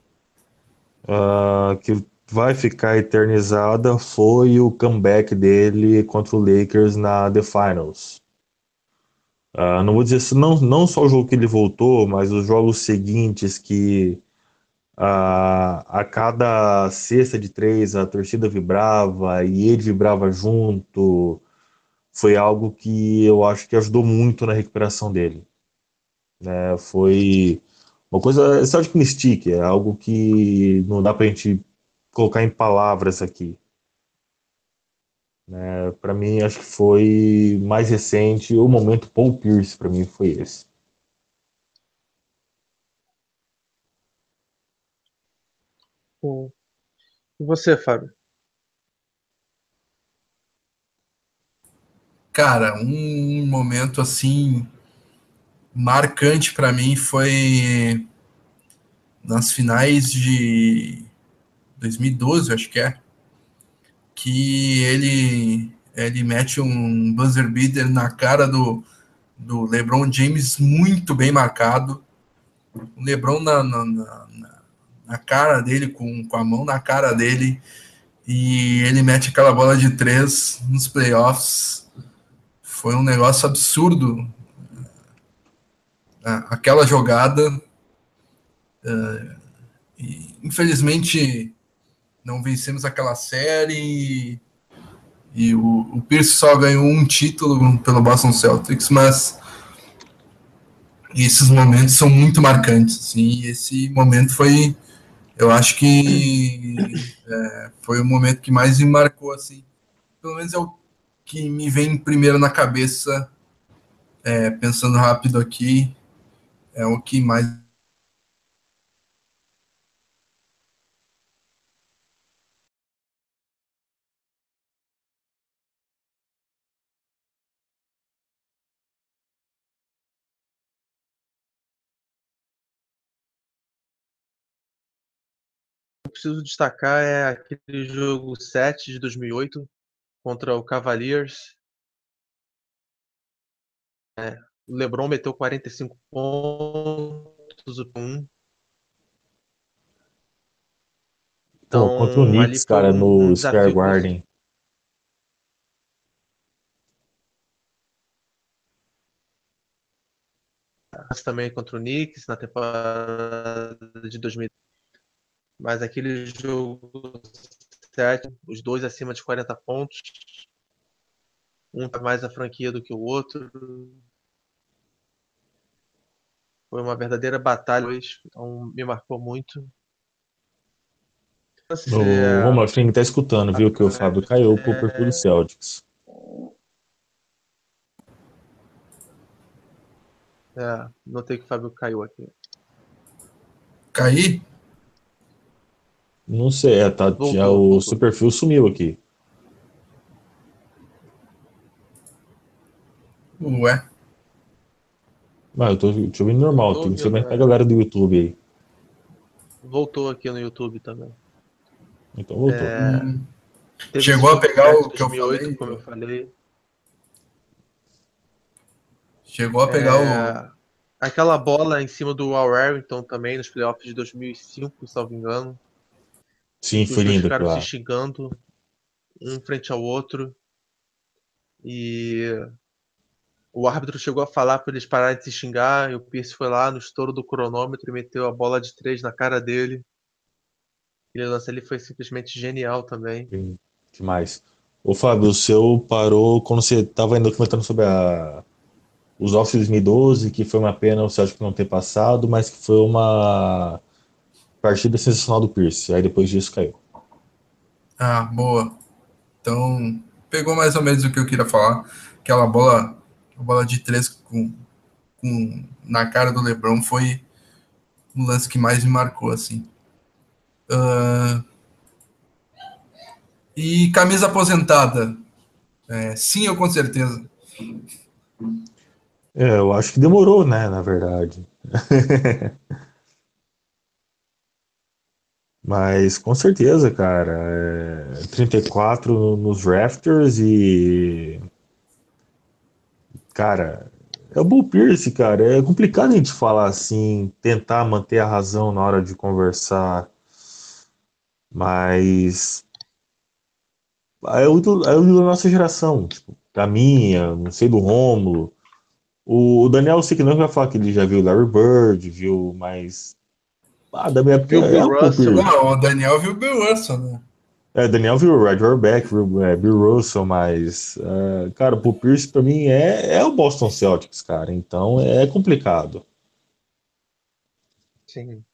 que vai ficar eternizada foi o comeback dele contra o Lakers na The Finals. Não vou dizer assim, não só o jogo que ele voltou, mas os jogos seguintes que a cada cesta de três a torcida vibrava e ele vibrava junto. Foi algo que eu acho que ajudou muito na recuperação dele. Foi uma coisa, é Celtic Mystique, é algo que não dá pra gente colocar em palavras aqui. Para mim, acho que foi mais recente, o momento Paul Pierce para mim foi esse. Bom, e você, Fábio? Cara, um momento assim marcante para mim foi nas finais de 2012, acho que ele mete um buzzer beater na cara do LeBron James muito bem marcado. O LeBron na cara dele, com a mão na cara dele, e ele mete aquela bola de três nos playoffs. Foi um negócio absurdo. Aquela jogada. Infelizmente, não vencemos aquela série e o Pierce só ganhou um título pelo Boston Celtics, mas esses momentos são muito marcantes. Assim, e esse momento foi, eu acho que foi o momento que mais me marcou. Assim, pelo menos é o que me vem primeiro na cabeça, pensando rápido aqui, é o que mais. Eu preciso destacar aquele jogo 7 de 2008 contra o Cavaliers. O LeBron meteu 45 pontos, Pô, contra o então ali Knicks, foi cara, um no Square desafio que você Garden. faz também contra o Knicks na temporada de 2000. Mas aquele jogo 7, os dois acima de 40 pontos, um tá mais a franquia do que o outro. Foi uma verdadeira batalha hoje, então me marcou muito. Vamos lá, Flink, tá escutando, viu? Que o Fábio caiu pro perfil do Celtics. Notei que o Fábio caiu aqui. Caí? Não sei, Voltou. seu perfil sumiu aqui. Ué. Mas eu tô te ouvindo normal, Tô tem que ser ouvindo, mais pra galera do YouTube aí. Voltou aqui no YouTube também. Então voltou. Teve esse Chegou a jogo do pegar Nets o que eu 2008, falei? como eu falei. Chegou a pegar o. Aquela bola em cima do Al Harrington também, nos playoffs de 2005, se não me engano. Sim, Que os foi dois lindo ficaram aquilo se lá. xingando, um frente ao outro. E o árbitro chegou a falar para eles pararem de se xingar. E o Pierce foi lá no estouro do cronômetro e meteu a bola de 3 na cara dele. Aquele lance ali foi simplesmente genial também. Sim, demais. Ô, Fábio, o seu parou quando você estava ainda comentando sobre os offs de 2012, que foi uma pena o Celtic não ter passado, mas que foi uma partida sensacional do Pierce. Aí depois disso caiu. Ah, boa. Então, pegou mais ou menos o que eu queria falar. Aquela bola, a bola de três na cara do LeBron foi o lance que mais me marcou, assim. E camisa aposentada. Sim, eu com certeza. Eu acho que demorou, né, na verdade. Mas com certeza, cara. 34 nos Rafters e. Cara, é o Bull Pierce, cara. É complicado a gente falar assim, tentar manter a razão na hora de conversar. Mas. É o da nossa geração. Tipo, da minha, não sei do Rômulo. O Daniel, eu sei que não vai falar que ele já viu Larry Bird, viu, mas. Ah, da minha época Viu o é Bill o Paul Russell? Pierce. Não, o Daniel viu o Bill Russell, né? Daniel viu o Red Auerbach, viu Bill Russell, mas, cara, o Paul Pierce pra mim é o Boston Celtics, cara, então é complicado. Sim.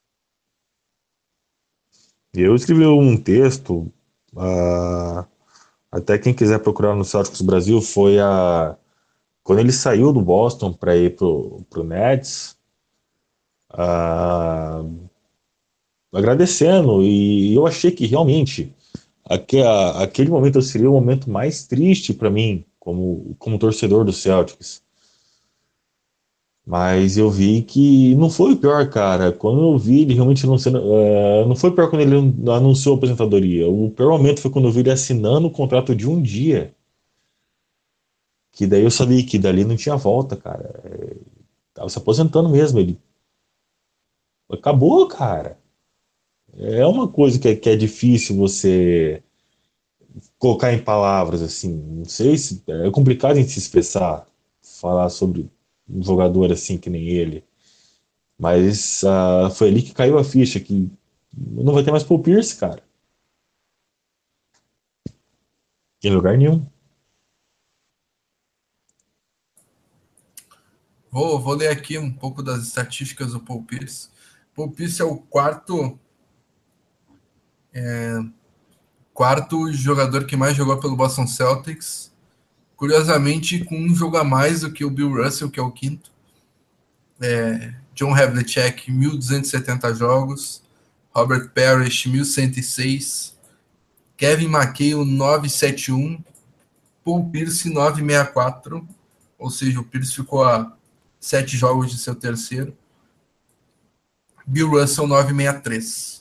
Eu escrevi um texto, ah, até quem quiser procurar no Celtics Brasil, quando ele saiu do Boston para ir pro Nets, ah, agradecendo, e eu achei que realmente aquele momento seria o momento mais triste para mim, como torcedor do Celtics. Mas eu vi que não foi o pior, cara. Quando eu vi ele realmente anunciando. Não foi o pior quando ele anunciou a aposentadoria. O pior momento foi quando eu vi ele assinando o contrato de um dia. Que daí eu sabia que dali não tinha volta, cara. Tava se aposentando mesmo. Ele acabou, cara. É uma coisa que é difícil você colocar em palavras, assim. Não sei se. É complicado em se expressar, falar sobre um jogador assim que nem ele. Mas foi ali que caiu a ficha, que não vai ter mais Paul Pierce, cara. Em lugar nenhum. Vou ler aqui um pouco das estatísticas do Paul Pierce. Paul Pierce é o quarto jogador que mais jogou pelo Boston Celtics. Curiosamente, com um jogo a mais do que o Bill Russell, que é o quinto. John Havlicek, 1.270 jogos. Robert Parrish, 1.106. Kevin McHale, 971. Paul Pierce, 964. Ou seja, o Pierce ficou a 7 jogos de seu terceiro. Bill Russell, 963.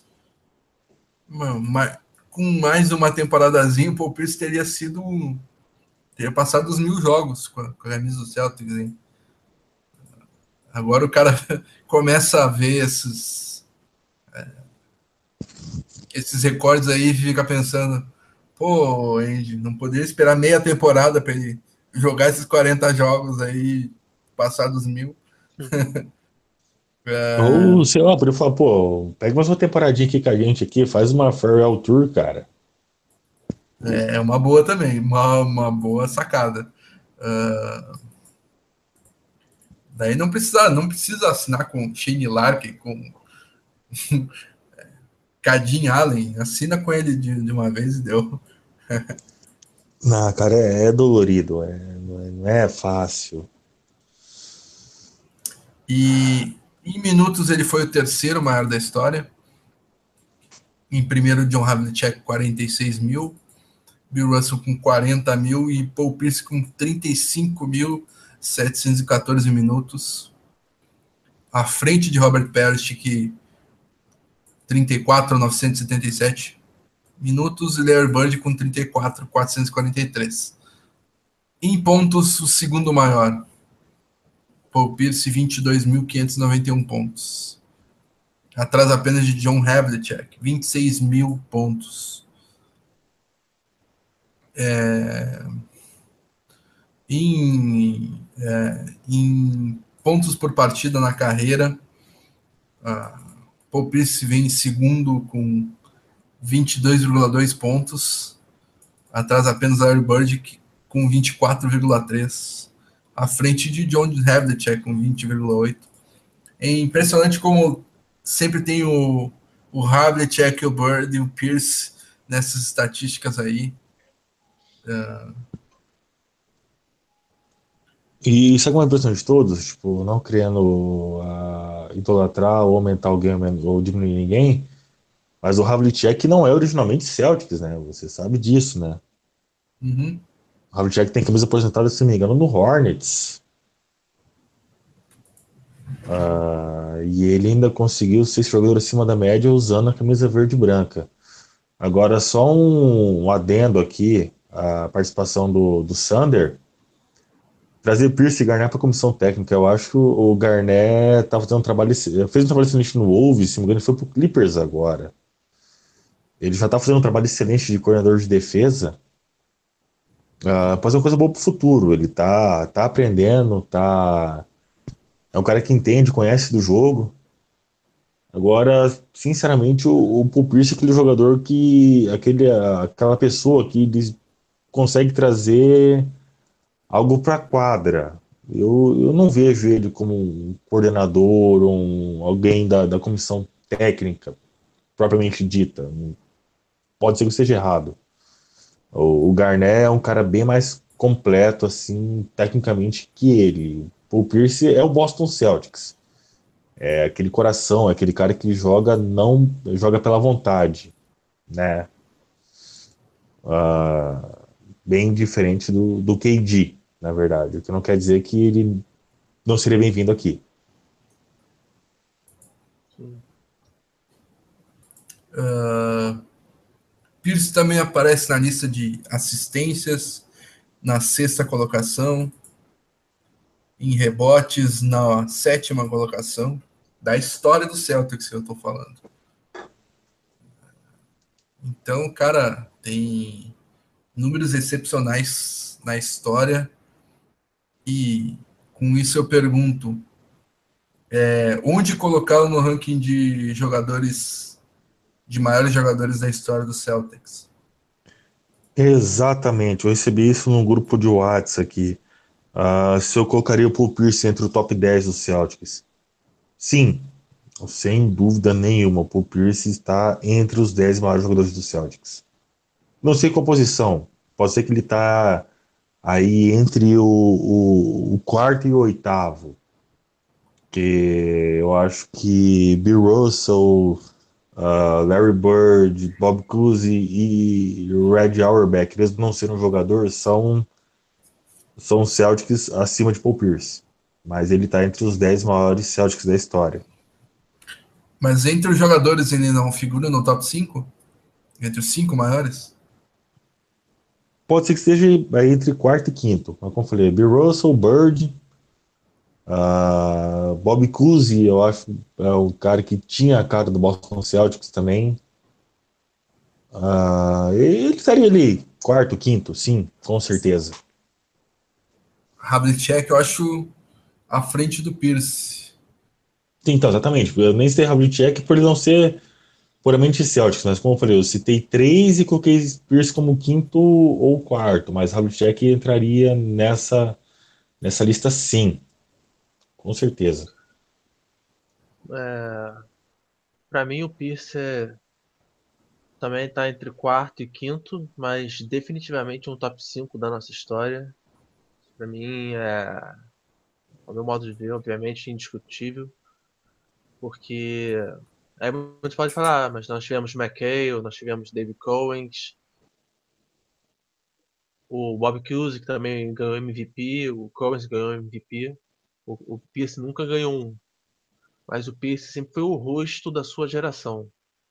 Com mais uma temporadazinha, o Paul Pierce teria passado os 1.000 jogos com a camisa do Celtics, hein? Agora o cara começa a ver esses recordes aí e fica pensando, pô, Andy, não poderia esperar meia temporada para ele jogar esses 40 jogos aí, passar dos 1.000. Ou, sei lá, podia falar, pô, pega mais uma temporadinha aqui com a gente aqui, faz uma farewell tour, cara. É uma boa também, uma boa sacada. Daí não precisa assinar com Shane Larkin, com Kadin Allen, assina com ele de uma vez e deu. Não, cara, é dolorido, não é fácil. E em minutos ele foi o terceiro maior da história. Em primeiro, John Havlicek, 46 mil. Bill Russell com 40 mil e Paul Pierce com 35.714 minutos. À frente de Robert Parrish, que 34.977 minutos, e Larry Bird com 34.443. Em pontos, o segundo maior. Paul Pierce, 22.591 pontos. Atrás apenas de John Havlicek, 26 mil pontos. Em pontos por partida na carreira, Paul Pierce vem em segundo com 22,2 pontos, atrás apenas Larry Bird com 24,3, à frente de John Havlicek com 20,8. É impressionante como sempre tem o Havlicek, o Bird e o Pierce nessas estatísticas aí. E sabe uma impressão de todos? Tipo, não querendo idolatrar ou aumentar alguém ou diminuir ninguém, mas o Havlicek não é originalmente Celtics, né? Você sabe disso, né? Uhum. O Havlicek tem camisa aposentada, se não me engano, no Hornets. E ele ainda conseguiu ser jogador acima da média usando a camisa verde e branca. Agora, só um adendo aqui, a participação do Sander. Trazer Pierce e Garnett para a comissão técnica, eu acho que o Garnett tá fazendo fez um trabalho excelente no Wolves, se não me engano, ele foi pro Clippers agora. Ele já tá fazendo um trabalho excelente de coordenador de defesa, fazer uma coisa boa pro futuro. Ele tá aprendendo, é um cara que entende, conhece do jogo. Agora, sinceramente, o Paul Pierce é aquele jogador aquela pessoa que consegue trazer algo para a quadra. Eu não vejo ele como um coordenador ou alguém da comissão técnica propriamente dita. Pode ser que eu esteja errado. O Garnett é um cara bem mais completo, assim, tecnicamente, que ele. O Pierce é o Boston Celtics. É aquele coração, é aquele cara que joga não joga pela vontade, né? Ah, bem diferente do KD, na verdade. O que não quer dizer que ele não seria bem-vindo aqui. Pierce também aparece na lista de assistências, na sexta colocação, em rebotes, na sétima colocação, da história do Celtics que eu estou falando. Então, cara, tem números excepcionais na história, e com isso eu pergunto, onde colocá-lo no ranking de jogadores, de maiores jogadores da história do Celtics? Exatamente, eu recebi isso num grupo de WhatsApp aqui. Se eu colocaria o Paul Pierce entre o top 10 do Celtics? Sim, sem dúvida nenhuma. O Paul Pierce está entre os 10 maiores jogadores do Celtics. Não sei qual posição. Pode ser que ele está aí entre o quarto e o oitavo. Que eu acho que Bill Russell, Larry Bird, Bob Cousy e Red Auerbach, mesmo não sendo um jogador, são Celtics acima de Paul Pierce. Mas ele está entre os 10 maiores Celtics da história. Mas entre os jogadores ele não figura no top 5? Entre os 5 maiores? Pode ser que esteja aí entre quarto e quinto. Como eu falei, Bill Russell, Bird, Bob Cousy, eu acho, é o cara que tinha a cara do Boston Celtics também. Ele estaria ali, quarto, quinto, sim, com certeza. Havlicek eu acho à frente do Pierce. Sim, então, exatamente. Eu nem sei Havlicek por ele não ser puramente Celtics, mas como eu falei, eu citei três e coloquei Pierce como quinto ou quarto, mas Havlicek entraria nessa lista sim, com certeza. Para mim, o Pierce também está entre quarto e quinto, mas definitivamente um top 5 da nossa história. Para mim, ao meu modo de ver, obviamente indiscutível, porque aí muito pode falar, mas nós tivemos McHale, nós tivemos David Cowens, o Bob Cousy, que também ganhou MVP, o Cowens ganhou MVP, o Pierce nunca ganhou um, mas o Pierce sempre foi o rosto da sua geração.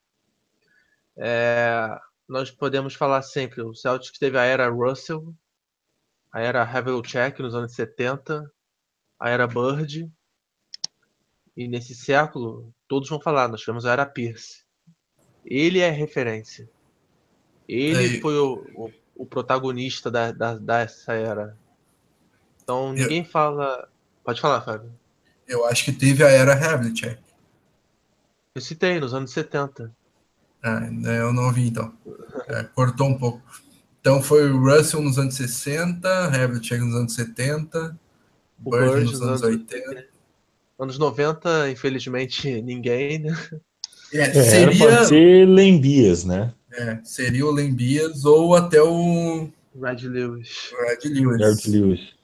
Nós podemos falar sempre, o Celtics teve a era Russell, a era Havlicek nos anos 70, a era Bird, e nesse século todos vão falar, nós tivemos a era Pierce. Ele é referência. Ele É, foi o protagonista dessa era. Então eu, ninguém fala. Pode falar, Fábio. eu acho que teve a era Havlicek. Eu citei nos anos 70. Eu não vi então. Cortou um pouco. Então foi o Russell nos anos 60, Havlicek nos anos 70, O Bird Bird nos nos anos anos 80. 80. Anos 90, infelizmente, ninguém, né? Era para Seria, ser Lembias, né? seria o Lembias ou até o Red Lewis. Brad Jared Lewis. Lewis.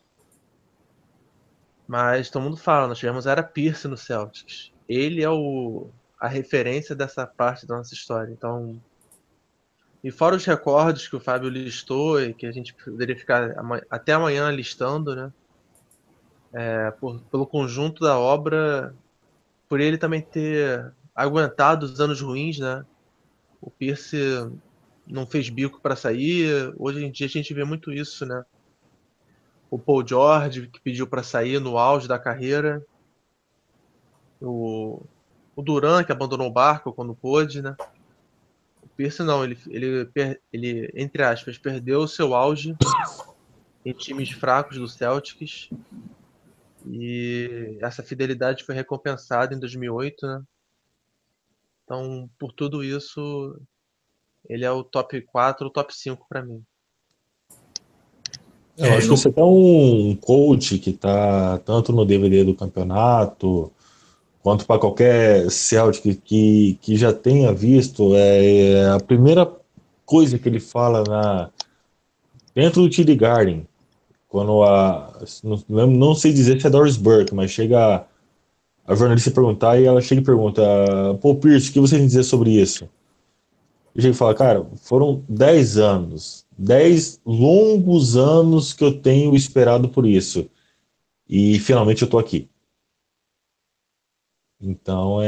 Mas todo mundo fala, nós tivemos a era Pierce no Celtics. Ele é a referência dessa parte da nossa história. Então, e fora os recordes que o Fábio listou e que a gente poderia ficar até amanhã listando, né? Pelo conjunto da obra, por ele também ter aguentado os anos ruins, né? O Pierce não fez bico para sair. Hoje em dia a gente vê muito isso, né? O Paul George, que pediu para sair no auge da carreira. O, o Duran, que abandonou o barco quando pôde, né? O Pierce não, ele, entre aspas, perdeu o seu auge em times fracos do Celtics. E essa fidelidade foi recompensada em 2008, né? Então, por tudo isso, ele é o top 4, o top 5 para mim. Eu acho que você é um coach que está tanto no DVD do campeonato, quanto para qualquer Celtic que já tenha visto, a primeira coisa que ele fala dentro do TD Garden, quando não sei dizer se é Doris Burke, mas chega a jornalista perguntar e ela chega e pergunta: Pô, Pierce, o que você tem a dizer sobre isso? E chega e fala: Cara, foram 10 anos, 10 longos anos que eu tenho esperado por isso, e finalmente eu tô aqui. Então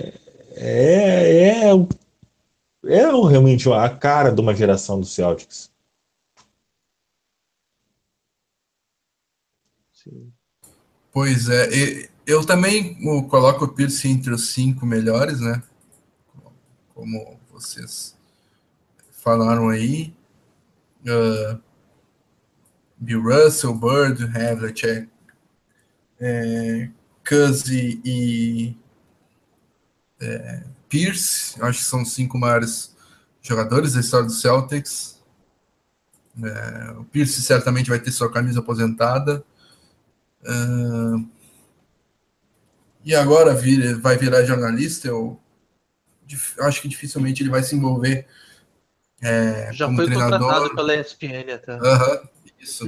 é, realmente a cara de uma geração do Celtics. Sim. Pois é, eu também coloco o Pierce entre os 5 melhores, né? Como vocês falaram aí. Bill Russell, Bird, Havlicek, Cousy e Pierce. Acho que são os 5 maiores jogadores da história do Celtics. O Pierce certamente vai ter sua camisa aposentada. E agora vai virar jornalista. Eu acho que dificilmente ele vai se envolver Já como foi contratado treinador. pela ESPN até. Isso.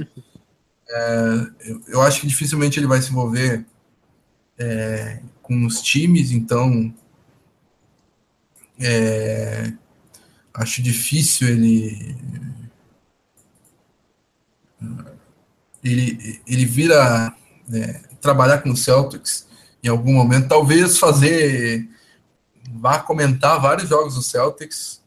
Eu acho que dificilmente ele vai se envolver com os times, então acho difícil ele vira trabalhar com o Celtics em algum momento, talvez vá comentar vários jogos do Celtics,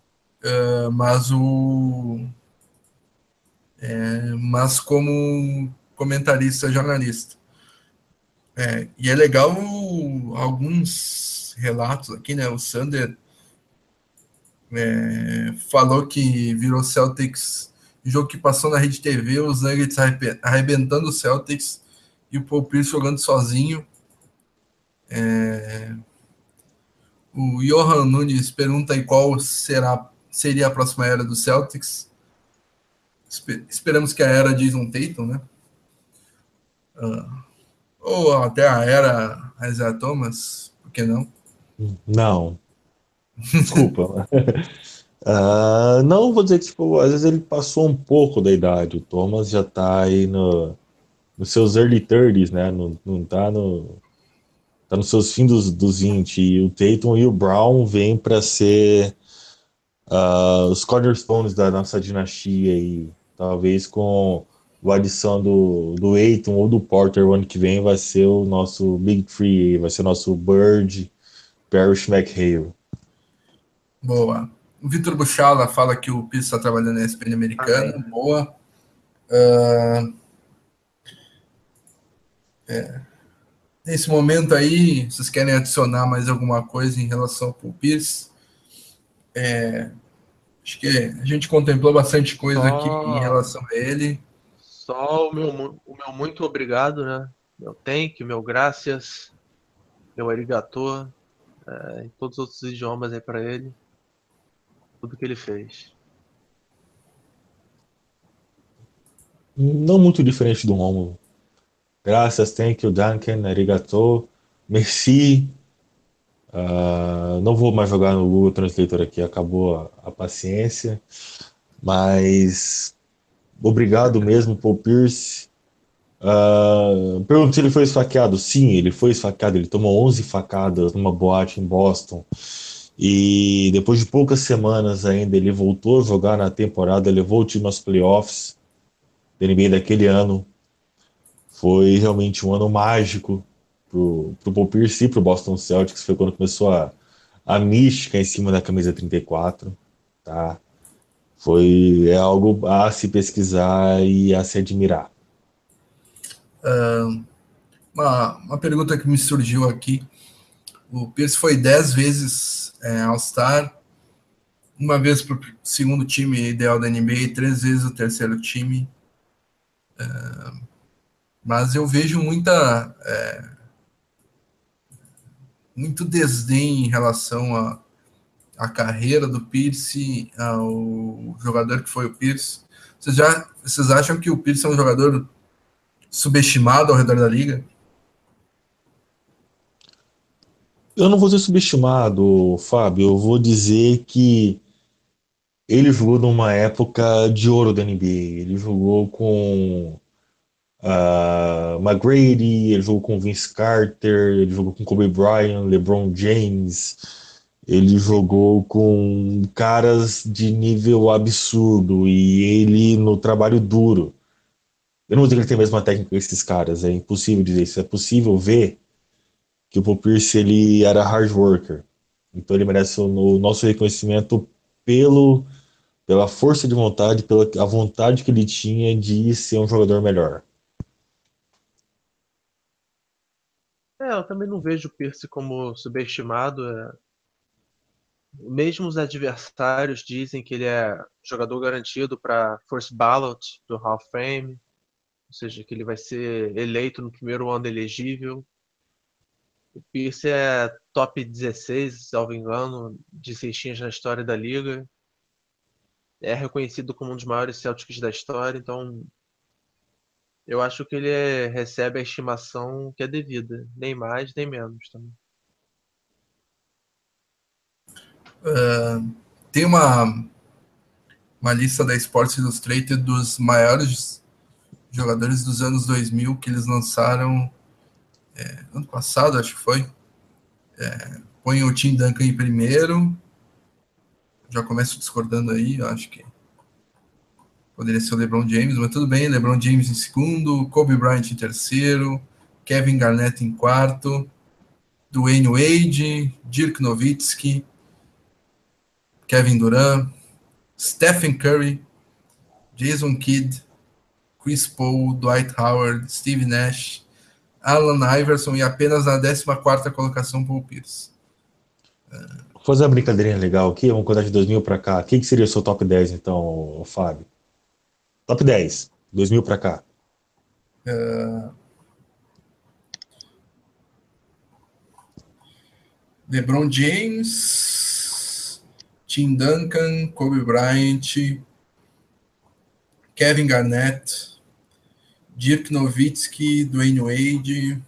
mas como comentarista jornalista. E é legal alguns relatos aqui, né? O Sander falou que virou Celtics, jogo que passou na Rede TV, os Nuggets arrebentando o Celtics e o Paul Pierce jogando sozinho. O Johan Nunes pergunta aí qual seria a próxima era do Celtics. Esperamos que a era Jason Tatum, né? Ou até a era Isaiah Thomas, por que não? Não, desculpa. Não vou dizer que, tipo, às vezes ele passou um pouco da idade. O Thomas já tá aí nos seus early 30s, né? Não tá tá nos seus fins dos 20. E o Tatum e o Brown vêm para ser os cornerstones da nossa dinastia aí. Talvez com a adição do Ayton ou do Porter o ano que vem vai ser o nosso Big Three, vai ser o nosso Bird, Parrish, McHale. Boa. O Vitor Buchala fala que o Pires está trabalhando na ESPN americana. Amém. Boa. Nesse momento aí, vocês querem adicionar mais alguma coisa em relação ao Paul Pierce? Acho que a gente contemplou bastante coisa aqui em Só, relação a ele. só o meu muito obrigado, né? Meu thank you, meu graças, meu arigatô, em todos os outros idiomas aí pra ele, tudo que ele fez. Não muito diferente do Romulo. Graças, thank you, Duncan, arigato, merci. Não vou mais jogar no Google Translator aqui, acabou a paciência. Mas obrigado mesmo, Paul Pierce. Pergunto se ele foi esfaqueado. Sim, ele foi esfaqueado. Ele tomou 11 facadas numa boate em Boston. E depois de poucas semanas ainda, ele voltou a jogar na temporada, levou o time aos playoffs da NBA daquele ano. Foi realmente um ano mágico pro Paul Pierce e pro Boston Celtics. Foi quando começou a mística em cima da camisa 34, tá? É algo a se pesquisar e a se admirar. Uma pergunta que me surgiu aqui. O Pierce foi 10 vezes All-Star, uma vez para o segundo time ideal da NBA, 3 vezes o terceiro time. Mas eu vejo muito desdém em relação à carreira do Pierce, ao jogador que foi o Pierce. Vocês acham que o Pierce é um jogador subestimado ao redor da liga? Eu não vou ser subestimado, Fábio. Eu vou dizer que ele jogou numa época de ouro da NBA. Ele jogou com McGrady, ele jogou com Vince Carter, ele jogou com Kobe Bryant, LeBron James. Ele jogou com caras de nível absurdo e ele no trabalho duro. Eu não vou dizer que ele tem a mesma técnica que esses caras, é impossível dizer isso. É possível ver que o Paul Pierce ele era hard worker. Então ele merece o nosso reconhecimento pelo, pela força de vontade, pela a vontade que ele tinha de ser um jogador melhor. Eu também não vejo o Pierce como subestimado. Mesmo os adversários dizem que ele é jogador garantido para first ballot do Hall of Fame, ou seja, que ele vai ser eleito no primeiro ano elegível. O Pierce é top 16, salvo engano, de cestinhas na história da liga. É reconhecido como um dos maiores Celtics da história, então eu acho que ele recebe a estimação que é devida, nem mais nem menos também. Tem uma lista da Sports Illustrated dos maiores jogadores dos anos 2000 que eles lançaram ano passado, acho que foi. Põe o Tim Duncan em primeiro. Já começo discordando aí, eu acho que poderia ser o LeBron James, mas tudo bem. LeBron James em segundo, Kobe Bryant em terceiro, Kevin Garnett em quarto, Dwayne Wade, Dirk Nowitzki, Kevin Durant, Stephen Curry, Jason Kidd, Chris Paul, Dwight Howard, Steve Nash, Allen Iverson e apenas na 14ª colocação Paul Pierce. Vou fazer uma brincadeirinha legal aqui, vamos contar de 2000 para cá. Quem que seria o seu top 10 então, Fábio? Top 10, 2000 para cá. LeBron James, Tim Duncan, Kobe Bryant, Kevin Garnett, Dirk Nowitzki, Dwayne Wade,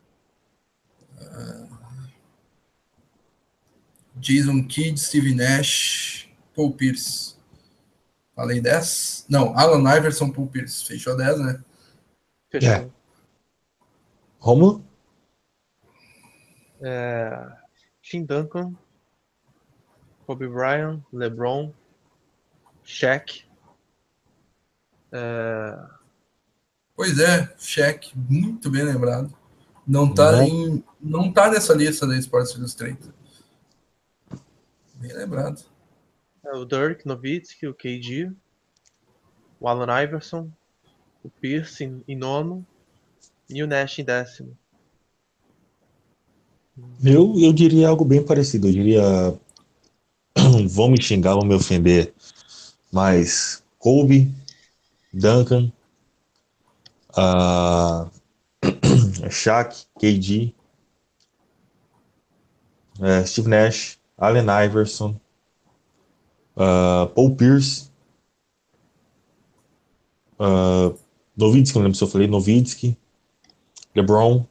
Jason Kidd, Steve Nash, Paul Pierce. Falei 10? Não, Allen Iverson, Paul Pierce. Fechou 10, né? Fechou. Romulo? Tim Duncan, Kobe Bryant, LeBron, Shaq. Pois é, Shaq, muito bem lembrado. Não tá nessa lista da Sports Illustrated. Bem lembrado. O Dirk Nowitzki, o KD, o Allen Iverson, o Pierce em nono e o Nash em 10º. Eu diria algo bem parecido. Eu diria, vão me xingar, vão me ofender, mas Kobe, Duncan, Shaq, KD, Steve Nash, Allen Iverson, Paul Pierce, Nowitzki, não lembro se eu falei, Nowitzki, LeBron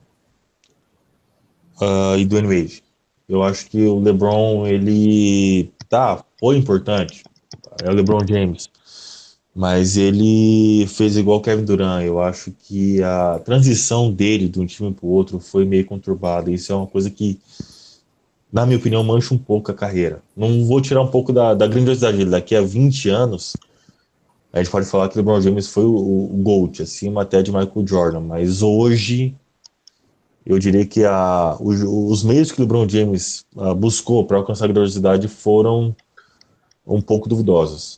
e Dwayne Wade. Eu acho que o LeBron, ele foi importante, é o LeBron James, mas ele fez igual o Kevin Durant. Eu acho que a transição dele de um time para o outro foi meio conturbada. Isso é uma coisa que, na minha opinião, mancha um pouco a carreira. Não vou tirar um pouco da grandiosidade dele. Daqui a 20 anos, a gente pode falar que o LeBron James foi o GOAT, acima até de Michael Jordan. Mas hoje, eu diria que os meios que o LeBron James buscou para alcançar a grandiosidade foram um pouco duvidosos.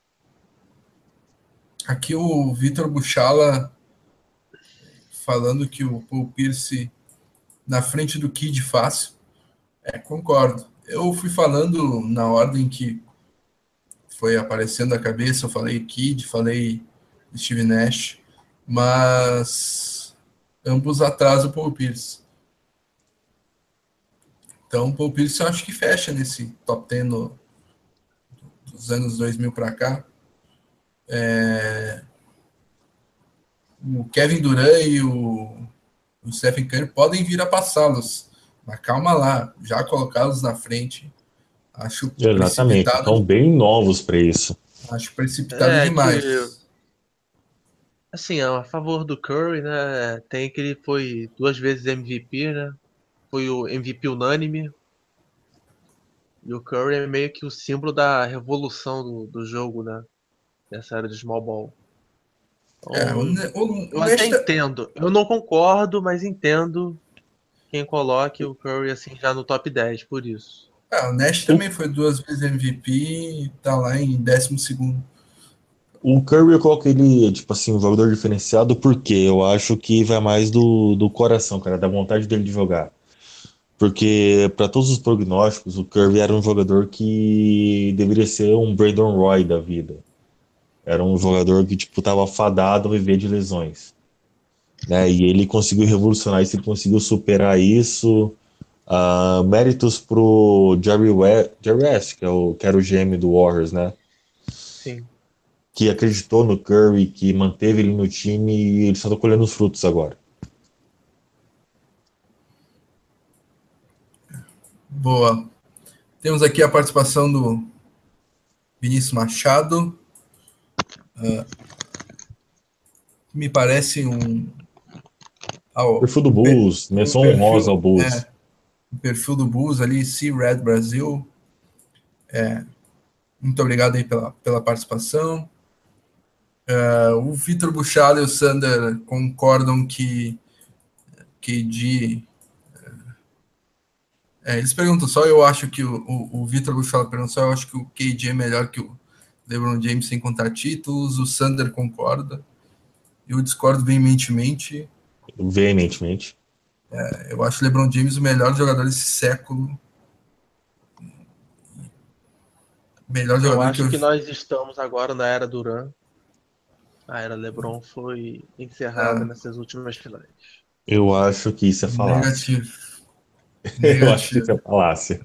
Aqui o Vitor Buchala falando que o Paul Pierce na frente do Kidd fácil. Concordo. Eu fui falando na ordem que foi aparecendo a cabeça, eu falei Kidd, falei Steve Nash, mas ambos atrás do Paul Pierce. Então, o Paul Pierce eu acho que fecha nesse top 10 dos anos 2000 para cá. O Kevin Durant e o Stephen Curry podem vir a passá-los, mas calma lá, já colocá-los na frente, acho Exatamente, precipitado. estão bem novos para isso. Acho precipitado demais. Assim, a favor do Curry, né? Tem que ele foi 2 vezes MVP, né? Foi o MVP unânime. E o Curry é meio que o símbolo da revolução do jogo, né? Nessa era de small ball. Então, eu até entendo. Eu não concordo, mas entendo quem coloque o Curry assim já no top 10, por isso. O Nash também foi 2 vezes MVP e tá lá em 12º. O Curry eu coloco ele, tipo assim, um jogador diferenciado porque eu acho que vai mais do coração, cara, da vontade dele de jogar. Porque para todos os prognósticos, o Curry era um jogador que deveria ser um Brandon Roy da vida. Era um jogador que, tipo, tava fadado a viver de lesões, né? E ele conseguiu revolucionar isso, ele conseguiu superar isso. Méritos pro Jerry West, que era o GM do Warriors, né? Sim. Que acreditou no Curry, que manteve ele no time e ele só tá colhendo os frutos agora. Boa. Temos aqui a participação do Vinícius Machado. Me parece um... Perfil do Bulls, menção honrosa ao Bulls. O perfil do Bulls ali, C-Red Brasil. Muito obrigado aí pela participação. O Vitor Buchala e o Sander concordam que KD... eles perguntam só, eu acho que o Vitor Buchala pergunta só, eu acho que o KD é melhor que o LeBron James sem contar títulos. O Sander concorda. Eu discordo veementemente. Eu acho o LeBron James o melhor jogador desse século. Melhor jogador eu acho que nós estamos agora na era Durant. A era LeBron foi encerrada nessas últimas finais. Eu acho que isso é falácia. Negativo. Eu acho que isso Negativo. é falácia.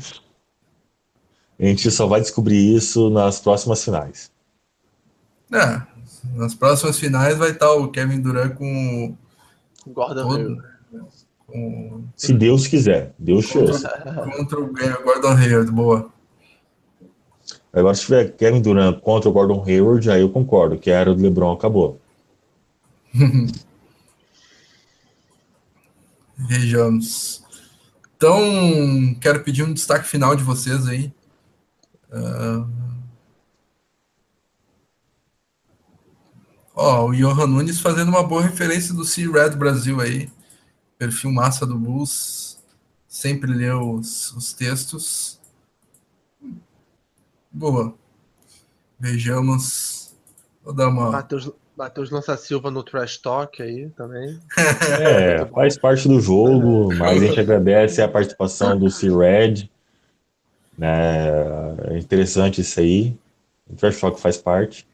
A gente só vai descobrir isso nas próximas finais. É, nas próximas finais vai estar o Kevin Durant com Gordon todo. Hayward. Com, Se Deus quiser, Deus te contra, ouça. contra o Gordon Hayward. Boa. Agora, se tiver Kevin Durant contra o Gordon Hayward, aí eu concordo, que a era do LeBron acabou. Vejamos. Então, quero pedir um destaque final de vocês aí. Ó, o Johan Nunes fazendo uma boa referência do C-Red Brasil aí. Perfil massa do Bulls. Sempre leu os textos. Boa. Vejamos. Vou dar uma. Matheus Lança Silva no Trash Talk aí também. É, Muito bom. faz parte do jogo, mas a gente agradece a participação do C-Red, né? É interessante isso aí. O Trash Talk faz parte.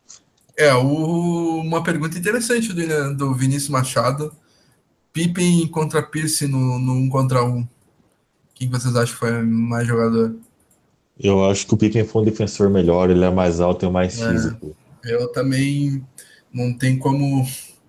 Uma pergunta interessante do Vinícius Machado. Pippen contra Pierce no 1 contra 1. Quem vocês acham que foi mais jogador? Eu acho que o Pippen foi um defensor melhor, ele é mais alto e mais É, físico. eu também não tem como.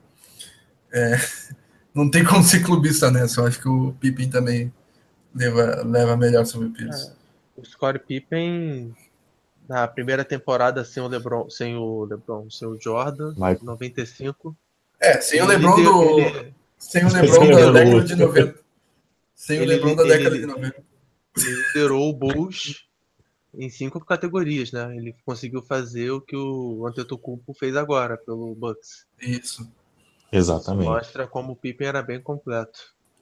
Não tem como ser clubista nessa. Eu acho que o Pippen também leva melhor sobre o Pierce. O Scottie Pippen, na primeira temporada sem o Jordan, Mas 95, Sem o ele, LeBron lider, do. ele, Sem o sem LeBron da lembrar do década de outro. 90. Sem o LeBron ele, da década de ele, 90. ele liderou o Bulls em 5 categorias, né? Ele conseguiu fazer o que o Antetokounmpo fez agora pelo Bucks. Isso. Isso Exatamente. mostra como o Pippen era bem completo.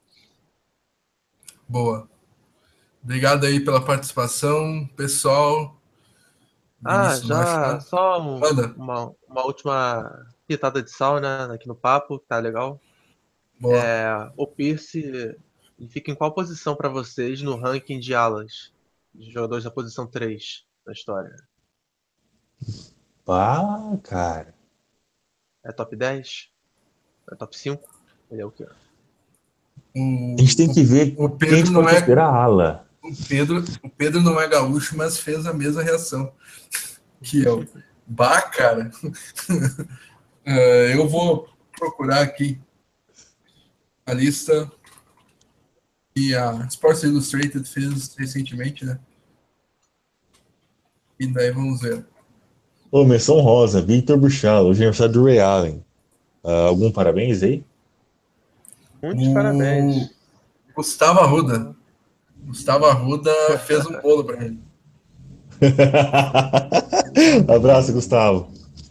Boa. Obrigado aí pela participação, pessoal. Vinícius Já Machado. só Manda. uma última pitada de sal, né? Aqui no papo, tá legal. Boa. O Pierce, ele fica em qual posição para vocês no ranking de alas? De jogadores da posição 3 da história? Ah, cara. É top 10? É top 5? Ele é o quê? A gente tem que ver O quem a Pedro gente não pode é. considerar ala. O Pedro não é gaúcho, mas fez a mesma reação. Que é o Bah, cara. Eu vou procurar aqui a lista que a Sports Illustrated fez recentemente, né? E daí vamos ver. Ô, menção rosa, Victor Buchalo, hoje é aniversário do Ray Allen. Algum parabéns aí? Muitos O parabéns. Gustavo Arruda. Gustavo Arruda fez um bolo para ele. Abraço, Gustavo.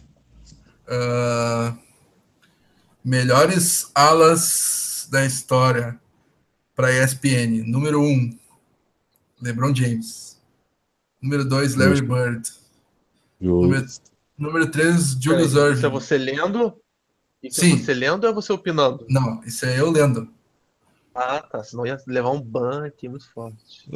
Melhores alas da história para ESPN. Número 1, LeBron James. Número 2, Larry Justo, Bird. Número, justo. número 3, Julius Peraí, isso é Erving. você lendo? Isso é Sim, você lendo ou é você opinando? não, isso é eu lendo. Ah, tá. Senão ia levar um ban aqui muito forte.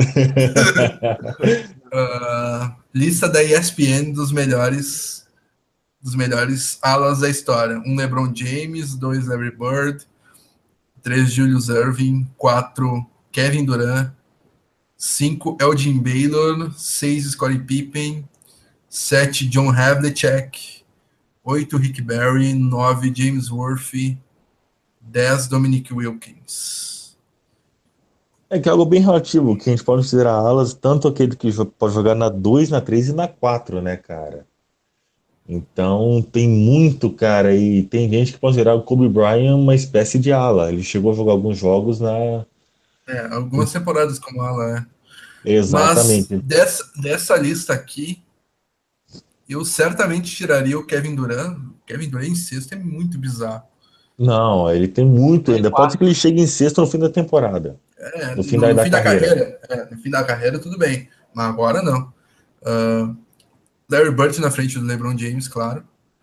Lista da ESPN dos melhores alas da história. 1, LeBron James. 2, Larry Bird. 3, Julius Erving. 4, Kevin Durant. 5, Elgin Baylor. 6, Scottie Pippen. 7, John Havlicek. 8, Rick Barry. 9, James Worthy. 10, Dominic Wilkins. É que é algo bem relativo, que a gente pode considerar alas, tanto aquele que pode jogar na 2, na 3 e na 4, né, cara? Então tem muito, cara, e tem gente que considera o Kobe Bryant uma espécie de ala. Ele chegou a jogar alguns jogos na. Algumas temporadas como ela é. Mas Exatamente. dessa lista aqui, eu certamente tiraria o Kevin Durant. O Kevin Durant em sexto é muito bizarro. Não, ele tem muito Em ainda. Pode ser que quarto. ele chegue em sexto no fim da temporada, no fim No da fim da carreira. carreira. No fim da carreira, tudo bem. Mas agora não. Larry Bird na frente do LeBron James, claro.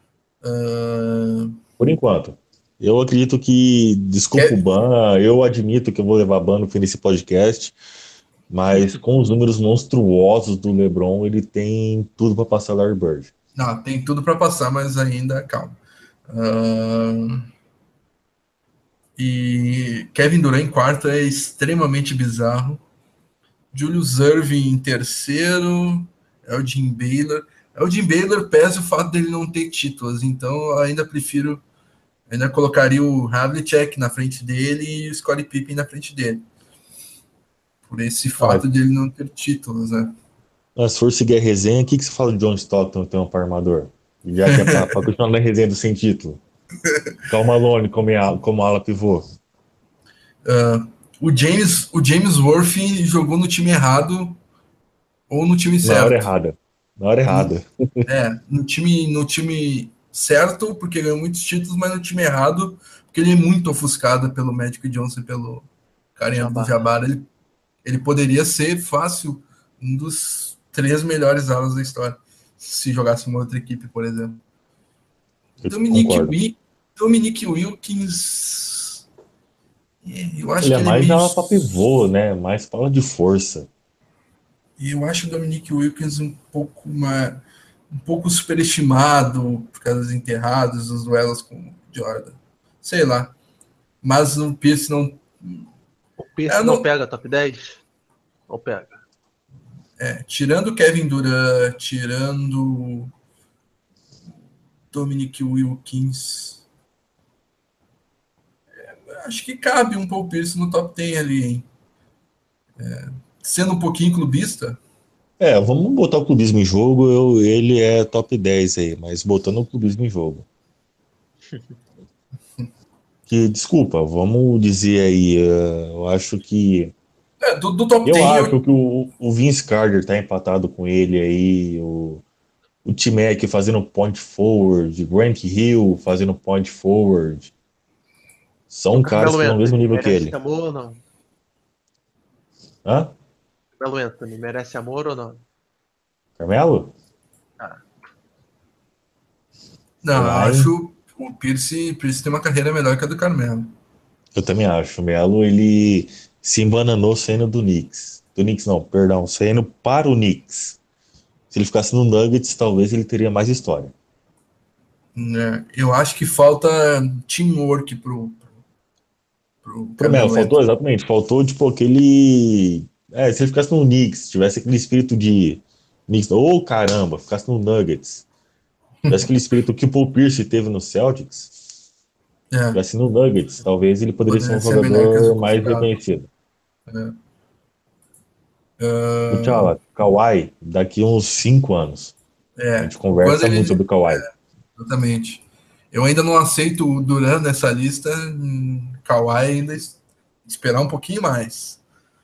Por enquanto. Eu acredito que, desculpa o Ke- ban, eu admito que eu vou levar ban no fim desse podcast, mas com os números monstruosos do LeBron, ele tem tudo para passar Larry Bird. não, tem tudo para passar, mas ainda calma. E Kevin Durant em quarto é extremamente bizarro. Julius Erving em terceiro. Elgin Baylor. Elgin Baylor pesa o fato dele não ter títulos, então eu ainda prefiro. Ainda colocaria o Havlicek na frente dele e o Scottie Pippen na frente dele. Por esse Ah, mas, fato de ele não ter títulos, né? se for seguir a resenha, o que você fala de John Stockton então para armador? Já que é para continuar na resenha do sem título. Cal Malone como ala pivô. O James Worth jogou no time errado ou no time Na hora certo. errada. Na hora errada. No time certo, porque ganhou muitos títulos, mas no time errado, porque ele é muito ofuscado pelo Magic Johnson e pelo carinha do Jabbar. Jabbar. Ele poderia ser fácil um dos 3 melhores alas da história, se jogasse uma outra equipe, por exemplo. Eu Dominique, concordo. Wi- Dominique Wilkins, eu acho Ele é que ele é mais meio. ala para pivô, né? Mais fala de força. Eu acho o Dominique Wilkins um pouco superestimado por causa dos enterrados, dos duelos com o Jordan. Sei lá. Mas o Pierce não. O Pierce não Não pega top 10? Ou pega? tirando Kevin Durant, tirando Dominique Wilkins, acho que cabe um Paul Pierce no top 10 ali, hein? Sendo um pouquinho clubista, Vamos botar o clubismo em jogo. Ele é top 10 aí, mas botando o clubismo em jogo. Que, desculpa, vamos dizer aí, eu acho que. do top Eu 10 acho que o Vince Carter tá empatado com ele aí, o T-Mac fazendo point forward, Grant Hill fazendo point forward. E o São caras Carmelo que estão no mesmo Anthony nível que merece ele. amor ou não? Hã? Carmelo Anthony merece amor ou não? Carmelo? Ah, não, Sei eu lá, hein? acho o Pierce tem uma carreira melhor que a do Carmelo. Eu também acho. O Melo, ele se embananou saindo do Knicks. Do Knicks não, perdão, saindo para o Knicks. Se ele ficasse no Nuggets, talvez ele teria mais história. Né? Eu acho que falta teamwork pro Pro Melo, Carmelo faltou Anthony. exatamente, faltou tipo aquele. Se ele ficasse no Knicks, tivesse aquele espírito de Knicks, ou caramba, ficasse no Nuggets, tivesse aquele espírito que o Paul Pierce teve no Celtics, É, tivesse no Nuggets, talvez ele poderia ser poderia um ser melhor que jogador o mais considerado. reconhecido. É. O Ah, T'Challa, Kawhi, daqui uns 5 anos. A gente quando conversa muito ele. sobre o Kawhi. Exatamente. Eu ainda não aceito o Duran nessa lista. Kawhi ainda esperar um pouquinho mais.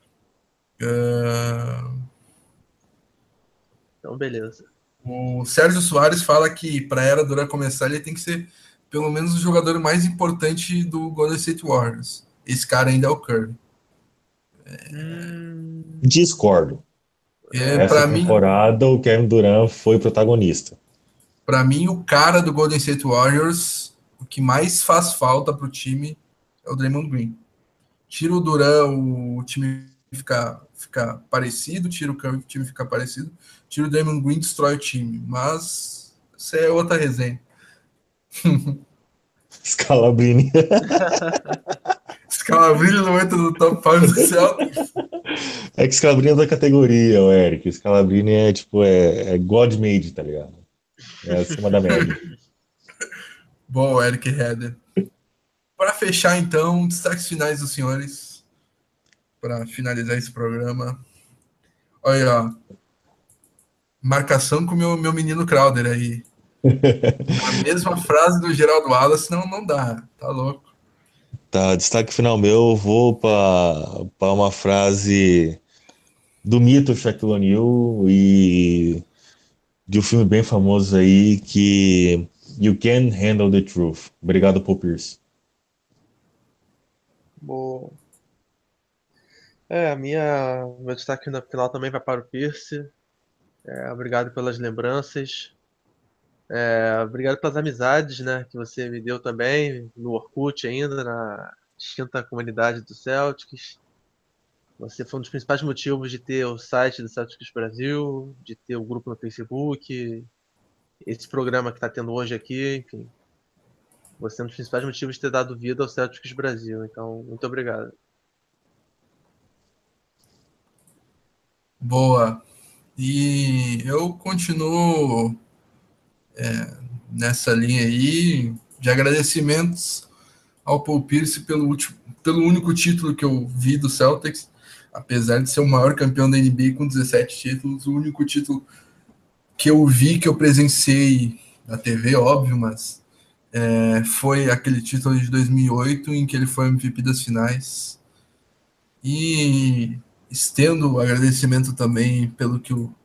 Ah, então beleza. o Sérgio Soares fala que para a era Duran começar, ele tem que ser pelo menos o jogador mais importante do Golden State Warriors. Esse cara ainda é o Curry. Discordo. Essa Para mim, temporada o Kevin Durant foi protagonista. Para mim, o cara do Golden State Warriors, o que mais faz falta para o time é o Draymond Green. Tira o Duran, o time fica parecido, tira o Curry, o time fica parecido, tira o Draymond Green, destrói o time. Mas isso é outra resenha. Scalabrini. Scalabrini não entra no top 5 do Celtics. É que Scalabrini é da categoria, o Eric. Scalabrini é tipo, é God made, tá ligado? É acima da média. Bom, Eric Heder. Para fechar, então, destaques finais dos senhores, para finalizar esse programa. Olha, ó, marcação com o meu menino Crowder aí. A mesma frase do Geraldo Wallace não dá, tá louco. Tá, destaque final meu, eu vou para uma frase do mito Shaquille O'Neal e de um filme bem famoso aí que You Can Handle the Truth. Obrigado, Paul Pierce. Bom, meu destaque no final também vai para o Pierce. Obrigado pelas lembranças. Obrigado pelas amizades, né, que você me deu também no Orkut ainda, na extinta comunidade do Celtics. Você foi um dos principais motivos de ter o site do Celtics Brasil, de ter o grupo no Facebook, esse programa que está tendo hoje aqui, enfim. você é um dos principais motivos de ter dado vida ao Celtics Brasil. Então, muito obrigado. Boa. E eu continuo nessa linha aí de agradecimentos ao Paul Pierce pelo único título que eu vi do Celtics, apesar de ser o maior campeão da NBA com 17 títulos, o único título que eu vi, que eu presenciei na TV, óbvio, mas foi aquele título de 2008 em que ele foi MVP das finais. E estendo o agradecimento também pelo que o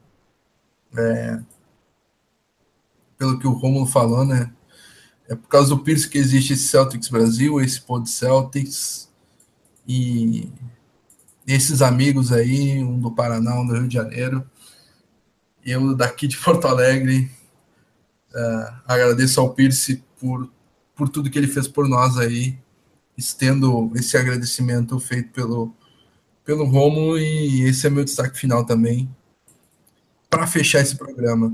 Romulo falou, né? É por causa do Pierce que existe esse Celtics Brasil, esse Pod Celtics, e esses amigos aí, um do Paraná, um do Rio de Janeiro, eu daqui de Porto Alegre, agradeço ao Pierce por tudo que ele fez por nós aí, estendo esse agradecimento feito pelo Romulo, e esse é meu destaque final também, para fechar esse programa.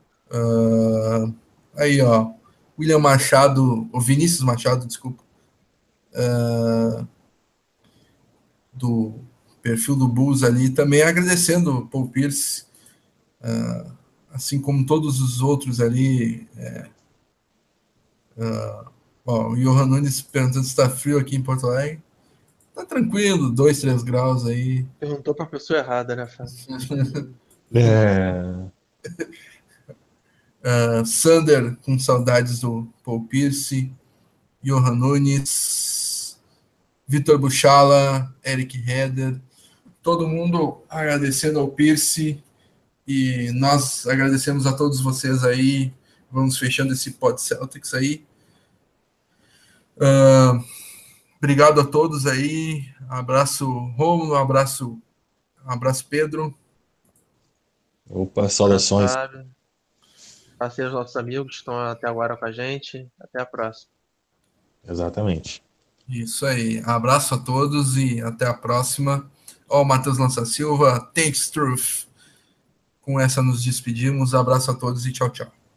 Aí, ó, William Machado, o Vinícius Machado, desculpa, do perfil do Bulls ali, também agradecendo o Paul Pierce, assim como todos os outros ali. Ó, o Johan Nunes perguntando se está frio aqui em Porto Alegre. Tá tranquilo, 2, 3 graus aí. Perguntou para a pessoa errada, né, Fábio? Sander, com saudades do Paul Pierce. Johan Nunes. Vitor Buchala, Eric Heder. Todo mundo agradecendo ao Pierce. E nós agradecemos a todos vocês aí. Vamos fechando esse Pod Celtics aí. Obrigado a todos aí. Abraço, Romulo. Abraço, Pedro. Opa, saudações. Passei aos nossos amigos que estão até agora com a gente. Até a próxima. Exatamente. Isso aí. Abraço a todos e até a próxima. Ó, Matheus Lança Silva. Thanks, Truth. Com essa nos despedimos. Abraço a todos e tchau, tchau.